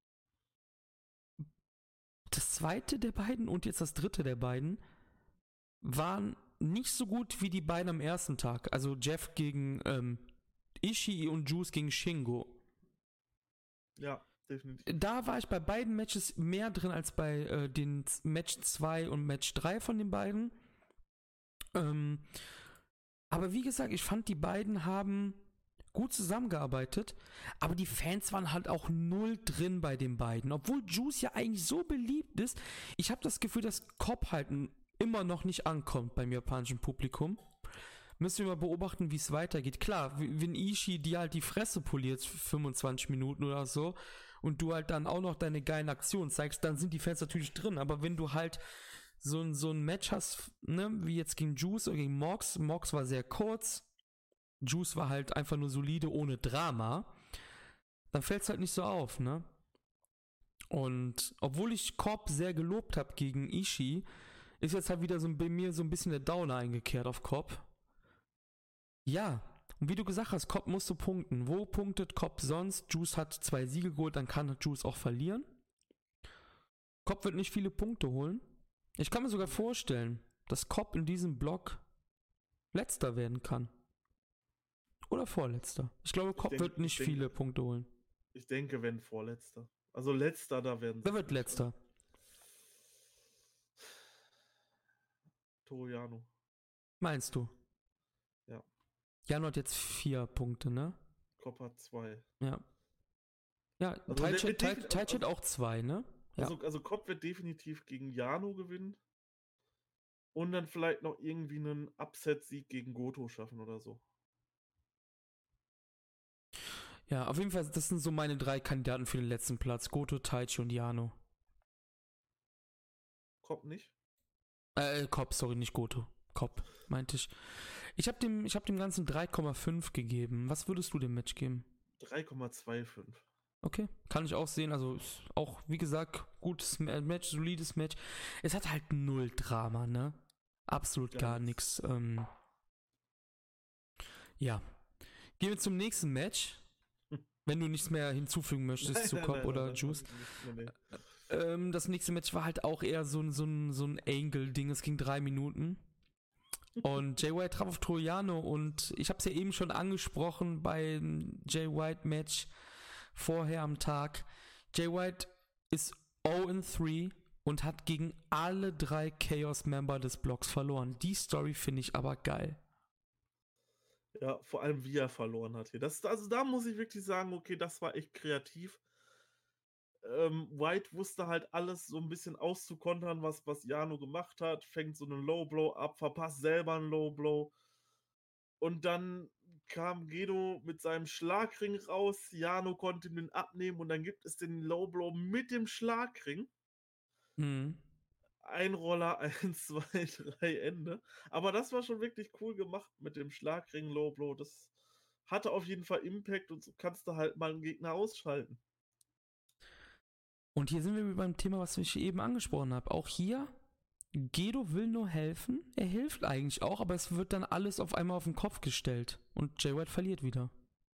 das zweite der beiden und jetzt das dritte der beiden waren nicht so gut wie die beiden am ersten Tag, also Jeff gegen Ishii und Juice gegen Shingo. Ja, definitiv. Da war ich bei beiden Matches mehr drin als bei den Match 2 und Match 3 von den beiden. Aber wie gesagt, ich fand, die beiden haben gut zusammengearbeitet, aber die Fans waren halt auch null drin bei den beiden. Obwohl Juice ja eigentlich so beliebt ist, ich habe das Gefühl, dass Cobb halt immer noch nicht ankommt beim japanischen Publikum. Müssen wir mal beobachten, wie es weitergeht. Klar, wenn Ishii dir halt die Fresse poliert für 25 Minuten oder so und du halt dann auch noch deine geilen Aktionen zeigst, dann sind die Fans natürlich drin. Aber wenn du halt so ein Match hast, ne, wie jetzt gegen Juice oder gegen Mox. Mox war sehr kurz. Juice war halt einfach nur solide, ohne Drama. Dann fällt es halt nicht so auf, ne? Und obwohl ich Cobb sehr gelobt habe gegen Ishii, ist jetzt halt wieder bei mir so ein bisschen der Downer eingekehrt auf Cobb. Ja, Und wie du gesagt hast, Cobb musst du punkten. Wo punktet Cobb sonst? Juice hat 2 Siege geholt, dann kann Juice auch verlieren. Cobb wird nicht viele Punkte holen. Ich kann mir sogar vorstellen, dass Cobb in diesem Block Letzter werden kann. Oder Vorletzter. Ich glaube, Cobb wird nicht viele Punkte holen. Ich denke, wenn Vorletzter. Also Letzter, da werden sie. Wer wird Letzter? Toru Yano. Meinst du? Ja. Yano hat jetzt 4 Punkte, ne? Cobb hat 2. Ja. Ja, Also Taichi hat auch 2, ne? Ja. Also Cobb wird definitiv gegen Yano gewinnen. Und dann vielleicht noch irgendwie einen Upset-Sieg gegen Goto schaffen oder so. Ja, auf jeden Fall, das sind so meine 3 Kandidaten für den letzten Platz. Goto, Taichi und Yano. Cobb nicht? Cobb, sorry, nicht Goto. Cobb, meinte ich. Ich hab dem Ganzen 3,5 gegeben. Was würdest du dem Match geben? 3,25. Okay, kann ich auch sehen. Also ist auch, wie gesagt, gutes Match, solides Match. Es hat halt null Drama, ne? Absolut gar nichts. Ja. Gehen wir zum nächsten Match. Wenn du nichts mehr hinzufügen möchtest zu Cobb oder Juice. Das nächste Match war halt auch eher so ein Angle-Ding. Es ging 3 Minuten. Und Jay White traf auf Toru Yano und ich habe es ja eben schon angesprochen beim Jay White Match vorher am Tag. Jay White ist 0-3 und hat gegen alle 3 Chaos-Member des Blocks verloren. Die Story finde ich aber geil. Ja, vor allem wie er verloren hat hier. Also da muss ich wirklich sagen, okay, das war echt kreativ. White wusste halt alles so ein bisschen auszukontern, was Yano gemacht hat. Fängt so einen Low Blow ab, verpasst selber einen Low Blow. Und dann kam Gedo mit seinem Schlagring raus. Yano konnte den abnehmen und dann gibt es den Low Blow mit dem Schlagring. Einroller, 1, 2, 3, Ende. Aber das war schon wirklich cool gemacht mit dem Schlagring Low Blow. Das hatte auf jeden Fall Impact und so kannst du halt mal einen Gegner ausschalten. Und hier sind wir beim Thema, was ich eben angesprochen habe. Auch hier, Gedo will nur helfen. Er hilft eigentlich auch, aber es wird dann alles auf einmal auf den Kopf gestellt. Und Jay White verliert wieder.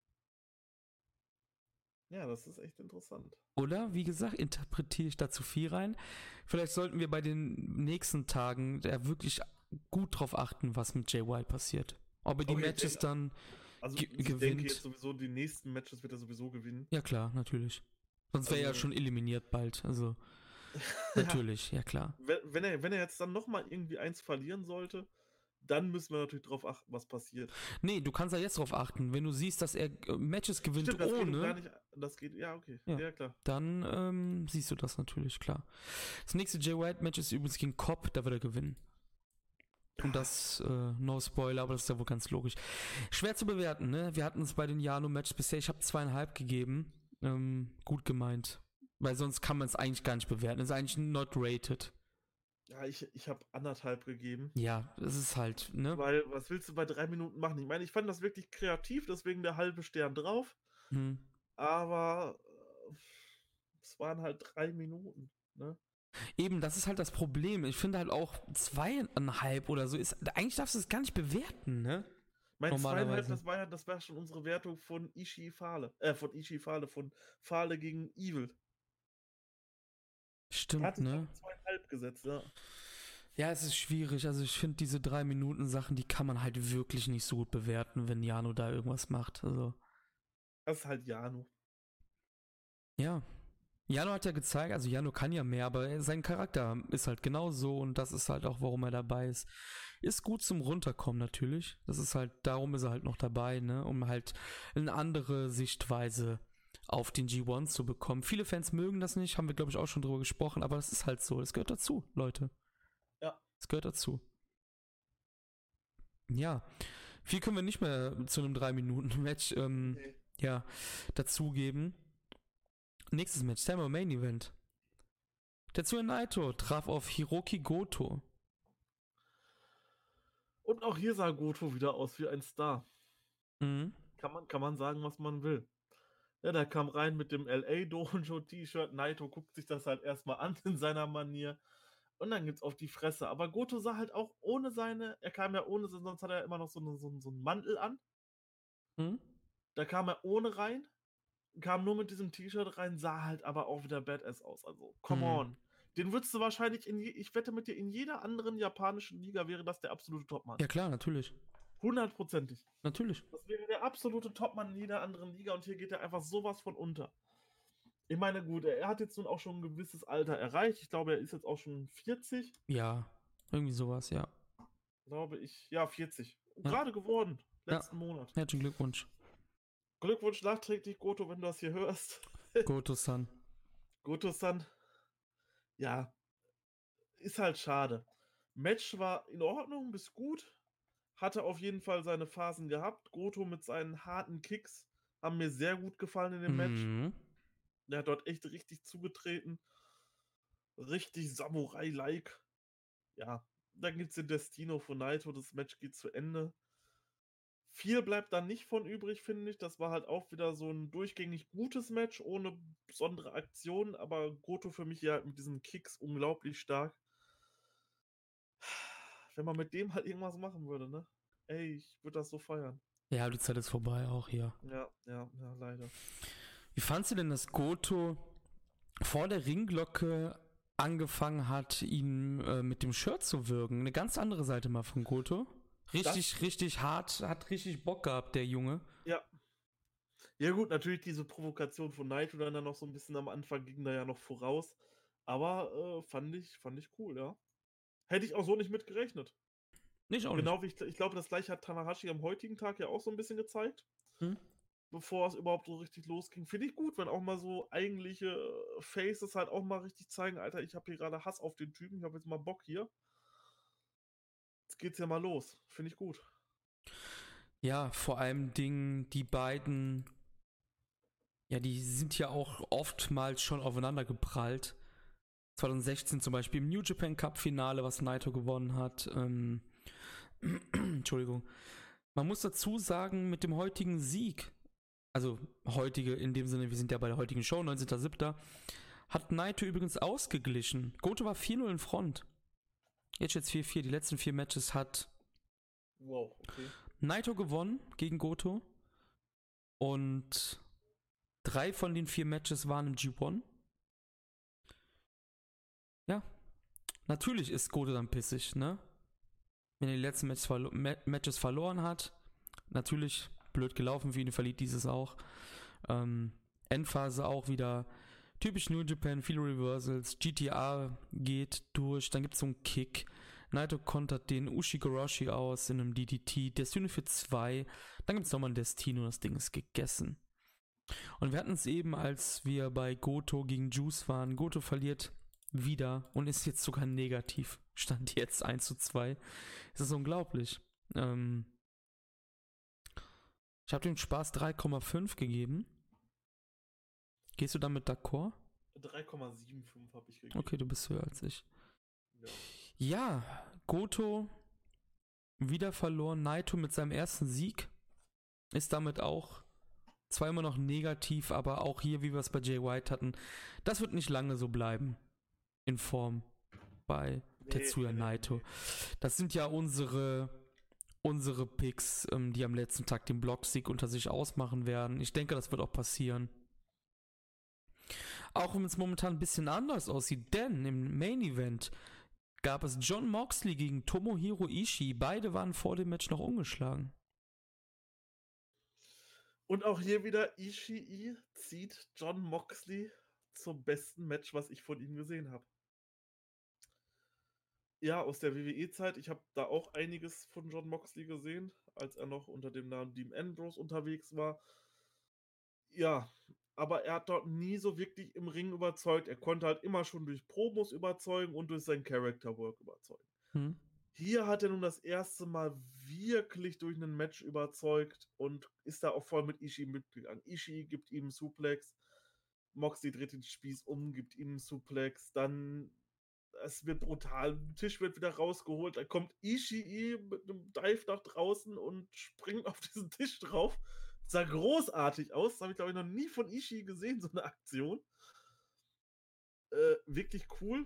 Ja, das ist echt interessant. Oder, wie gesagt, interpretiere ich da zu viel rein. Vielleicht sollten wir bei den nächsten Tagen da wirklich gut drauf achten, was mit Jay White passiert. Ob er die Matches dann gewinnt. Ich denke jetzt sowieso, die nächsten Matches wird er sowieso gewinnen. Ja klar, natürlich. Sonst wäre er ja schon eliminiert bald. Also, natürlich, ja klar. Wenn er jetzt dann nochmal irgendwie eins verlieren sollte, dann müssen wir natürlich drauf achten, was passiert. Nee, du kannst ja jetzt drauf achten. Wenn du siehst, dass er Matches gewinnt Stimmt, das ohne... Geht gar nicht, das geht, ja, okay. Ja, klar. Dann siehst du das natürlich, klar. Das nächste Jay White Match ist übrigens gegen Cobb, da wird er gewinnen. Und das, no Spoiler, aber das ist ja wohl ganz logisch. Schwer zu bewerten, ne? Wir hatten es bei den Yano-Matches bisher, ich habe 2,5 gegeben. Gut gemeint. Weil sonst kann man es eigentlich gar nicht bewerten. Es ist eigentlich not rated. Ja, ich habe 1,5 gegeben. Ja, es ist halt, ne? Weil, was willst du bei 3 Minuten machen? Ich meine, ich fand das wirklich kreativ, deswegen der halbe Stern drauf. Aber es waren halt 3 Minuten, ne? Eben, das ist halt das Problem. Ich finde halt auch 2,5 oder so ist. Eigentlich darfst du es gar nicht bewerten, ne? Mein 2,5, das war schon unsere Wertung von Ishii Fale. Von Fale gegen Evil. Stimmt, hat ne? 2,5 gesetzt, ja. Ja, es ist schwierig. Also ich finde diese 3 Minuten Sachen, die kann man halt wirklich nicht so gut bewerten, wenn Yano da irgendwas macht. Also. Das ist halt Yano. Ja. Yano hat ja gezeigt, also Yano kann ja mehr, aber sein Charakter ist halt genau so und das ist halt auch, warum er dabei ist. Ist gut zum Runterkommen natürlich. Das ist halt, darum ist er halt noch dabei, ne? Um halt eine andere Sichtweise auf den G1 zu bekommen. Viele Fans mögen das nicht, haben wir glaube ich auch schon drüber gesprochen, aber das ist halt so. Das gehört dazu, Leute. Ja. Das gehört dazu. Ja. Viel können wir nicht mehr zu einem 3-Minuten-Match dazugeben. Nächstes Match, Samuel Main Event. Tetsuya Naito traf auf Hiroki Goto. Und auch hier sah Goto wieder aus wie ein Star. Kann man sagen, was man will. Ja, der kam rein mit dem LA Dojo T-Shirt. Naito guckt sich das halt erstmal an in seiner Manier. Und dann gibt's auf die Fresse. Aber Goto sah halt auch ohne er kam ja ohne, sonst hat er immer noch so einen Mantel an. Hm? Da kam er ohne rein, kam nur mit diesem T-Shirt rein, sah halt aber auch wieder badass aus. Also, come Hm. on. Den würdest du wahrscheinlich ich wette mit dir, in jeder anderen japanischen Liga wäre das der absolute Topmann. Ja klar, natürlich. 100%ig. Natürlich. Das wäre der absolute Topmann in jeder anderen Liga und hier geht er einfach sowas von unter. Ich meine, gut, er hat jetzt nun auch schon ein gewisses Alter erreicht. Ich glaube, er ist jetzt auch schon 40. Ja, irgendwie sowas, ja. Glaube ich. Ja, 40. Ja, Gerade geworden. ja. Letzten Monat. Herzlichen Glückwunsch. Glückwunsch nachträglich, Goto, wenn du das hier hörst. Goto-san. Goto-san. Ja, ist halt schade. Match war in Ordnung bis gut. Hatte auf jeden Fall seine Phasen gehabt. Goto mit seinen harten Kicks haben mir sehr gut gefallen in dem Match. Mhm. Der hat dort echt richtig zugetreten. Richtig Samurai-like. Ja, dann gibt es den Destino von Naito. Das Match geht zu Ende. Viel bleibt da nicht von übrig, finde ich. Das war halt auch wieder so ein durchgängig gutes Match, ohne besondere Aktionen, aber Goto für mich ja mit diesen Kicks unglaublich stark. Wenn man mit dem halt irgendwas machen würde, ne? Ey, ich würde das so feiern. Ja, die Zeit ist vorbei auch hier. Ja, leider. Wie fandst du denn, dass Goto vor der Ringglocke angefangen hat, ihn mit dem Shirt zu würgen? Eine ganz andere Seite mal von Goto. Richtig hart, hat richtig Bock gehabt, der Junge. Ja. Ja gut, natürlich diese Provokation von Naito dann noch so ein bisschen am Anfang ging da ja noch voraus. Aber fand ich cool, ja. Hätte ich auch so nicht mit gerechnet. Nicht auch Genau nicht. wie ich glaube, das gleiche hat Tanahashi am heutigen Tag ja auch so ein bisschen gezeigt, Hm? bevor es überhaupt so richtig losging. Finde ich gut, wenn auch mal so eigentliche Faces halt auch mal richtig zeigen, Alter, ich habe hier gerade Hass auf den Typen, ich habe jetzt mal Bock hier. Jetzt geht's ja mal los. Finde ich gut. Ja, vor allem Dingen, die beiden, ja, die sind ja auch oftmals schon aufeinander geprallt. 2016 zum Beispiel im New Japan Cup Finale, was Naito gewonnen hat. Entschuldigung. Man muss dazu sagen, mit dem heutigen Sieg, also heutige in dem Sinne, wir sind ja bei der heutigen Show, 19.07., hat Naito übrigens ausgeglichen. Goto war 4-0 in Front. Jetzt 4-4. Die letzten 4 Matches hat Wow, okay. Naito gewonnen gegen Goto. Und 3 von den 4 Matches waren im G1. Ja, natürlich ist Goto dann pissig, ne? Wenn er die letzten Matches verloren hat. Natürlich blöd gelaufen für ihn, verliert dieses auch. Endphase auch wieder typisch New Japan, viele Reversals. GTA geht durch, dann gibt es so einen Kick. Naito kontert den Ushigoroshi aus in einem DDT. Destino für 2. Dann gibt es nochmal ein Destino, das Ding ist gegessen. Und wir hatten es eben, als wir bei Goto gegen Juice waren. Goto verliert wieder und ist jetzt sogar negativ. Stand jetzt 1:2. Es ist unglaublich. Ich habe dem Spaß 3,5 gegeben. Gehst du damit d'accord? 3,75 habe ich gegeben. Okay, du bist höher als ich. Ja. Ja, Goto wieder verloren. Naito mit seinem ersten Sieg ist damit auch zwar immer noch negativ, aber auch hier, wie wir es bei Jay White hatten, das wird nicht lange so bleiben in Form bei Tetsuya Naito. Das sind ja unsere Picks, die am letzten Tag den Blocksieg unter sich ausmachen werden. Ich denke, das wird auch passieren. Auch wenn es momentan ein bisschen anders aussieht, denn im Main Event gab es Jon Moxley gegen Tomohiro Ishii. Beide waren vor dem Match noch ungeschlagen. Und auch hier wieder Ishii zieht Jon Moxley zum besten Match, was ich von ihm gesehen habe. Ja, aus der WWE-Zeit. Ich habe da auch einiges von Jon Moxley gesehen, als er noch unter dem Namen Dean Ambrose unterwegs war. Ja, aber er hat dort nie so wirklich im Ring überzeugt. Er konnte halt immer schon durch Promos überzeugen und durch sein Character Work überzeugen. Hier hat er nun das erste Mal wirklich durch ein Match überzeugt und ist da auch voll mit Ishii mitgegangen. Ishii gibt ihm einen Suplex, Moxley dreht den Spieß um, gibt ihm einen Suplex, dann es wird brutal, der Tisch wird wieder rausgeholt, dann kommt Ishii mit einem Dive nach draußen und springt auf diesen Tisch drauf. Sah großartig aus, das habe ich glaube ich noch nie von Ishii gesehen, so eine Aktion. Wirklich cool.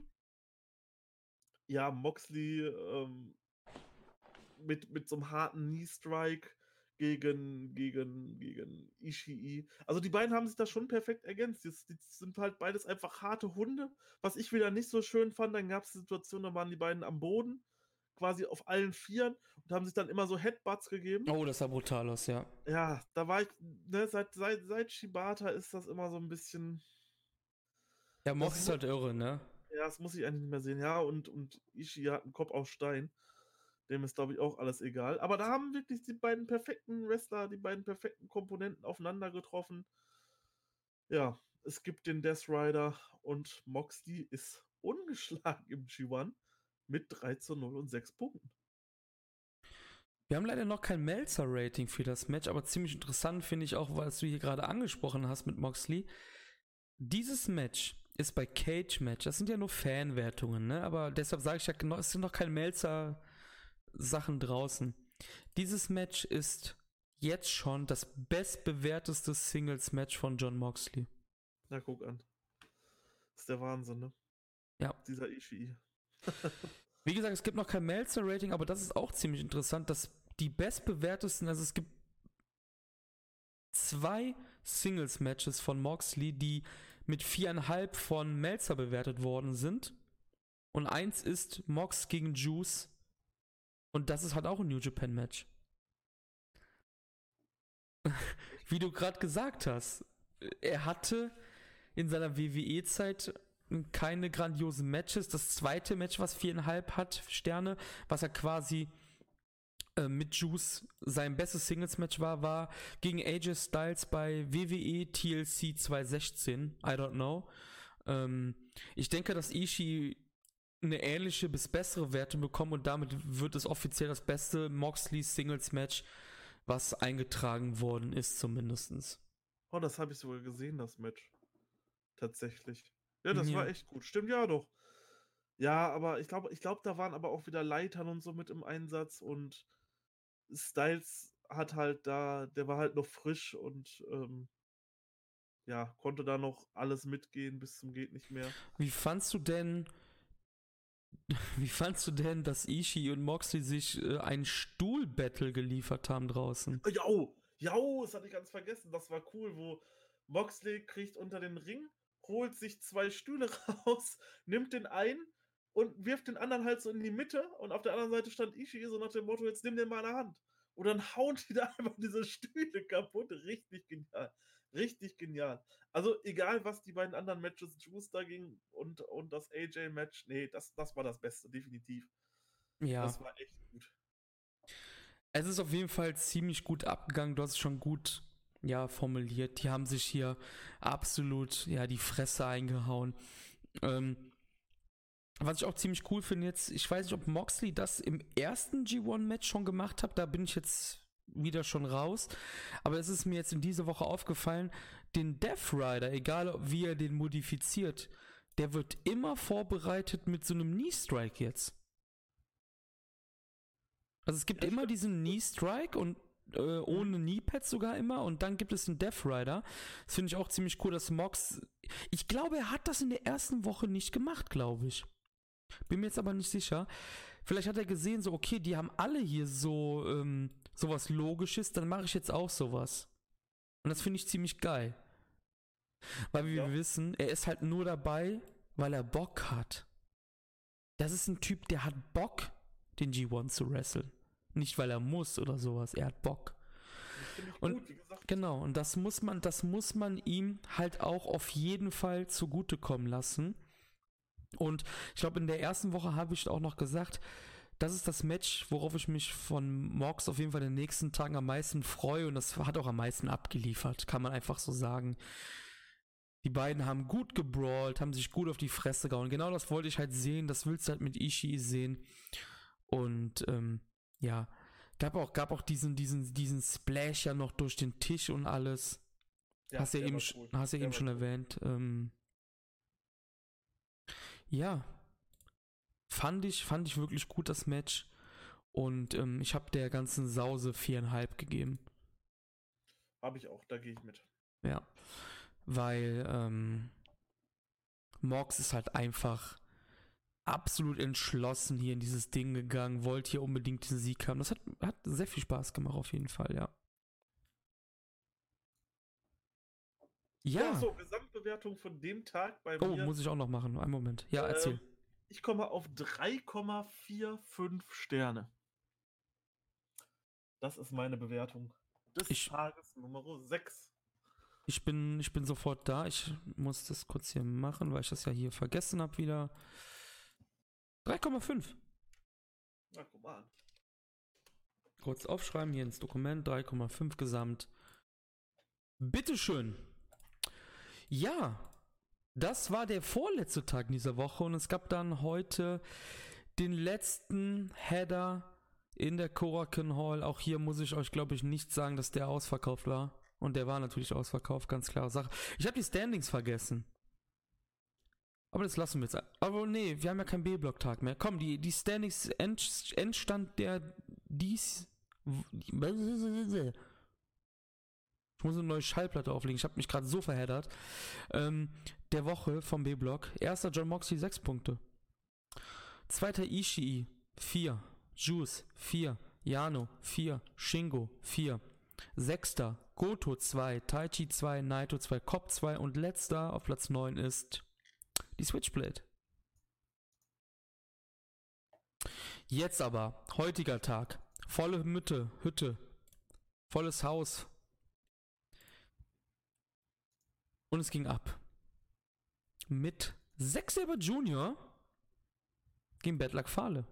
Ja, Moxley mit so einem harten Knee-Strike gegen Ishii. Also die beiden haben sich da schon perfekt ergänzt. Die sind halt beides einfach harte Hunde. Was ich wieder nicht so schön fand, dann gab es die Situation, da waren die beiden am Boden, quasi auf allen Vieren und haben sich dann immer so Headbutts gegeben. Oh, das sah brutal aus, ja. Ja, da war ich, ne, seit Shibata ist das immer so ein bisschen. Ja, Mox Das ist mu halt irre, ne? Ja, das muss ich eigentlich nicht mehr sehen. Ja, und Ishii hat einen Kopf aus Stein. Dem ist, glaube ich, auch alles egal. Aber da haben wirklich die beiden perfekten Wrestler, die beiden perfekten Komponenten aufeinander getroffen. Ja, es gibt den Death Rider und Moxley ist ungeschlagen im G1 mit 3:0 und 6 Punkten. Wir haben leider noch kein Meltzer-Rating für das Match, aber ziemlich interessant finde ich auch, was du hier gerade angesprochen hast mit Moxley. Dieses Match ist bei Cage Match, das sind ja nur Fanwertungen, ne? Aber deshalb sage ich ja, es sind noch keine Meltzer-Sachen draußen. Dieses Match ist jetzt schon das bestbewerteste Singles-Match von Jon Moxley. Na, guck an. Das ist der Wahnsinn, ne? Ja. Dieser Ishii. Wie gesagt, es gibt noch kein Meltzer-Rating, aber das ist auch ziemlich interessant, dass die bestbewertesten, also es gibt 2 Singles-Matches von Moxley, die mit 4,5 von Meltzer bewertet worden sind. Und eins ist Mox gegen Juice. Und das ist halt auch ein New Japan-Match. Wie du gerade gesagt hast, er hatte in seiner WWE-Zeit keine grandiosen Matches. Das zweite Match, was 4,5 hat Sterne, was er quasi mit Juice sein bestes Singles-Match war gegen AJ Styles bei WWE TLC 2016. I don't know. Ich denke, dass Ishii eine ähnliche bis bessere Wertung bekommt und damit wird es offiziell das beste Moxley Singles-Match, was eingetragen worden ist, zumindest. Oh, das habe ich sogar gesehen, das Match. Tatsächlich. Ja, das war echt gut. Stimmt, ja doch. Ja, aber ich glaube, da waren aber auch wieder Leitern und so mit im Einsatz und Styles hat halt der war halt noch frisch und ja, konnte da noch alles mitgehen bis zum geht nicht mehr. Wie fandst du denn, dass Ishii und Moxley sich ein Stuhl-Battle geliefert haben draußen? Jau, das hatte ich ganz vergessen. Das war cool, wo Moxley kriegt unter den Ring, holt sich 2 Stühle raus, nimmt den einen und wirft den anderen halt so in die Mitte und auf der anderen Seite stand Ishii so nach dem Motto, jetzt nimm den mal in der Hand. Und dann hauen die da einfach diese Stühle kaputt. Richtig genial. Richtig genial. Also egal, was die beiden anderen Matches, Juice dagegen und das AJ-Match, nee, das war das Beste, definitiv. Ja. Das war echt gut. Es ist auf jeden Fall ziemlich gut abgegangen. Du hast es schon gut formuliert. Die haben sich hier absolut die Fresse eingehauen. Was ich auch ziemlich cool finde jetzt, ich weiß nicht, ob Moxley das im ersten G1-Match schon gemacht hat, da bin ich jetzt wieder schon raus, aber es ist mir jetzt in dieser Woche aufgefallen, den Death Rider, egal wie er den modifiziert, der wird immer vorbereitet mit so einem Knee-Strike jetzt. Also es gibt immer diesen Knee-Strike und ohne Knee-Pads sogar immer und dann gibt es einen Death Rider. Das finde ich auch ziemlich cool, dass Mox, ich glaube, er hat das in der ersten Woche nicht gemacht, glaube ich. Bin mir jetzt aber nicht sicher. Vielleicht hat er gesehen, so, okay, die haben alle hier so sowas Logisches, dann mache ich jetzt auch sowas. Und das finde ich ziemlich geil. Weil wir wissen, er ist halt nur dabei, weil er Bock hat. Das ist ein Typ, der hat Bock, den G1 zu wresteln. Nicht, weil er muss oder sowas, er hat Bock. Und gut, wie gesagt. Genau, und das muss man ihm halt auch auf jeden Fall zugutekommen lassen. Und ich glaube, in der ersten Woche habe ich auch noch gesagt, das ist das Match, worauf ich mich von Mox auf jeden Fall in den nächsten Tagen am meisten freue. Und das hat auch am meisten abgeliefert, kann man einfach so sagen. Die beiden haben gut gebrawlt, haben sich gut auf die Fresse gehauen. Genau das wollte ich halt sehen, das willst du halt mit Ishii sehen. Und gab auch diesen Splash ja noch durch den Tisch und alles. Ja, hast ja eben schon erwähnt. Fand ich wirklich gut, das Match. Und ich habe der ganzen Sause 4,5 gegeben. Habe ich auch, da gehe ich mit. Ja, weil Mox ist halt einfach absolut entschlossen hier in dieses Ding gegangen, wollte hier unbedingt den Sieg haben. Das hat sehr viel Spaß gemacht auf jeden Fall, ja. Ja, Ja. so, Gesamtbewertung von dem Tag bei Oh, mir. muss ich auch noch machen. Einen Moment. Ja, erzähl. Ich komme auf 3,45 Sterne. Das ist meine Bewertung des Ich, Tages Nummer 6. ich bin sofort da. Ich muss das kurz hier machen, weil ich das ja hier vergessen habe wieder. 3,5. Na, guck mal an. Kurz aufschreiben hier ins Dokument. 3,5 gesamt. Bitteschön. Ja, das war der vorletzte Tag dieser Woche und es gab dann heute den letzten Header in der Korakuen Hall. Auch hier muss ich euch, glaube ich, nicht sagen, dass der ausverkauft war. Und der war natürlich ausverkauft, ganz klare Sache. Ich habe die Standings vergessen. Aber das lassen wir jetzt. Aber nee, wir haben ja keinen B-Block-Tag mehr. Komm, die Standings, Endstand der dies... Ich muss eine neue Schallplatte auflegen. Ich habe mich gerade so verheddert. Der Woche vom B-Block. Erster Jon Moxley 6 Punkte. Zweiter Ishii 4. Juice 4. Yano 4. Shingo 4. Sechster Goto 2. Taichi 2. Naito 2. Cobb 2. Und letzter auf Platz 9 ist die Switchblade. Jetzt aber, heutiger Tag. Volle Hütte. Volles Haus. Und es ging ab. Mit Zack Sabre Jr. gegen Bad Luck Fale.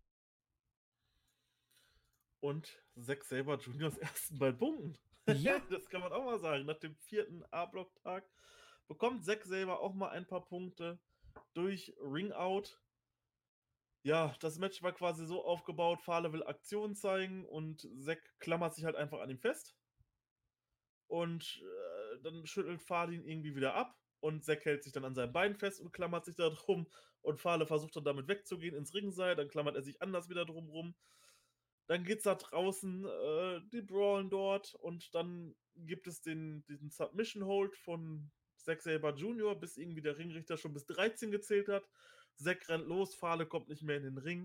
Und Zack Sabre Jr.'s ersten beiden Punkten. Ja. Das kann man auch mal sagen. Nach dem 4. A-Block-Tag bekommt Zack Sabre auch mal ein paar Punkte durch Ring-Out. Ja, das Match war quasi so aufgebaut, Fale will Aktion zeigen und Zack klammert sich halt einfach an ihm fest. Und dann schüttelt Fale ihn irgendwie wieder ab und Zack hält sich dann an seinem Bein fest und klammert sich da drum und Fale versucht dann damit wegzugehen ins Ringseil, dann klammert er sich anders wieder drum rum. Dann geht's da draußen, die brawlen dort und dann gibt es diesen Submission Hold von Zack Sabre Jr., bis irgendwie der Ringrichter schon bis 13 gezählt hat. Zack rennt los, Fale kommt nicht mehr in den Ring.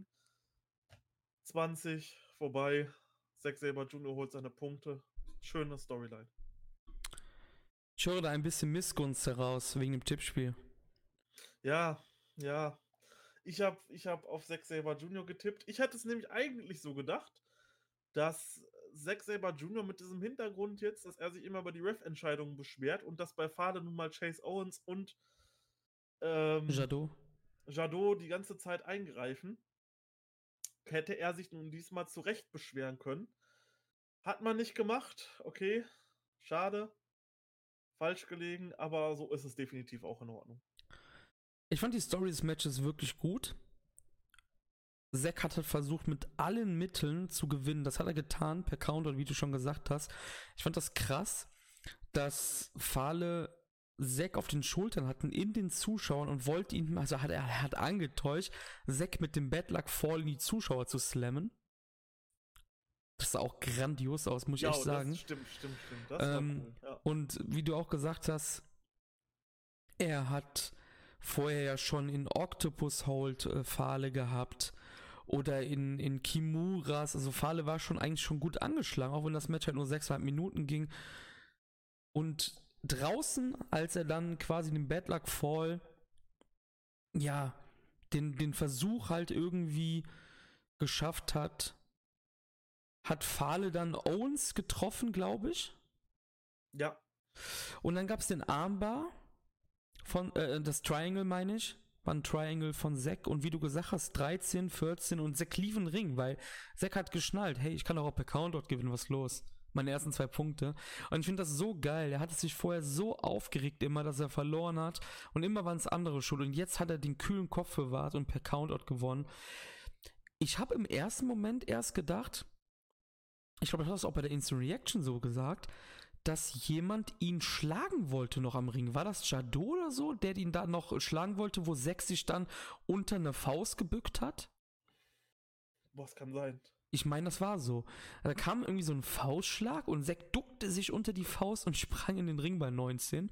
20, vorbei. Zack Sabre Jr. holt seine Punkte. Schöne Storyline. Ich höre da ein bisschen Missgunst heraus wegen dem Tippspiel. Ja. Ich hab auf Zack Sabre Jr. getippt. Ich hatte es nämlich eigentlich so gedacht, dass Zack Sabre Jr. mit diesem Hintergrund jetzt, dass er sich immer über die Ref-Entscheidungen beschwert und dass bei Fale nun mal Chase Owens und Jadot die ganze Zeit eingreifen, hätte er sich nun diesmal zurecht beschweren können. Hat man nicht gemacht. Okay, schade. Falsch gelegen, aber so ist es definitiv auch in Ordnung. Ich fand die Story des Matches wirklich gut. Zack hat halt versucht, mit allen Mitteln zu gewinnen. Das hat er getan, per Counter, wie du schon gesagt hast. Ich fand das krass, dass Fale Zack auf den Schultern hatten in den Zuschauern und wollte ihn, also er hat angetäuscht, Zack mit dem Bad Luck Fall in die Zuschauer zu slammen. Das sah auch grandios aus, muss ich echt sagen. Das stimmt. Das war cool, ja. Und wie du auch gesagt hast, er hat vorher ja schon in Octopus Hold Fale gehabt oder in Kimuras, also Fale war schon eigentlich schon gut angeschlagen, auch wenn das Match halt nur 6,5 Minuten ging. Und draußen, als er dann quasi den Bad Luck Fall, ja, den Versuch halt irgendwie geschafft hat Fale dann Owens getroffen, glaube ich. Ja. Und dann gab es den Armbar von, das Triangle meine ich, war ein Triangle von Zack und wie du gesagt hast, 13, 14 und Zack lief in den Ring, weil Zack hat geschnallt, hey, ich kann auch per Countout gewinnen, was ist los? Meine ersten 2 Punkte. Und ich finde das so geil, er hatte sich vorher so aufgeregt immer, dass er verloren hat und immer waren es andere schuld und jetzt hat er den kühlen Kopf bewahrt und per Countout gewonnen. Ich habe im ersten Moment erst gedacht, ich glaube, ich habe das auch bei der Instant Reaction so gesagt, dass jemand ihn schlagen wollte noch am Ring. War das Jadot oder so, der ihn da noch schlagen wollte, wo Zack sich dann unter eine Faust gebückt hat? Boah, es kann sein. Ich meine, das war so. Da kam irgendwie so ein Faustschlag und Zack duckte sich unter die Faust und sprang in den Ring bei 19.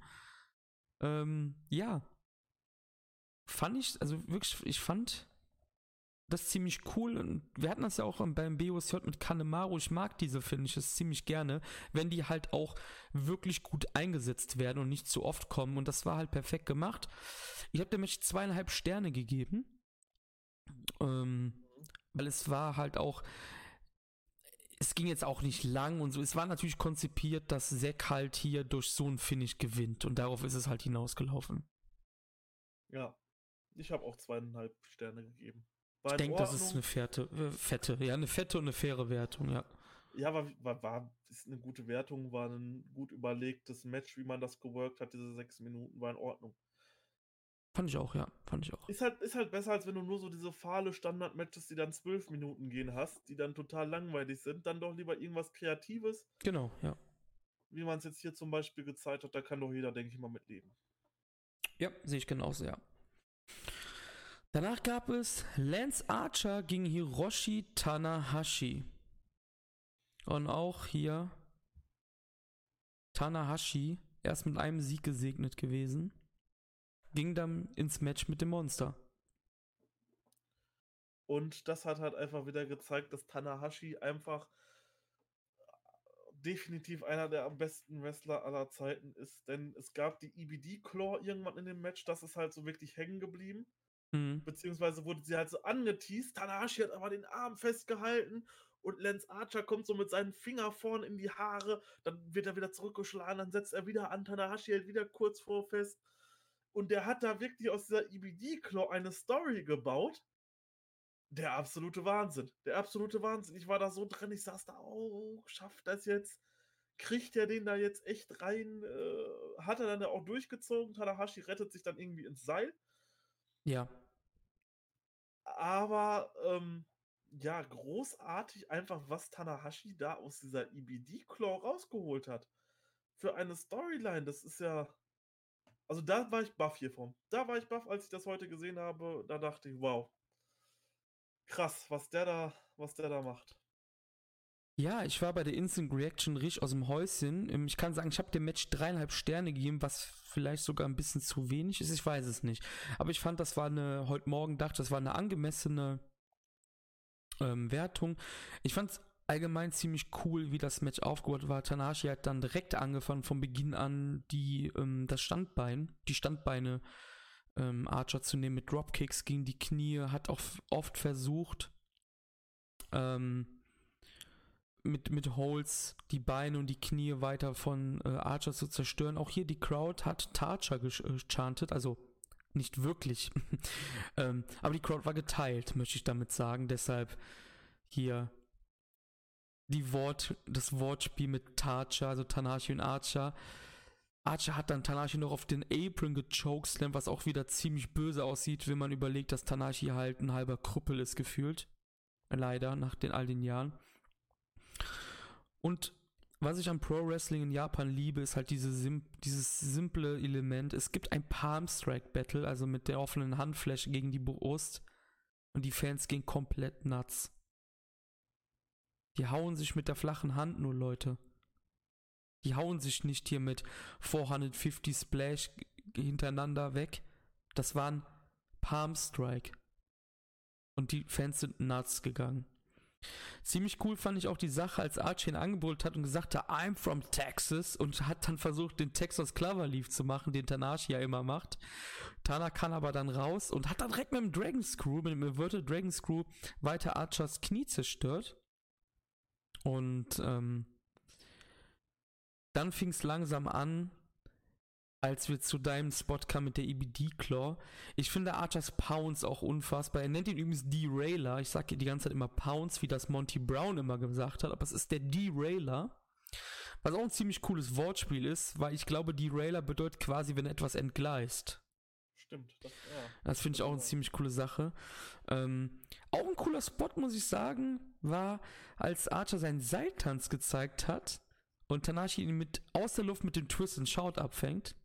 Ja. Fand ich, also wirklich, ich fand Das ist ziemlich cool. Und wir hatten das ja auch beim BOSJ mit Kanemaru. Ich mag diese Finishes ziemlich gerne, wenn die halt auch wirklich gut eingesetzt werden und nicht zu oft kommen. Und das war halt perfekt gemacht. Ich habe dem Match 2,5 Sterne gegeben. Weil es war halt auch, es ging jetzt auch nicht lang und so. Es war natürlich konzipiert, dass Zack halt hier durch so ein Finish gewinnt. Und darauf ist es halt hinausgelaufen. Ja, ich habe auch 2,5 Sterne gegeben. Ich denke, das ist eine fette und eine faire Wertung, ja. Ja, ist eine gute Wertung, war ein gut überlegtes Match, wie man das geworkt hat, diese 6 Minuten, war in Ordnung. Fand ich auch. Ist halt besser, als wenn du nur so diese fahle Standard-Matches, die dann 12 Minuten gehen hast, die dann total langweilig sind. Dann doch lieber irgendwas Kreatives. Genau, ja. Wie man es jetzt hier zum Beispiel gezeigt hat, da kann doch jeder, denke ich mal, mitleben. Ja, sehe ich genauso, ja. Danach gab es Lance Archer gegen Hiroshi Tanahashi. Und auch hier Tanahashi erst mit einem Sieg gesegnet gewesen. Ging dann ins Match mit dem Monster. Und das hat halt einfach wieder gezeigt, dass Tanahashi einfach definitiv einer der am besten Wrestler aller Zeiten ist. Denn es gab die EBD-Claw irgendwann in dem Match, das ist halt so wirklich hängen geblieben. Beziehungsweise wurde sie halt so angeteased. Tanahashi hat aber den Arm festgehalten und Lance Archer kommt so mit seinen Finger vorne in die Haare. Dann wird er wieder zurückgeschlagen, dann setzt er wieder an. Tanahashi hält wieder kurz vor fest. Und der hat da wirklich aus dieser EBD-Claw eine Story gebaut. Der absolute Wahnsinn. Ich war da so drin, ich saß da, oh, schafft das jetzt? Kriegt er den da jetzt echt rein? Hat er dann da auch durchgezogen? Tanahashi rettet sich dann irgendwie ins Seil. Ja. Aber, ja, großartig einfach, was Tanahashi da aus dieser EBD-Claw rausgeholt hat. Für eine Storyline, das ist ja... Also da war ich baff hiervon. Da war ich baff, als ich das heute gesehen habe. Da dachte ich, wow. Krass, was der da macht. Ja, ich war bei der Instant Reaction richtig aus dem Häuschen. Ich kann sagen, ich habe dem Match 3,5 Sterne gegeben, was vielleicht sogar ein bisschen zu wenig ist. Ich weiß es nicht. Aber ich fand, das war heute Morgen dachte, das war eine angemessene Wertung. Ich fand es allgemein ziemlich cool, wie das Match aufgebaut war. Tanahashi hat dann direkt angefangen, von Beginn an die Standbeine Archer zu nehmen mit Dropkicks gegen die Knie, hat auch oft versucht, mit Holds die Beine und die Knie weiter von Archer zu zerstören. Auch hier die Crowd hat Tarcher gechantet, also nicht wirklich. Aber die Crowd war geteilt, möchte ich damit sagen. Deshalb hier das Wortspiel mit Tarcher, also Tanahashi und Archer. Archer hat dann Tanahashi noch auf den Apron gechokeslammt, was auch wieder ziemlich böse aussieht, wenn man überlegt, dass Tanahashi halt ein halber Krüppel ist gefühlt. Leider, nach all den Jahren. Und was ich am Pro-Wrestling in Japan liebe, ist halt dieses simple Element. Es gibt ein Palm-Strike-Battle, also mit der offenen Handfläche gegen die Brust. Und die Fans gehen komplett nuts. Die hauen sich mit der flachen Hand nur, Leute. Die hauen sich nicht hier mit 450 Splash hintereinander weg. Das war ein Palm-Strike. Und die Fans sind nuts gegangen. Ziemlich cool fand ich auch die Sache, als Archie ihn angebrüllt hat und gesagt hat, I'm from Texas, und hat dann versucht, den Texas Cloverleaf zu machen, den Tanahashi ja immer macht. Tana kann aber dann raus und hat dann direkt mit dem Dragon Screw, mit dem Inverted Dragon Screw, weiter Archers Knie zerstört. Und dann fing es langsam an, als wir zu deinem Spot kamen mit der EBD-Claw. Ich finde Archers Pounce auch unfassbar. Er nennt ihn übrigens Derailer. Ich sage die ganze Zeit immer Pounce, wie das Monty Brown immer gesagt hat, aber es ist der Derailer. Was auch ein ziemlich cooles Wortspiel ist, weil ich glaube, Derailer bedeutet quasi, wenn etwas entgleist. Stimmt. Das finde ich auch eine ziemlich coole Sache. Auch ein cooler Spot, muss ich sagen, war, als Archer seinen Seiltanz gezeigt hat und Tanahashi ihn aus der Luft mit dem Twist and Shout abfängt.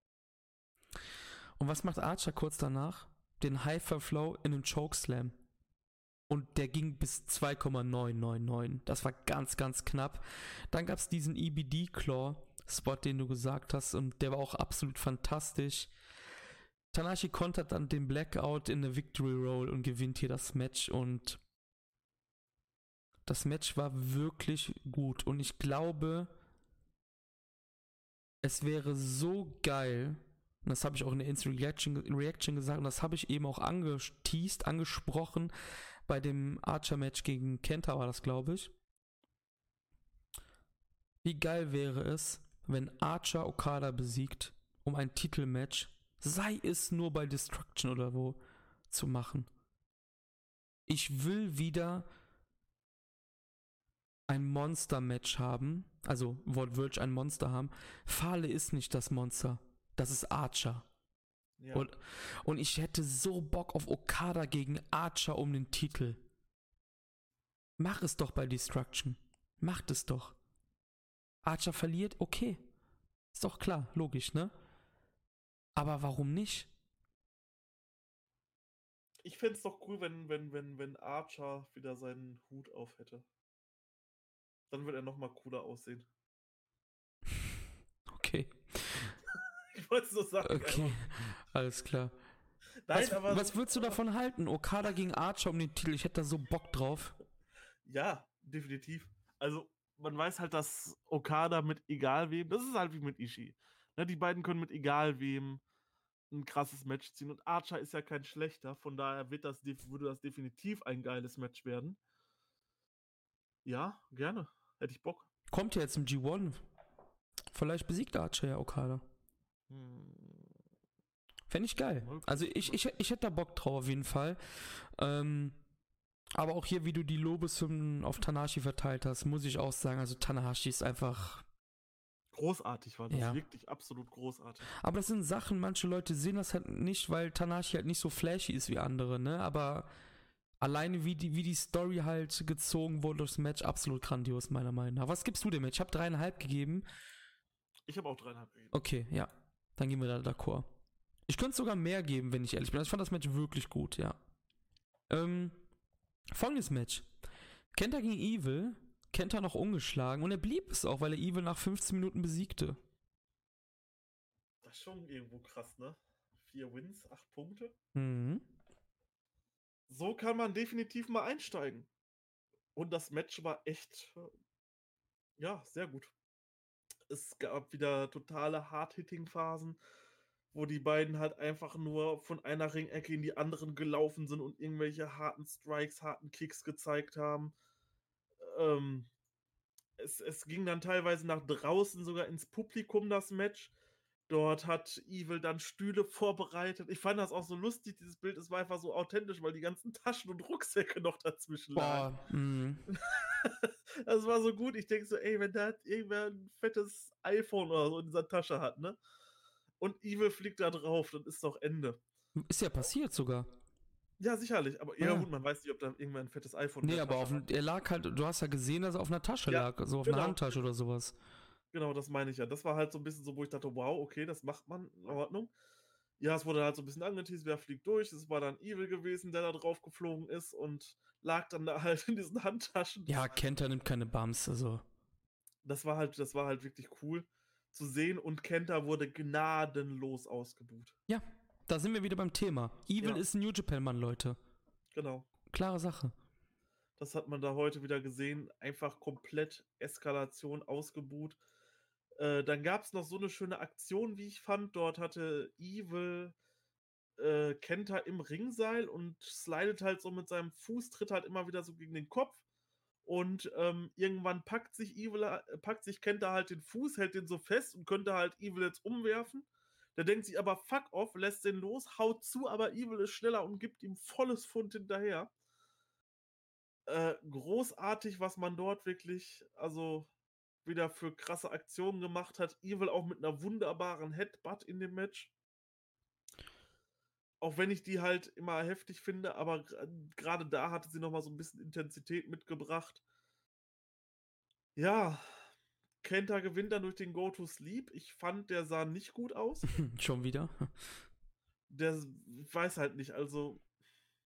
Und was macht Archer kurz danach? Den Hyperflow in den Chokeslam. Und der ging bis 2,999. Das war ganz, ganz knapp. Dann gab es diesen EBD-Claw-Spot, den du gesagt hast, und der war auch absolut fantastisch. Tanahashi kontert dann den Blackout in eine Victory Roll und gewinnt hier das Match und das Match war wirklich gut und ich glaube, es wäre so geil, und das habe ich auch in der Instant Reaction gesagt und das habe ich eben auch angesprochen bei dem Archer-Match gegen Kenta war das, glaube ich. Wie geil wäre es, wenn Archer Okada besiegt, um ein Titelmatch, sei es nur bei Destruction oder wo, zu machen. Ich will wieder ein Monster-Match haben, also wortwörtlich ein Monster haben. Fale ist nicht das Monster, das ist Archer. Ja. Und ich hätte so Bock auf Okada gegen Archer um den Titel. Mach es doch bei Destruction. Macht es doch. Archer verliert, okay. Ist doch klar, logisch, ne? Aber warum nicht? Ich fände es doch cool, wenn Archer wieder seinen Hut auf hätte. Dann wird er nochmal cooler aussehen. Okay. Ich wollte es so sagen. Okay, alles klar. Nein, Was würdest du davon halten? Okada gegen Archer um den Titel, ich hätte da so Bock drauf. Ja, definitiv. Also, man weiß halt, dass Okada mit egal wem, das ist halt wie mit Ishii. Ne, die beiden können mit egal wem ein krasses Match ziehen und Archer ist ja kein schlechter, von daher würde das definitiv ein geiles Match werden. Ja, gerne. Hätte ich Bock. Kommt ja jetzt im G1. Vielleicht besiegt Archer ja Okada. Fände ich geil. Also ich hätte da Bock drauf auf jeden Fall. Aber auch hier, wie du die Lobeshymnen auf Tanahashi verteilt hast, muss ich auch sagen, also Tanahashi ist einfach... Großartig war das, Ja. wirklich absolut großartig. Aber das sind Sachen, manche Leute sehen das halt nicht, weil Tanahashi halt nicht so flashy ist wie andere, ne? Aber alleine wie die Story halt gezogen wurde durchs Match, absolut grandios, meiner Meinung nach. Was gibst du dem Match? Ich habe 3,5 gegeben. Ich habe auch 3,5 gegeben. Okay, ja. Dann gehen wir da d'accord. Ich könnte sogar mehr geben, wenn ich ehrlich bin. Also ich fand das Match wirklich gut, ja. Folgendes Match. Kenta gegen Evil. Kenta noch ungeschlagen. Und er blieb es auch, weil er Evil nach 15 Minuten besiegte. Das ist schon irgendwo krass, ne? 4 Wins, 8 Punkte. Mhm. So kann man definitiv mal einsteigen. Und das Match war echt, ja, sehr gut. Es gab wieder totale Hard-Hitting-Phasen, wo die beiden halt einfach nur von einer Ringecke in die anderen gelaufen sind und irgendwelche harten Strikes, harten Kicks gezeigt haben. Es ging dann teilweise nach draußen sogar ins Publikum, das Match. Dort hat Evil dann Stühle vorbereitet. Ich fand das auch so lustig, dieses Bild. Es war einfach so authentisch, weil die ganzen Taschen und Rucksäcke noch dazwischen lagen. Das war so gut. Ich denke so, ey, wenn da irgendwer ein fettes iPhone oder so in dieser Tasche hat, ne? Und Evil fliegt da drauf, dann ist doch Ende. Ist ja passiert sogar. Ja, sicherlich. Aber ja, gut, man weiß nicht, ob da irgendwer ein fettes iPhone Nee, aber er lag halt, du hast ja gesehen, dass er auf einer Tasche lag. So auf einer Handtasche oder sowas. Genau, das meine ich ja. Das war halt so ein bisschen so, wo ich dachte, wow, okay, das macht man, in Ordnung. Ja, es wurde halt so ein bisschen angeteased, wer fliegt durch. Es war dann Evil gewesen, der da drauf geflogen ist und lag dann da halt in diesen Handtaschen. Ja, Kenta nimmt keine Bums, also. Das war halt wirklich cool zu sehen und Kenta wurde gnadenlos ausgebuht. Ja, da sind wir wieder beim Thema. Evil ist ein New Japan-Mann, Leute. Genau. Klare Sache. Das hat man da heute wieder gesehen. Einfach komplett Eskalation ausgebuht. Dann gab es noch so eine schöne Aktion, wie ich fand. Dort hatte Evil Kenta im Ringseil und slidet halt so mit seinem Fuß, tritt halt immer wieder so gegen den Kopf. Und irgendwann packt sich Kenta halt den Fuß, hält den so fest und könnte halt Evil jetzt umwerfen. Der denkt sich aber, fuck off, lässt den los, haut zu, aber Evil ist schneller und gibt ihm volles Pfund hinterher. Großartig, was man dort wirklich, also wieder für krasse Aktionen gemacht hat. Evil auch mit einer wunderbaren Headbutt in dem Match. Auch wenn ich die halt immer heftig finde, aber gerade da hatte sie nochmal so ein bisschen Intensität mitgebracht. Ja, Kenta gewinnt dann durch den Go-to-Sleep. Ich fand, der sah nicht gut aus. Schon wieder? Der weiß halt nicht, also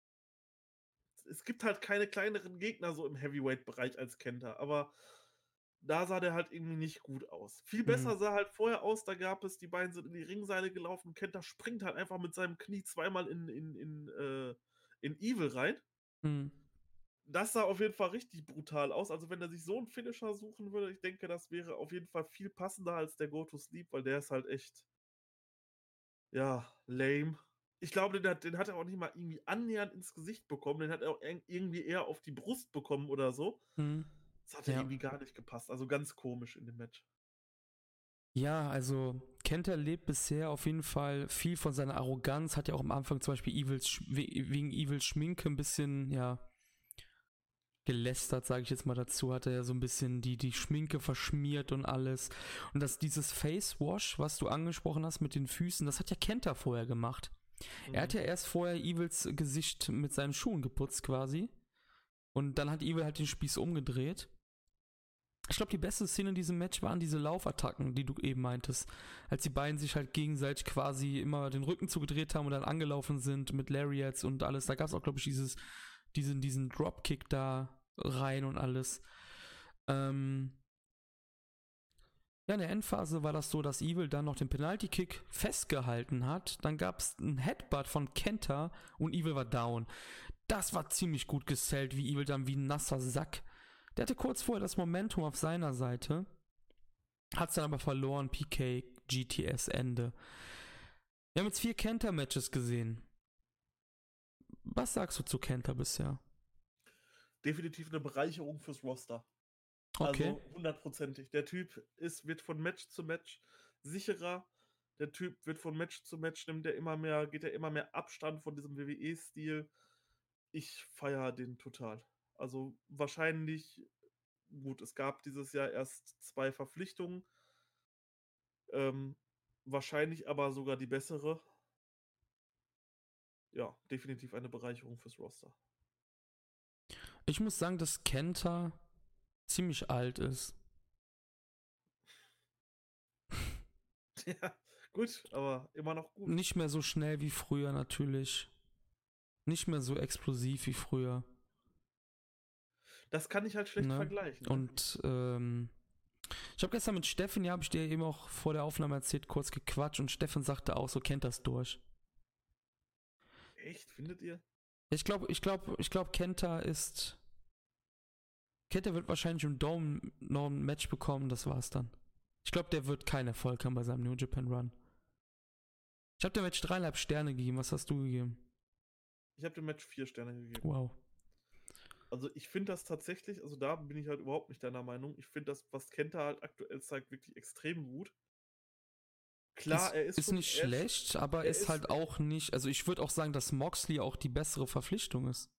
es gibt halt keine kleineren Gegner so im Heavyweight-Bereich als Kenta, aber da sah der halt irgendwie nicht gut aus. Viel Hm. besser sah halt vorher aus, da gab es, die beiden sind in die Ringseile gelaufen, Kenta springt halt einfach mit seinem Knie zweimal in Evil rein. Hm. Das sah auf jeden Fall richtig brutal aus. Also wenn er sich so einen Finisher suchen würde, ich denke, das wäre auf jeden Fall viel passender als der Go to Sleep, weil der ist halt echt, ja, lame. Ich glaube, den hat er auch nicht mal irgendwie annähernd ins Gesicht bekommen. Den hat er auch irgendwie eher auf die Brust bekommen oder so. Hm. Das hat ja Ja. irgendwie gar nicht gepasst. Also ganz komisch in dem Match. Ja, also Kenta lebt bisher auf jeden Fall viel von seiner Arroganz, hat ja auch am Anfang zum Beispiel wegen Evils Schminke ein bisschen, ja, gelästert, sage ich jetzt mal dazu, hat er ja so ein bisschen die Schminke verschmiert und alles. Und dieses Face Wash, was du angesprochen hast mit den Füßen, das hat ja Kenta vorher gemacht. Er hat ja erst vorher Evils Gesicht mit seinen Schuhen geputzt quasi. Und dann hat Evil halt den Spieß umgedreht. Ich glaube, die beste Szene in diesem Match waren diese Laufattacken, die du eben meintest. Als die beiden sich halt gegenseitig quasi immer den Rücken zugedreht haben und dann angelaufen sind mit Lariats und alles. Da gab es auch, glaube ich, diesen Dropkick da rein und alles. Ja, in der Endphase war das so, dass Evil dann noch den Penalty-Kick festgehalten hat. Dann gab es einen Headbutt von Kenta und Evil war down. Das war ziemlich gut gesellt, wie Evil dann wie ein nasser Sack. Der hatte kurz vorher das Momentum auf seiner Seite, hat es dann aber verloren, PK, GTS, Ende. Wir haben jetzt 4 Kenta-Matches gesehen. Was sagst du zu Kenta bisher? Definitiv eine Bereicherung fürs Roster. Okay. Also hundertprozentig. Der Typ wird von Match zu Match sicherer. Der Typ wird von Match zu Match, geht er immer mehr Abstand von diesem WWE-Stil. Ich feiere den total. Also wahrscheinlich, gut, es gab dieses Jahr erst 2 Verpflichtungen. Wahrscheinlich aber sogar die bessere. Ja, definitiv eine Bereicherung fürs Roster. Ich muss sagen, dass Kenta ziemlich alt ist. Ja, gut, aber immer noch gut. Nicht mehr so schnell wie früher natürlich. Nicht mehr so explosiv wie früher. Das kann ich halt schlecht vergleichen. Ne? Und ich habe gestern mit Steffen, ja, habe ich dir eben auch vor der Aufnahme erzählt, kurz gequatscht und Steffen sagte auch, so kennt das durch. Echt, findet ihr? Ich glaube, Kenta wird wahrscheinlich im Dome noch ein Match bekommen, das war's dann. Ich glaube, der wird keinen Erfolg haben bei seinem New Japan Run. Ich habe dem Match 3,5 Sterne gegeben, was hast du gegeben? Ich habe dem Match 4 Sterne gegeben. Wow. Also ich finde das tatsächlich, also da bin ich halt überhaupt nicht deiner Meinung. Ich finde das, was Kenta halt aktuell zeigt, wirklich extrem gut. Klar, er ist nicht schlecht, aber ist halt auch nicht, also ich würde auch sagen, dass Moxley auch die bessere Verpflichtung ist.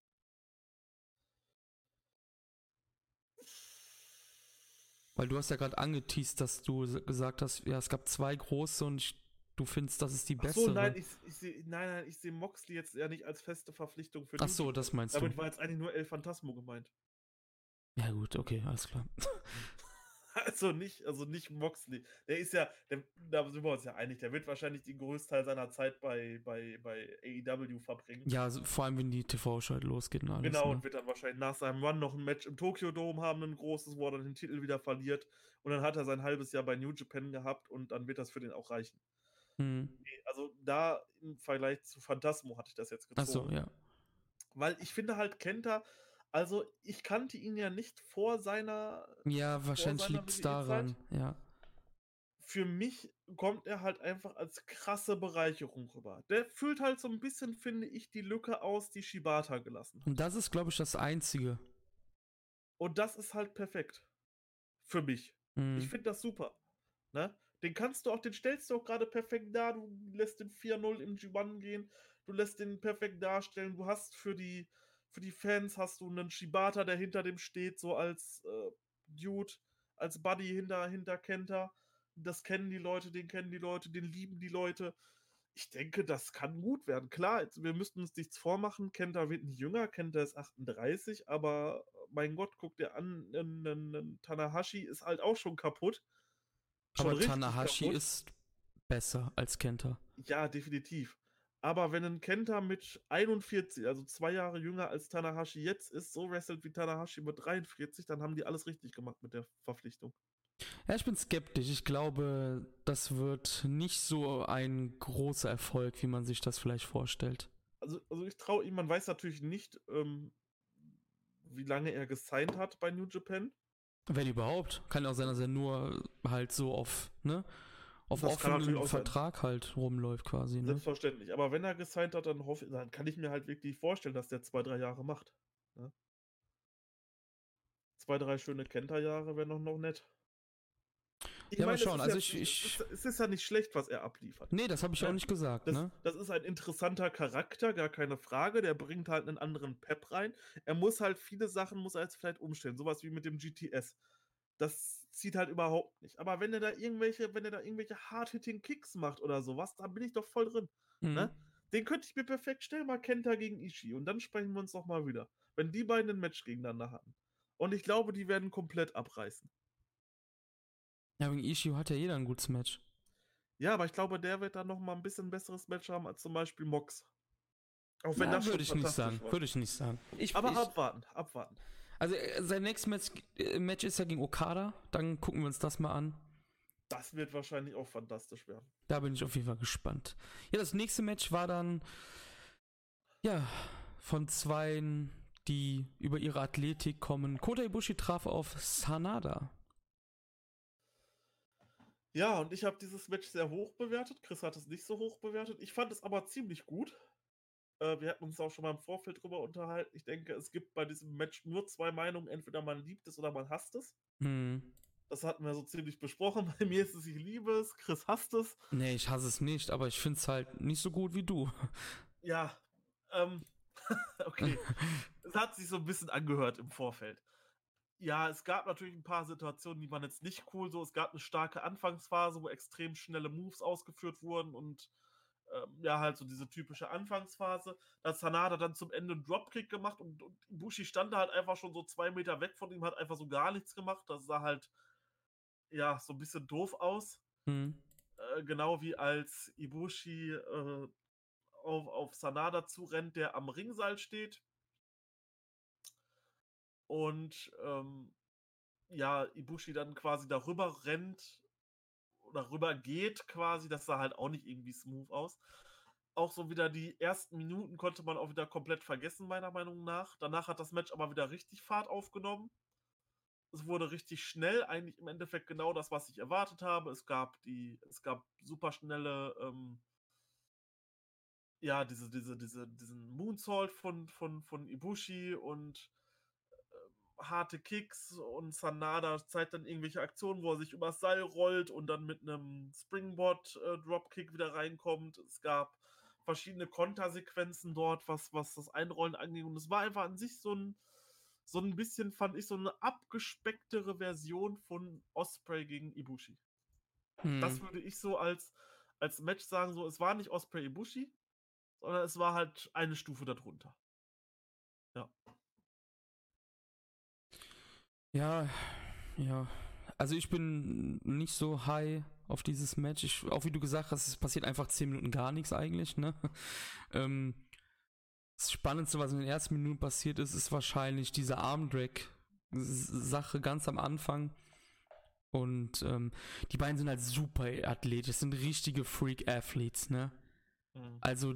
Weil du hast ja gerade angeteased, dass du gesagt hast, ja, es gab 2 große und du findest, das ist die bessere. Achso, nein, ich sehe Moxley jetzt ja nicht als feste Verpflichtung für Ach so, das meinst Damit du. war jetzt eigentlich nur El Phantasmo gemeint. Ja gut, okay, alles klar. Also nicht Moxley. Der ist ja, da sind wir uns ja einig, der wird wahrscheinlich den größten Teil seiner Zeit bei AEW verbringen. Ja, also vor allem, wenn die TV-Show halt losgeht und alles. Genau, ne? und wird dann wahrscheinlich nach seinem Run noch ein Match im Tokyo Dome haben, ein großes, wo er dann den Titel wieder verliert. Und dann hat er sein halbes Jahr bei New Japan gehabt und dann wird das für den auch reichen. Also da im Vergleich zu Phantasmo hatte ich das jetzt gezogen. Ach so, ja. Weil ich finde halt Kenta, also ich kannte ihn ja nicht vor seiner. Ja, wahrscheinlich liegt es daran, ja. Für mich kommt er halt einfach als krasse Bereicherung rüber. Der füllt halt so ein bisschen, finde ich, die Lücke aus, die Shibata gelassen hat. Und das ist, glaube ich, das Einzige. Und das ist halt perfekt. Für mich. Ich finde das super. Ne? Den stellst du auch gerade perfekt dar. Du lässt den 4-0 im G1 gehen. Du lässt den perfekt darstellen. Du hast für die Fans hast du einen Shibata, der hinter dem steht, so als Dude, als Buddy hinter Kenta. Das kennen die Leute, den kennen die Leute, den lieben die Leute. Ich denke, das kann gut werden. Klar, wir müssten uns nichts vormachen. Kenta wird nicht jünger, Kenta ist 38, aber mein Gott, guck dir an, Tanahashi ist halt auch schon kaputt. Aber Tanahashi ist besser als Kenta. Ja, definitiv. Aber wenn ein Kenta mit 41, also 2 Jahre jünger als Tanahashi jetzt ist, so wrestelt wie Tanahashi mit 43, dann haben die alles richtig gemacht mit der Verpflichtung. Ja, ich bin skeptisch. Ich glaube, das wird nicht so ein großer Erfolg, wie man sich das vielleicht vorstellt. Also ich traue ihm, man weiß natürlich nicht, wie lange er gesigned hat bei New Japan. Wenn überhaupt. Kann ja auch sein, dass er nur halt so auf, ne? Auf Das kann natürlich offenen auch sein. Vertrag halt rumläuft quasi, ne? Selbstverständlich. Aber wenn er gesigned hat, dann kann ich mir halt wirklich vorstellen, dass der 2, 3 Jahre macht. Ne? 2, 3 schöne Kenta-Jahre wären noch nett. Ich Ja, mal meine, schauen. Also es ist ja nicht schlecht, was er abliefert. Nee, das habe ich auch nicht gesagt, ne? Das ist ein interessanter Charakter, gar keine Frage. Der bringt halt einen anderen Pep rein. Er muss halt viele Sachen, muss er jetzt vielleicht umstellen. Sowas wie mit dem GTS. Das zieht halt überhaupt nicht. Aber wenn er da irgendwelche Hard-Hitting Kicks macht oder sowas, da bin ich doch voll drin. Mhm. Ne? Den könnte ich mir perfekt stellen, mal Kenta gegen Ishii. Und dann sprechen wir uns noch mal wieder. Wenn die beiden ein Match gegeneinander hatten. Und ich glaube, die werden komplett abreißen. Ja, gegen Ishii hat ja jeder ein gutes Match. Ja, aber ich glaube, der wird dann noch mal ein bisschen besseres Match haben als zum Beispiel Mox. Auch wenn Na, das schon würde ich nicht sagen. fantastisch war. Würde ich nicht sagen. Aber abwarten. Also sein nächstes Match ist ja gegen Okada. Dann gucken wir uns das mal an. Das wird wahrscheinlich auch fantastisch werden. Da bin ich auf jeden Fall gespannt. Ja, das nächste Match war dann ja von zweien, die über ihre Athletik kommen. Kota Ibushi traf auf Sanada. Ja, und ich habe dieses Match sehr hoch bewertet. Chris hat es nicht so hoch bewertet. Ich fand es aber ziemlich gut. Wir hatten uns auch schon mal im Vorfeld drüber unterhalten. Ich denke, es gibt bei diesem Match nur 2 Meinungen. Entweder man liebt es oder man hasst es. Hm. Das hatten wir so ziemlich besprochen. Bei mir ist es, ich liebe es. Chris hasst es. Nee, ich hasse es nicht, aber ich finde es halt nicht so gut wie du. Ja, okay. Es hat sich so ein bisschen angehört im Vorfeld. Ja, es gab natürlich ein paar Situationen, die waren jetzt nicht cool. So, es gab eine starke Anfangsphase, wo extrem schnelle Moves ausgeführt wurden und ja, halt so diese typische Anfangsphase. Da hat Sanada dann zum Ende einen Dropkick gemacht und Ibushi stand da halt einfach schon so 2 Meter weg von ihm, hat einfach so gar nichts gemacht. Das sah halt, ja, so ein bisschen doof aus. Hm. Genau wie als Ibushi auf Sanada zurennt, der am Ringseil steht. Und ja, Ibushi dann quasi darüber rennt oder rüber geht quasi. Das sah halt auch nicht irgendwie smooth aus. Auch so wieder die ersten Minuten konnte man auch wieder komplett vergessen, meiner Meinung nach. Danach hat das Match aber wieder richtig Fahrt aufgenommen. Es wurde richtig schnell, eigentlich im Endeffekt genau das, was ich erwartet habe. Es gab super schnelle, ja, diesen Moonsault von Ibushi und harte Kicks und Sanada zeigt dann irgendwelche Aktionen, wo er sich übers Seil rollt und dann mit einem Springboard Dropkick wieder reinkommt. Es gab verschiedene Kontersequenzen dort, was das Einrollen anging, und es war einfach an sich so ein bisschen, fand ich, so eine abgespecktere Version von Osprey gegen Ibushi. Das würde ich so als Match sagen, so, es war nicht Osprey Ibushi, sondern es war halt eine Stufe darunter. Ja. Ja. Also ich bin nicht so high auf dieses Match. Auch wie du gesagt hast, es passiert einfach 10 Minuten gar nichts eigentlich, ne? Das Spannendste, was in den ersten Minuten passiert ist, ist wahrscheinlich diese Armdrag-Sache ganz am Anfang. Und die beiden sind halt super athletisch, sind richtige Freak-Athletes, ne? Mhm. Also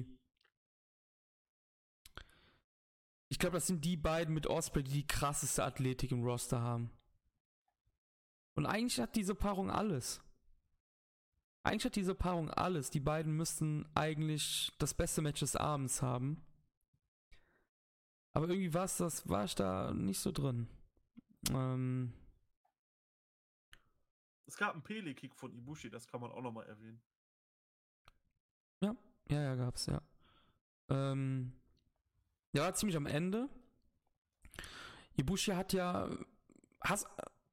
ich glaube, das sind die beiden mit Osprey, die krasseste Athletik im Roster haben. Und eigentlich hat diese Paarung alles. Die beiden müssten eigentlich das beste Match des Abends haben. Aber irgendwie war ich da nicht so drin. Es gab einen Pele-Kick von Ibushi, das kann man auch nochmal erwähnen. Ja, gab's, ja. Ja, war ziemlich am Ende. Ibushi hat ja. Hast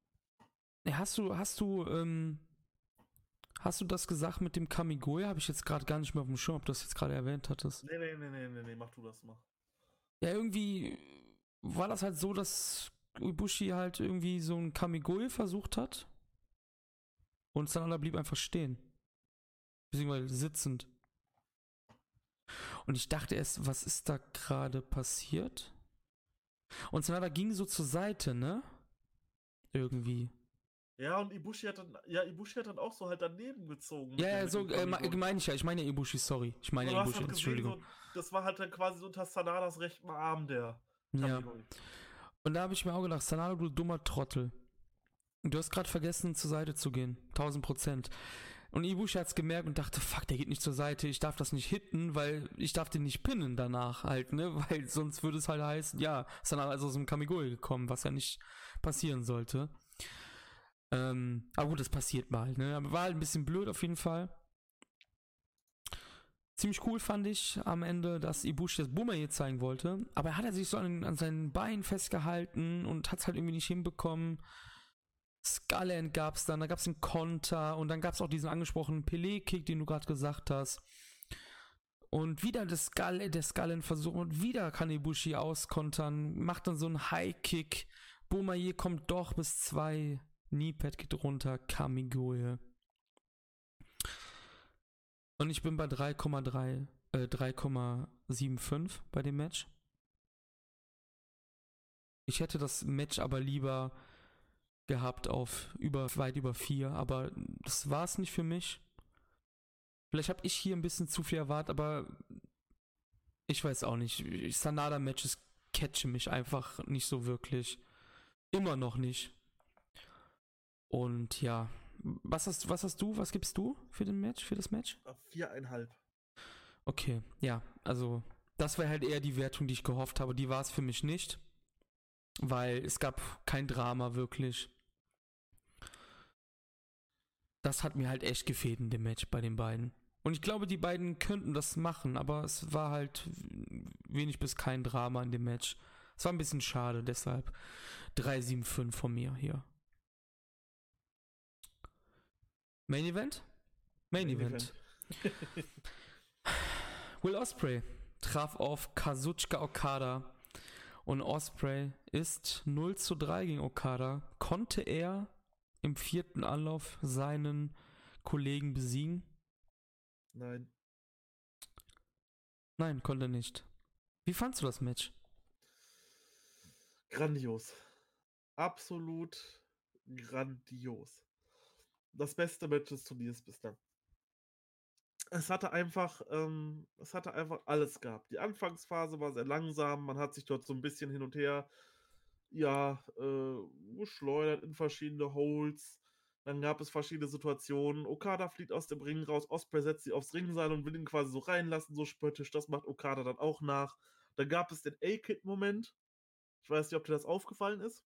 du das gesagt mit dem Kamigoye? Habe ich jetzt gerade gar nicht mehr auf dem Schirm, ob du das jetzt gerade erwähnt hattest. Nee, mach du das mal. Ja, irgendwie war das halt so, dass Ibushi halt irgendwie so ein Kamigoye versucht hat. Und Sanada blieb einfach stehen. Beziehungsweise sitzend. Und ich dachte erst, was ist da gerade passiert? Und Sanada ging so zur Seite, ne? Irgendwie. Ja, und Ibushi hat dann auch so halt daneben gezogen Ja, ja, mit so dem Kamigon. meine ich ja. Ich meine ja Ibushi, sorry. Ich meine So, ja du hast Ibushi, halt gesehen, Entschuldigung. so, das war halt dann quasi so unter Sanadas rechten Arm, der Ja. Kamigon. Und da habe ich mir auch gedacht, Sanada, du dummer Trottel. Du hast gerade vergessen, zur Seite zu gehen. 1000%. Und Ibushi hat's gemerkt und dachte, fuck, der geht nicht zur Seite, ich darf das nicht hitten, weil ich darf den nicht pinnen danach halt, ne? Weil sonst würde es halt heißen, ja, ist dann also aus dem Kamigoi gekommen, was ja nicht passieren sollte. Aber gut, das passiert mal, ne? Aber war halt ein bisschen blöd auf jeden Fall. Ziemlich cool fand ich am Ende, dass Ibushi das Boomerang zeigen wollte, aber er hat sich so an seinen Beinen festgehalten und hat es halt irgendwie nicht hinbekommen. Skyland gab es dann, da gab es einen Konter und dann gab es auch diesen angesprochenen Pelé-Kick, den du gerade gesagt hast. Und wieder der Skyland-Versuch und wieder kann Ibushi auskontern, macht dann so einen High-Kick. Boumaier kommt doch bis 2. Kneepad geht runter, Kamigoye. Und ich bin bei 3,75 bei dem Match. Ich hätte das Match aber lieber gehabt auf weit über 4, aber das war es nicht für mich. Vielleicht habe ich hier ein bisschen zu viel erwartet, aber ich weiß auch nicht. Sanada-Matches catchen mich einfach nicht so wirklich. Immer noch nicht. Und ja, was gibst du für das Match? 4,5. Okay, ja, also das war halt eher die Wertung, die ich gehofft habe. Die war es für mich nicht, weil es gab kein Drama wirklich. Das hat mir halt echt gefehlt in dem Match bei den beiden. Und ich glaube, die beiden könnten das machen, aber es war halt wenig bis kein Drama in dem Match. Es war ein bisschen schade, deshalb 3,75 von mir hier. Main Event? Main Event. Will Ospreay traf auf Kazuchika Okada und Ospreay ist 0:3 gegen Okada. Konnte er im 4. Anlauf seinen Kollegen besiegen? Nein. Nein, konnte er nicht. Wie fandst du das Match? Grandios. Absolut grandios. Das beste Match des Turniers bislang. Es hatte einfach alles gehabt. Die Anfangsphase war sehr langsam, man hat sich dort so ein bisschen hin und her, geschleudert in verschiedene Holds. Dann gab es verschiedene Situationen. Okada fliegt aus dem Ring raus, Ospreay setzt sich aufs Ringseil und will ihn quasi so reinlassen, so spöttisch. Das macht Okada dann auch nach. Dann gab es den A-Kid-Moment. Ich weiß nicht, ob dir das aufgefallen ist.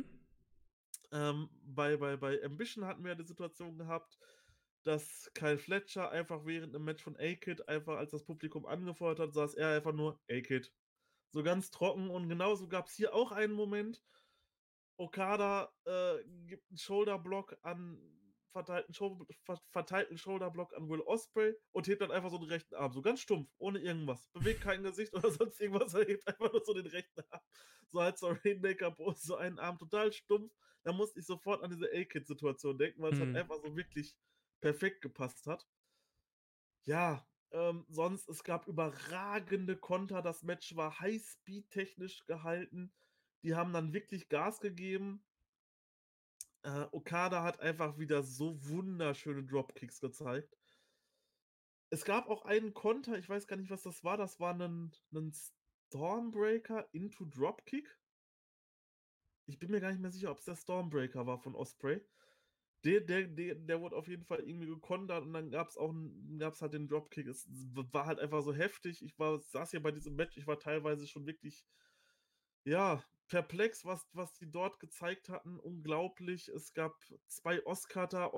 Bei Ambition hatten wir ja die Situation gehabt, dass Kyle Fletcher einfach während einem Match von A-Kid einfach, als das Publikum angefeuert hat, saß er einfach nur A-Kid. So ganz trocken. Und genauso gab es hier auch einen Moment. Okada gibt einen Shoulderblock an, verteilten Shoulderblock an Will Ospreay und hebt dann einfach so den rechten Arm. So ganz stumpf, ohne irgendwas. Bewegt kein Gesicht oder sonst irgendwas. Er hebt einfach nur so den rechten Arm. So als so Rainmaker-Pose, so einen Arm total stumpf. Da musste ich sofort an diese A-Kid-Situation denken, weil es halt einfach so wirklich perfekt gepasst hat. Ja, sonst, es gab überragende Konter. Das Match war High-Speed-technisch gehalten. Die haben dann wirklich Gas gegeben. Okada hat einfach wieder so wunderschöne Dropkicks gezeigt. Es gab auch einen Konter, ich weiß gar nicht, was das war. Das war ein Stormbreaker into Dropkick. Ich bin mir gar nicht mehr sicher, ob es der Stormbreaker war von Ospreay. Der wurde auf jeden Fall irgendwie gekontert und dann gab es halt den Dropkick. Es war halt einfach so heftig. Saß hier bei diesem Match, ich war teilweise schon wirklich, perplex, was die dort gezeigt hatten. Unglaublich. Es gab 2 Oscutter.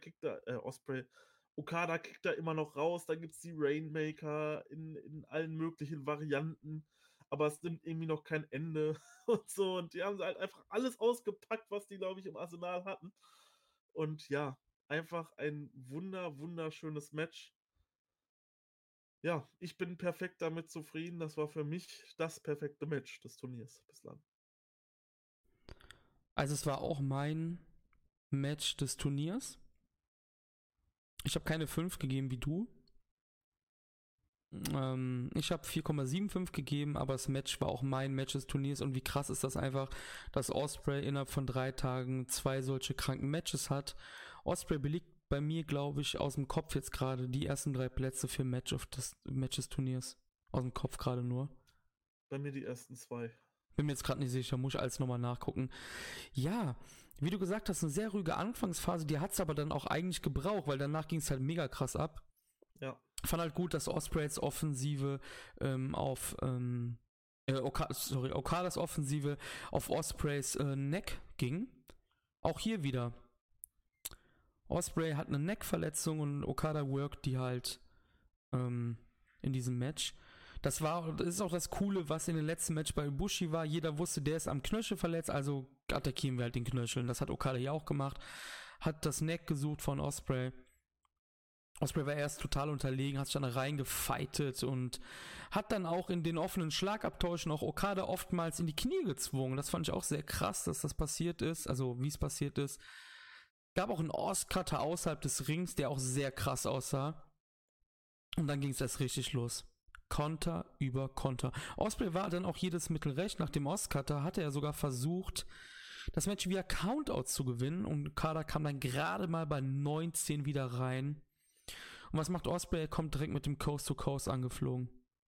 Okada kickt da immer noch raus. Da gibt es die Rainmaker in allen möglichen Varianten. Aber es nimmt irgendwie noch kein Ende und so. Und die haben halt einfach alles ausgepackt, was die, glaube ich, im Arsenal hatten. Und ja, einfach ein wunderschönes Match. Ja, ich bin perfekt damit zufrieden. Das war für mich das perfekte Match des Turniers bislang. Also es war auch mein Match des Turniers. Ich habe keine 5 gegeben wie du. Ich habe 4,75 gegeben, aber das Match war auch mein Match des Turniers. Und wie krass ist das einfach, dass Ospreay innerhalb von 3 Tagen 2 solche kranken Matches hat. Ospreay belegt bei mir, glaube ich, aus dem Kopf jetzt gerade die ersten 3 Plätze für Match des Turniers. Aus dem Kopf gerade nur. Bei mir die ersten 2. Bin mir jetzt gerade nicht sicher, muss ich alles nochmal nachgucken. Ja, wie du gesagt hast, eine sehr ruhige Anfangsphase, die hat es aber dann auch eigentlich gebraucht, weil danach ging es halt mega krass ab. Ja. Fand halt gut, dass Ospreys Offensive Okadas Offensive auf Ospreys Neck ging. Auch hier wieder. Osprey hat eine Neckverletzung und Okada worked die halt in diesem Match. Das ist auch das Coole, was in dem letzten Match bei Ibushi war. Jeder wusste, der ist am Knöchel verletzt, also attackieren wir halt den Knöchel. Das hat Okada ja auch gemacht. Hat das Neck gesucht von Osprey. Ospreay war erst total unterlegen, hat sich dann reingefightet und hat dann auch in den offenen Schlagabtauschen auch Okada oftmals in die Knie gezwungen. Das fand ich auch sehr krass, dass das passiert ist, also wie es passiert ist. Gab auch einen Ostcutter außerhalb des Rings, der auch sehr krass aussah. Und dann ging es erst richtig los. Konter über Konter. Ospreay war dann auch jedes Mittel recht. Nach dem Ostcutter hatte er sogar versucht, das Match via Countout zu gewinnen. Und Okada kam dann gerade mal bei 19 wieder rein. Und was macht Ospreay? Er kommt direkt mit dem Coast to Coast angeflogen.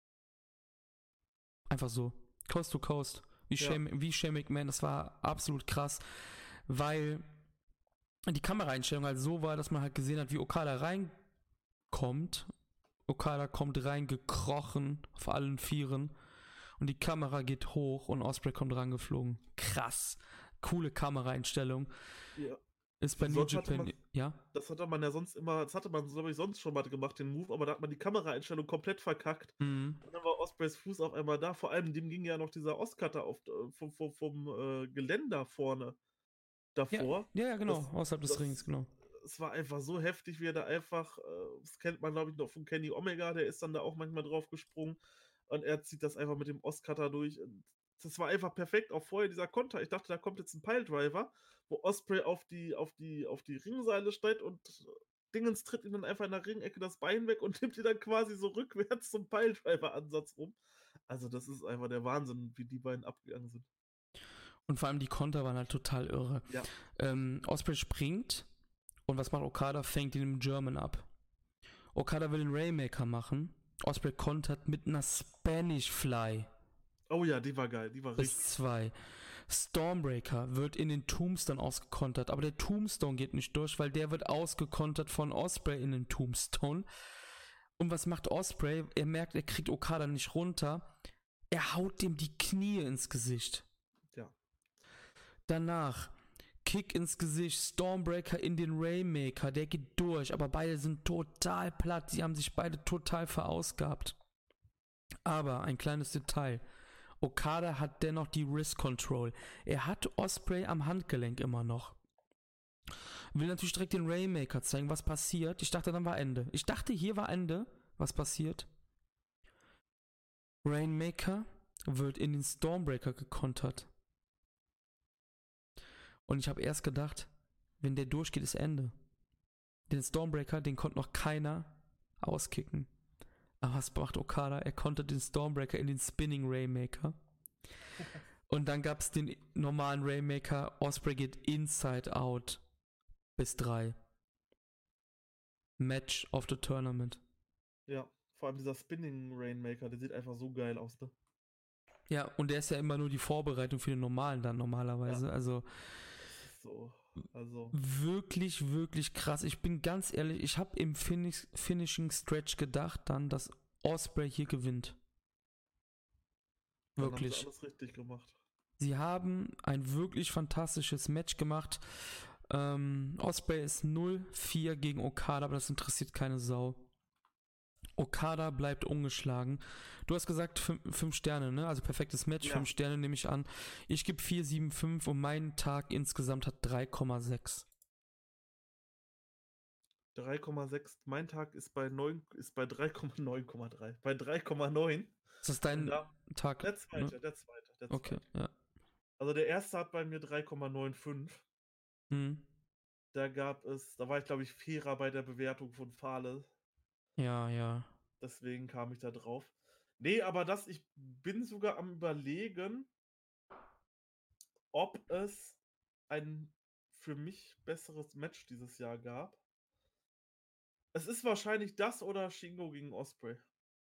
Einfach so. Coast to Coast. Wie Shane McMahon. Das war absolut krass. Weil die Kameraeinstellung halt so war, dass man halt gesehen hat, wie Okada reinkommt. Okada kommt reingekrochen auf allen Vieren. Und die Kamera geht hoch und Ospreay kommt rangeflogen. Krass. Coole Kameraeinstellung. Ja. Ist bei New Japan, ja? Das hatte man ja sonst immer, das hatte man, glaube ich, sonst schon mal gemacht, den Move, aber da hat man die Kameraeinstellung komplett verkackt. Und dann war Ospreys Fuß auf einmal da. Vor allem, dem ging ja noch dieser Ostcutter vom Geländer vorne davor. Ja, genau, außerhalb des Rings, genau. Es war einfach so heftig, wie er da einfach, das kennt man, glaube ich, noch von Kenny Omega, der ist dann da auch manchmal drauf gesprungen und er zieht das einfach mit dem Ostcutter durch. Das war einfach perfekt, auch vorher dieser Konter. Ich dachte, da kommt jetzt ein Piledriver, wo Ospreay auf die Ringseile steigt und Dingens tritt ihm dann einfach in der Ringecke das Bein weg und nimmt ihn dann quasi so rückwärts zum Piledriver-Ansatz rum. Also das ist einfach der Wahnsinn, wie die beiden abgegangen sind. Und vor allem die Konter waren halt total irre. Ja. Ospreay springt und was macht Okada? Fängt ihn im German ab. Okada will den Rainmaker machen. Ospreay kontert mit einer Spanish Fly. Oh ja, die war geil, die war richtig. Bis 2. Stormbreaker wird in den Tombstone ausgekontert, aber der Tombstone geht nicht durch, weil der wird ausgekontert von Ospreay in den Tombstone. Und was macht Ospreay? Er merkt, er kriegt Okada nicht runter. Er haut dem die Knie ins Gesicht. Ja. Danach Kick ins Gesicht, Stormbreaker in den Rainmaker, der geht durch, aber beide sind total platt. Sie haben sich beide total verausgabt. Aber ein kleines Detail. Okada hat dennoch die Wrist Control. Er hat Ospreay am Handgelenk immer noch. Will natürlich direkt den Rainmaker zeigen, was passiert. Ich dachte, dann war Ende. Ich dachte, hier war Ende. Was passiert? Rainmaker wird in den Stormbreaker gekontert. Und ich habe erst gedacht, wenn der durchgeht, ist Ende. Den Stormbreaker, den konnte noch keiner auskicken. Aber was macht Okada? Er kontert den Stormbreaker in den Spinning Rainmaker. Und dann gab es den normalen Rainmaker. Ospreay geht Inside Out bis 3. Match of the Tournament. Ja, vor allem dieser Spinning Rainmaker, der sieht einfach so geil aus, ne? Ja, und der ist ja immer nur die Vorbereitung für den normalen dann normalerweise. Ja. Also so, also wirklich, wirklich krass. Ich bin ganz ehrlich, ich habe im Finishing Stretch gedacht dann, dass Ospreay hier gewinnt. Wirklich. Dann haben sie alles richtig gemacht. Sie haben ein wirklich fantastisches Match gemacht. Ospreay ist 0-4 gegen Okada, aber das interessiert keine Sau. Okada bleibt ungeschlagen. Du hast gesagt 5 Sterne, ne? Also perfektes Match, 5 Sterne nehme ich an. Ich gebe 4,75 und mein Tag insgesamt hat 3,6. 3,6. Mein Tag ist bei 3,9,3. Bei 3,9. Ist das dein Tag? Der zweite. Okay, ja. Also der erste hat bei mir 3,95. Da war ich, glaube ich, fairer bei der Bewertung von Fale. Ja. Deswegen kam ich da drauf. Nee, aber ich bin sogar am Überlegen, ob es ein für mich besseres Match dieses Jahr gab. Es ist wahrscheinlich das oder Shingo gegen Ospreay.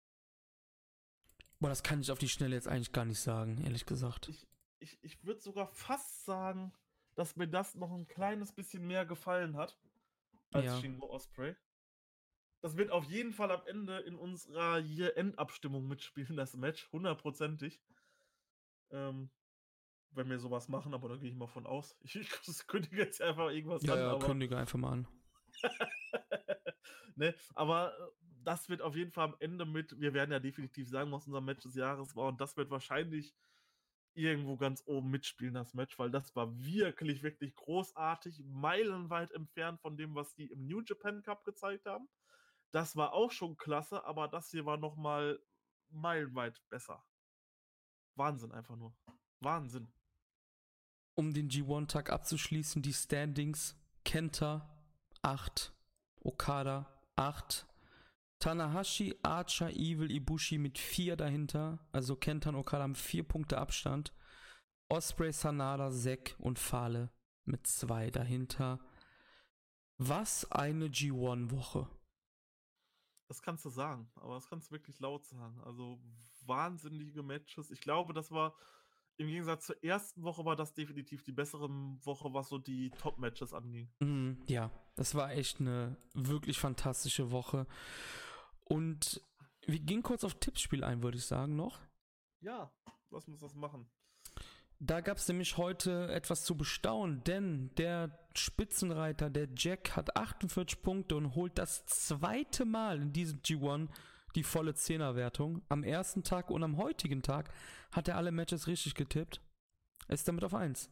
Boah, das kann ich auf die Schnelle jetzt eigentlich gar nicht sagen, ehrlich gesagt. Ich würde sogar fast sagen, dass mir das noch ein kleines bisschen mehr gefallen hat als Shingo Ospreay. Das wird auf jeden Fall am Ende in unserer Year-End-Abstimmung mitspielen, das Match, 100%ig. Wenn wir sowas machen, aber da gehe ich mal von aus. Ich kündige jetzt einfach irgendwas an. Ja, kündige einfach mal an. Ne, aber das wird auf jeden Fall am Ende wir werden ja definitiv sagen, was unser Match des Jahres war, und das wird wahrscheinlich irgendwo ganz oben mitspielen, das Match, weil das war wirklich, wirklich großartig, meilenweit entfernt von dem, was die im New Japan Cup gezeigt haben. Das war auch schon klasse, aber das hier war nochmal meilenweit besser. Wahnsinn einfach nur. Wahnsinn. Um den G1-Tag abzuschließen, die Standings: Kenta 8, Okada 8, Tanahashi, Archer, Evil, Ibushi mit 4 dahinter. Also Kenta und Okada haben 4 Punkte Abstand. Ospreay, Sanada, Zack und Fale mit 2 dahinter. Was eine G1-Woche. Das kannst du sagen, aber das kannst du wirklich laut sagen. Also wahnsinnige Matches. Ich glaube, das war im Gegensatz zur ersten Woche war das definitiv die bessere Woche, was so die Top-Matches anging. Ja, das war echt eine wirklich fantastische Woche. Und wir gehen kurz auf Tippspiel ein, würde ich sagen, noch. Ja, lass uns das machen. Da gab es nämlich heute etwas zu bestaunen, denn der Spitzenreiter, der Jack, hat 48 Punkte und holt das zweite Mal in diesem G1 die volle 10er-Wertung. Am ersten Tag und am heutigen Tag hat er alle Matches richtig getippt. Er ist damit auf 1.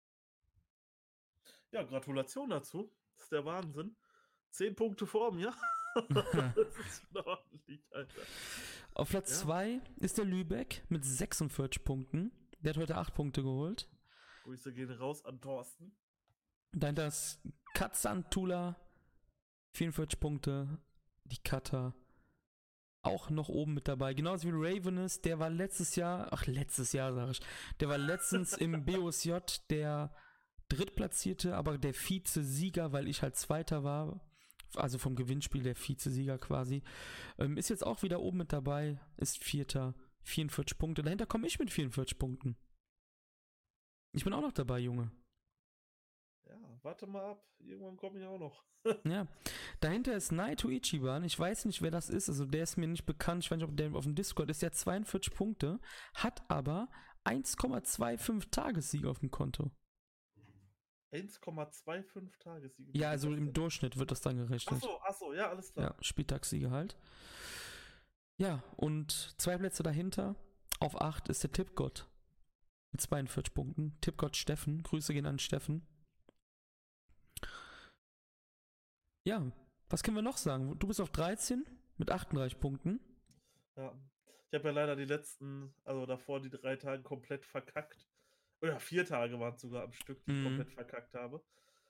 Ja, Gratulation dazu. Das ist der Wahnsinn. 10 Punkte vor mir. Das ist schon ordentlich, Alter. Auf Platz 2 ist der Lübeck mit 46 Punkten. Der hat heute 8 Punkte geholt. Grüße gehen raus an Thorsten. Dahinter ist Katzantula, 44 Punkte. Die Cutter auch noch oben mit dabei. Genauso wie Ravenous, der war letztes Jahr sag ich, der war letztens im BOSJ der Drittplatzierte, aber der Vize-Sieger, weil ich halt Zweiter war. Also vom Gewinnspiel der Vize-Sieger quasi. Ist jetzt auch wieder oben mit dabei, ist Vierter. 44 Punkte. Dahinter komme ich mit 44 Punkten. Ich bin auch noch dabei, Junge. Ja, warte mal ab. Irgendwann komme ich auch noch. Ja. Dahinter ist Naito Ichiban. Ich weiß nicht, wer das ist. Also der ist mir nicht bekannt. Ich weiß nicht, ob der auf dem Discord ist. Der hat 42 Punkte, hat aber 1,25 Tagessiege auf dem Konto. 1,25 Tagessiege? Ja, also im Durchschnitt wird das dann gerechnet. Achso, ja, alles klar. Ja, Spieltagssiege halt. Ja, und 2 Plätze dahinter, auf 8 ist der Tippgott mit 42 Punkten. Tippgott Steffen, Grüße gehen an Steffen. Ja, was können wir noch sagen? Du bist auf 13 mit 38 Punkten. Ja, ich habe ja leider davor die 3 Tage komplett verkackt. Oder 4 Tage waren es sogar am Stück, die ich komplett verkackt habe.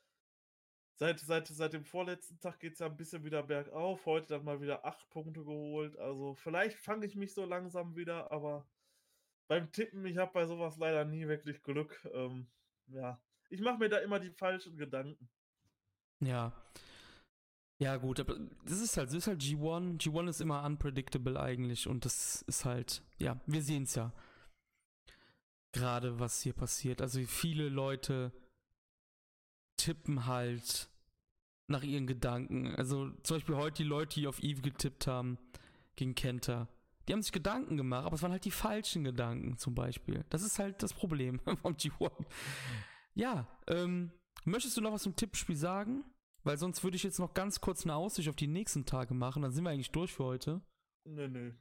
Seit dem vorletzten Tag geht es ja ein bisschen wieder bergauf. Heute dann mal wieder 8 Punkte geholt. Also vielleicht fange ich mich so langsam wieder, aber beim Tippen, ich habe bei sowas leider nie wirklich Glück. Ja, ich mache mir da immer die falschen Gedanken. Ja. Ja, gut, aber das ist halt G1. G1 ist immer unpredictable eigentlich und das ist halt, ja, wir sehen es ja. Gerade was hier passiert. Also viele Leute tippen halt nach ihren Gedanken. Also zum Beispiel heute die Leute, die auf Eve getippt haben gegen Kenta. Die haben sich Gedanken gemacht, aber es waren halt die falschen Gedanken zum Beispiel. Das ist halt das Problem vom G1. Ja, möchtest du noch was zum Tippspiel sagen? Weil sonst würde ich jetzt noch ganz kurz eine Aussicht auf die nächsten Tage machen. Dann sind wir eigentlich durch für heute. Nee.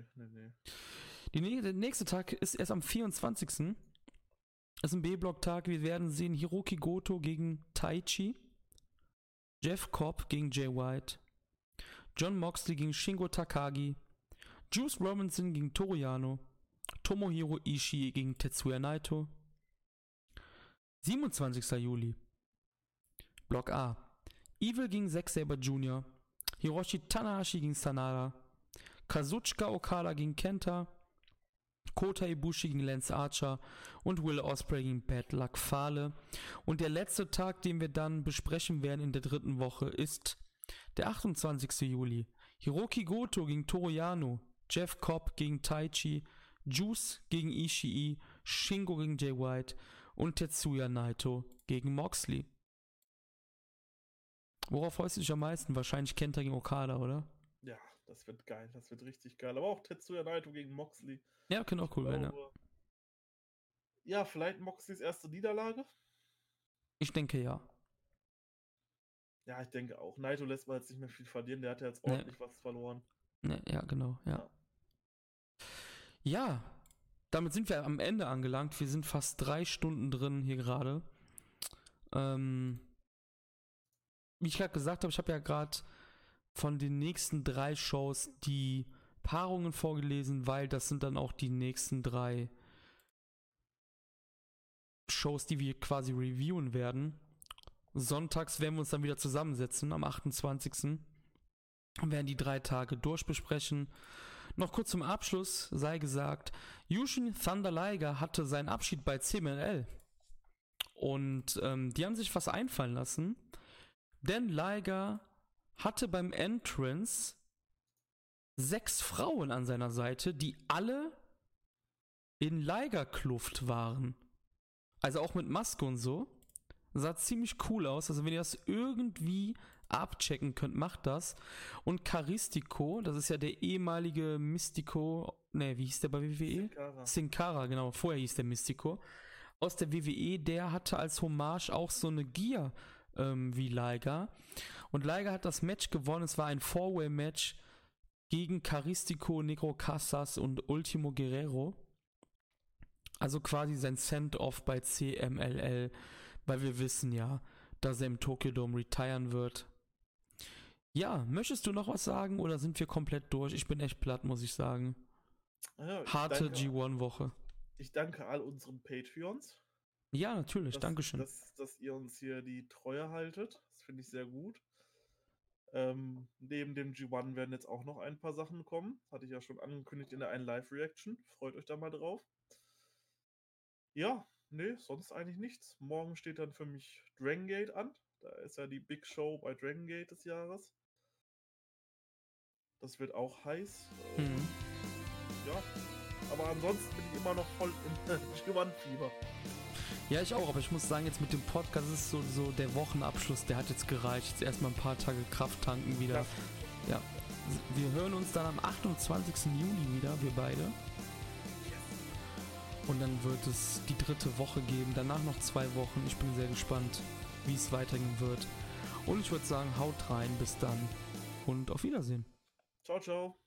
Der nächste Tag ist erst am 24. Das ist ein B-Block-Tag. Wir werden sehen Hiroki Goto gegen Taichi, Jeff Cobb gegen Jay White, John Moxley gegen Shingo Takagi, Juice Robinson gegen Toru Yano, Tomohiro Ishii gegen Tetsuya Naito. 27. Juli. Block A. Evil gegen Zack Sabre Jr., Hiroshi Tanahashi gegen Sanada, Kazuchika Okada gegen Kenta, Kota Ibushi gegen Lance Archer und Will Ospreay gegen Bad Luck Fale. Und der letzte Tag, den wir dann besprechen werden in der 3. Woche, ist der 28. Juli. Hiroki Goto gegen Toru Yano, Jeff Cobb gegen Taichi, Juice gegen Ishii, Shingo gegen Jay White und Tetsuya Naito gegen Moxley. Worauf freust du dich am meisten? Wahrscheinlich Kenta gegen Okada, oder? Ja, das wird geil, das wird richtig geil. Aber auch Tetsuya Naito gegen Moxley. Ja, könnte auch cool werden, ja. Ja, vielleicht Moxleys erste Niederlage? Ich denke ja. Ja, ich denke auch. Naito lässt man jetzt nicht mehr viel verlieren, der hat ja jetzt ordentlich was verloren. Ne, ja, genau, ja. Ja, damit sind wir am Ende angelangt. Wir sind fast 3 Stunden drin hier gerade. Wie ich gerade gesagt habe, ich habe ja gerade von den nächsten 3 Shows die Paarungen vorgelesen, weil das sind dann auch die nächsten 3 Shows, die wir quasi reviewen werden. Sonntags werden wir uns dann wieder zusammensetzen, am 28. und werden die 3 Tage durchbesprechen. Noch kurz zum Abschluss sei gesagt, Jushin Thunder Liger hatte seinen Abschied bei CMLL. Und die haben sich was einfallen lassen, denn Liger hatte beim Entrance 6 Frauen an seiner Seite, die alle in Liger-Kluft waren. Also auch mit Maske und so. Sah ziemlich cool aus. Also wenn ihr das irgendwie abchecken könnt, macht das. Und Caristico, das ist ja der ehemalige Mystico, wie hieß der bei WWE? Sin Cara, genau. Vorher hieß der Mystico. Aus der WWE, der hatte als Hommage auch so eine Gear wie Liger. Und Liger hat das Match gewonnen. Es war ein 4-Way-Match gegen Caristico, Negro Casas und Ultimo Guerrero. Also quasi sein Send-Off bei CMLL, weil wir wissen ja, dass er im Tokyo Dome retiren wird. Ja, möchtest du noch was sagen oder sind wir komplett durch? Ich bin echt platt, muss ich sagen. Ja, Harte G1-Woche. Ich danke all unseren Patreons. Ja, natürlich, Dankeschön. Dass ihr uns hier die Treue haltet. Das finde ich sehr gut. Neben dem G1 werden jetzt auch noch ein paar Sachen kommen. Hatte ich ja schon angekündigt in der einen Live-Reaction. Freut euch da mal drauf. Ja, sonst eigentlich nichts. Morgen steht dann für mich Dragon Gate an. Da ist ja die Big Show bei Dragon Gate des Jahres. Das wird auch heiß. Ja, aber ansonsten bin ich immer noch voll im G1-Fieber. Ja, ich auch, aber ich muss sagen, jetzt mit dem Podcast, das ist so der Wochenabschluss, der hat jetzt gereicht. Jetzt erstmal ein paar Tage Kraft tanken wieder. Ja, wir hören uns dann am 28. Juli wieder, wir beide. Und dann wird es die 3. Woche geben, danach noch 2 Wochen. Ich bin sehr gespannt, wie es weitergehen wird. Und ich würde sagen, haut rein, bis dann und auf Wiedersehen. Ciao, ciao.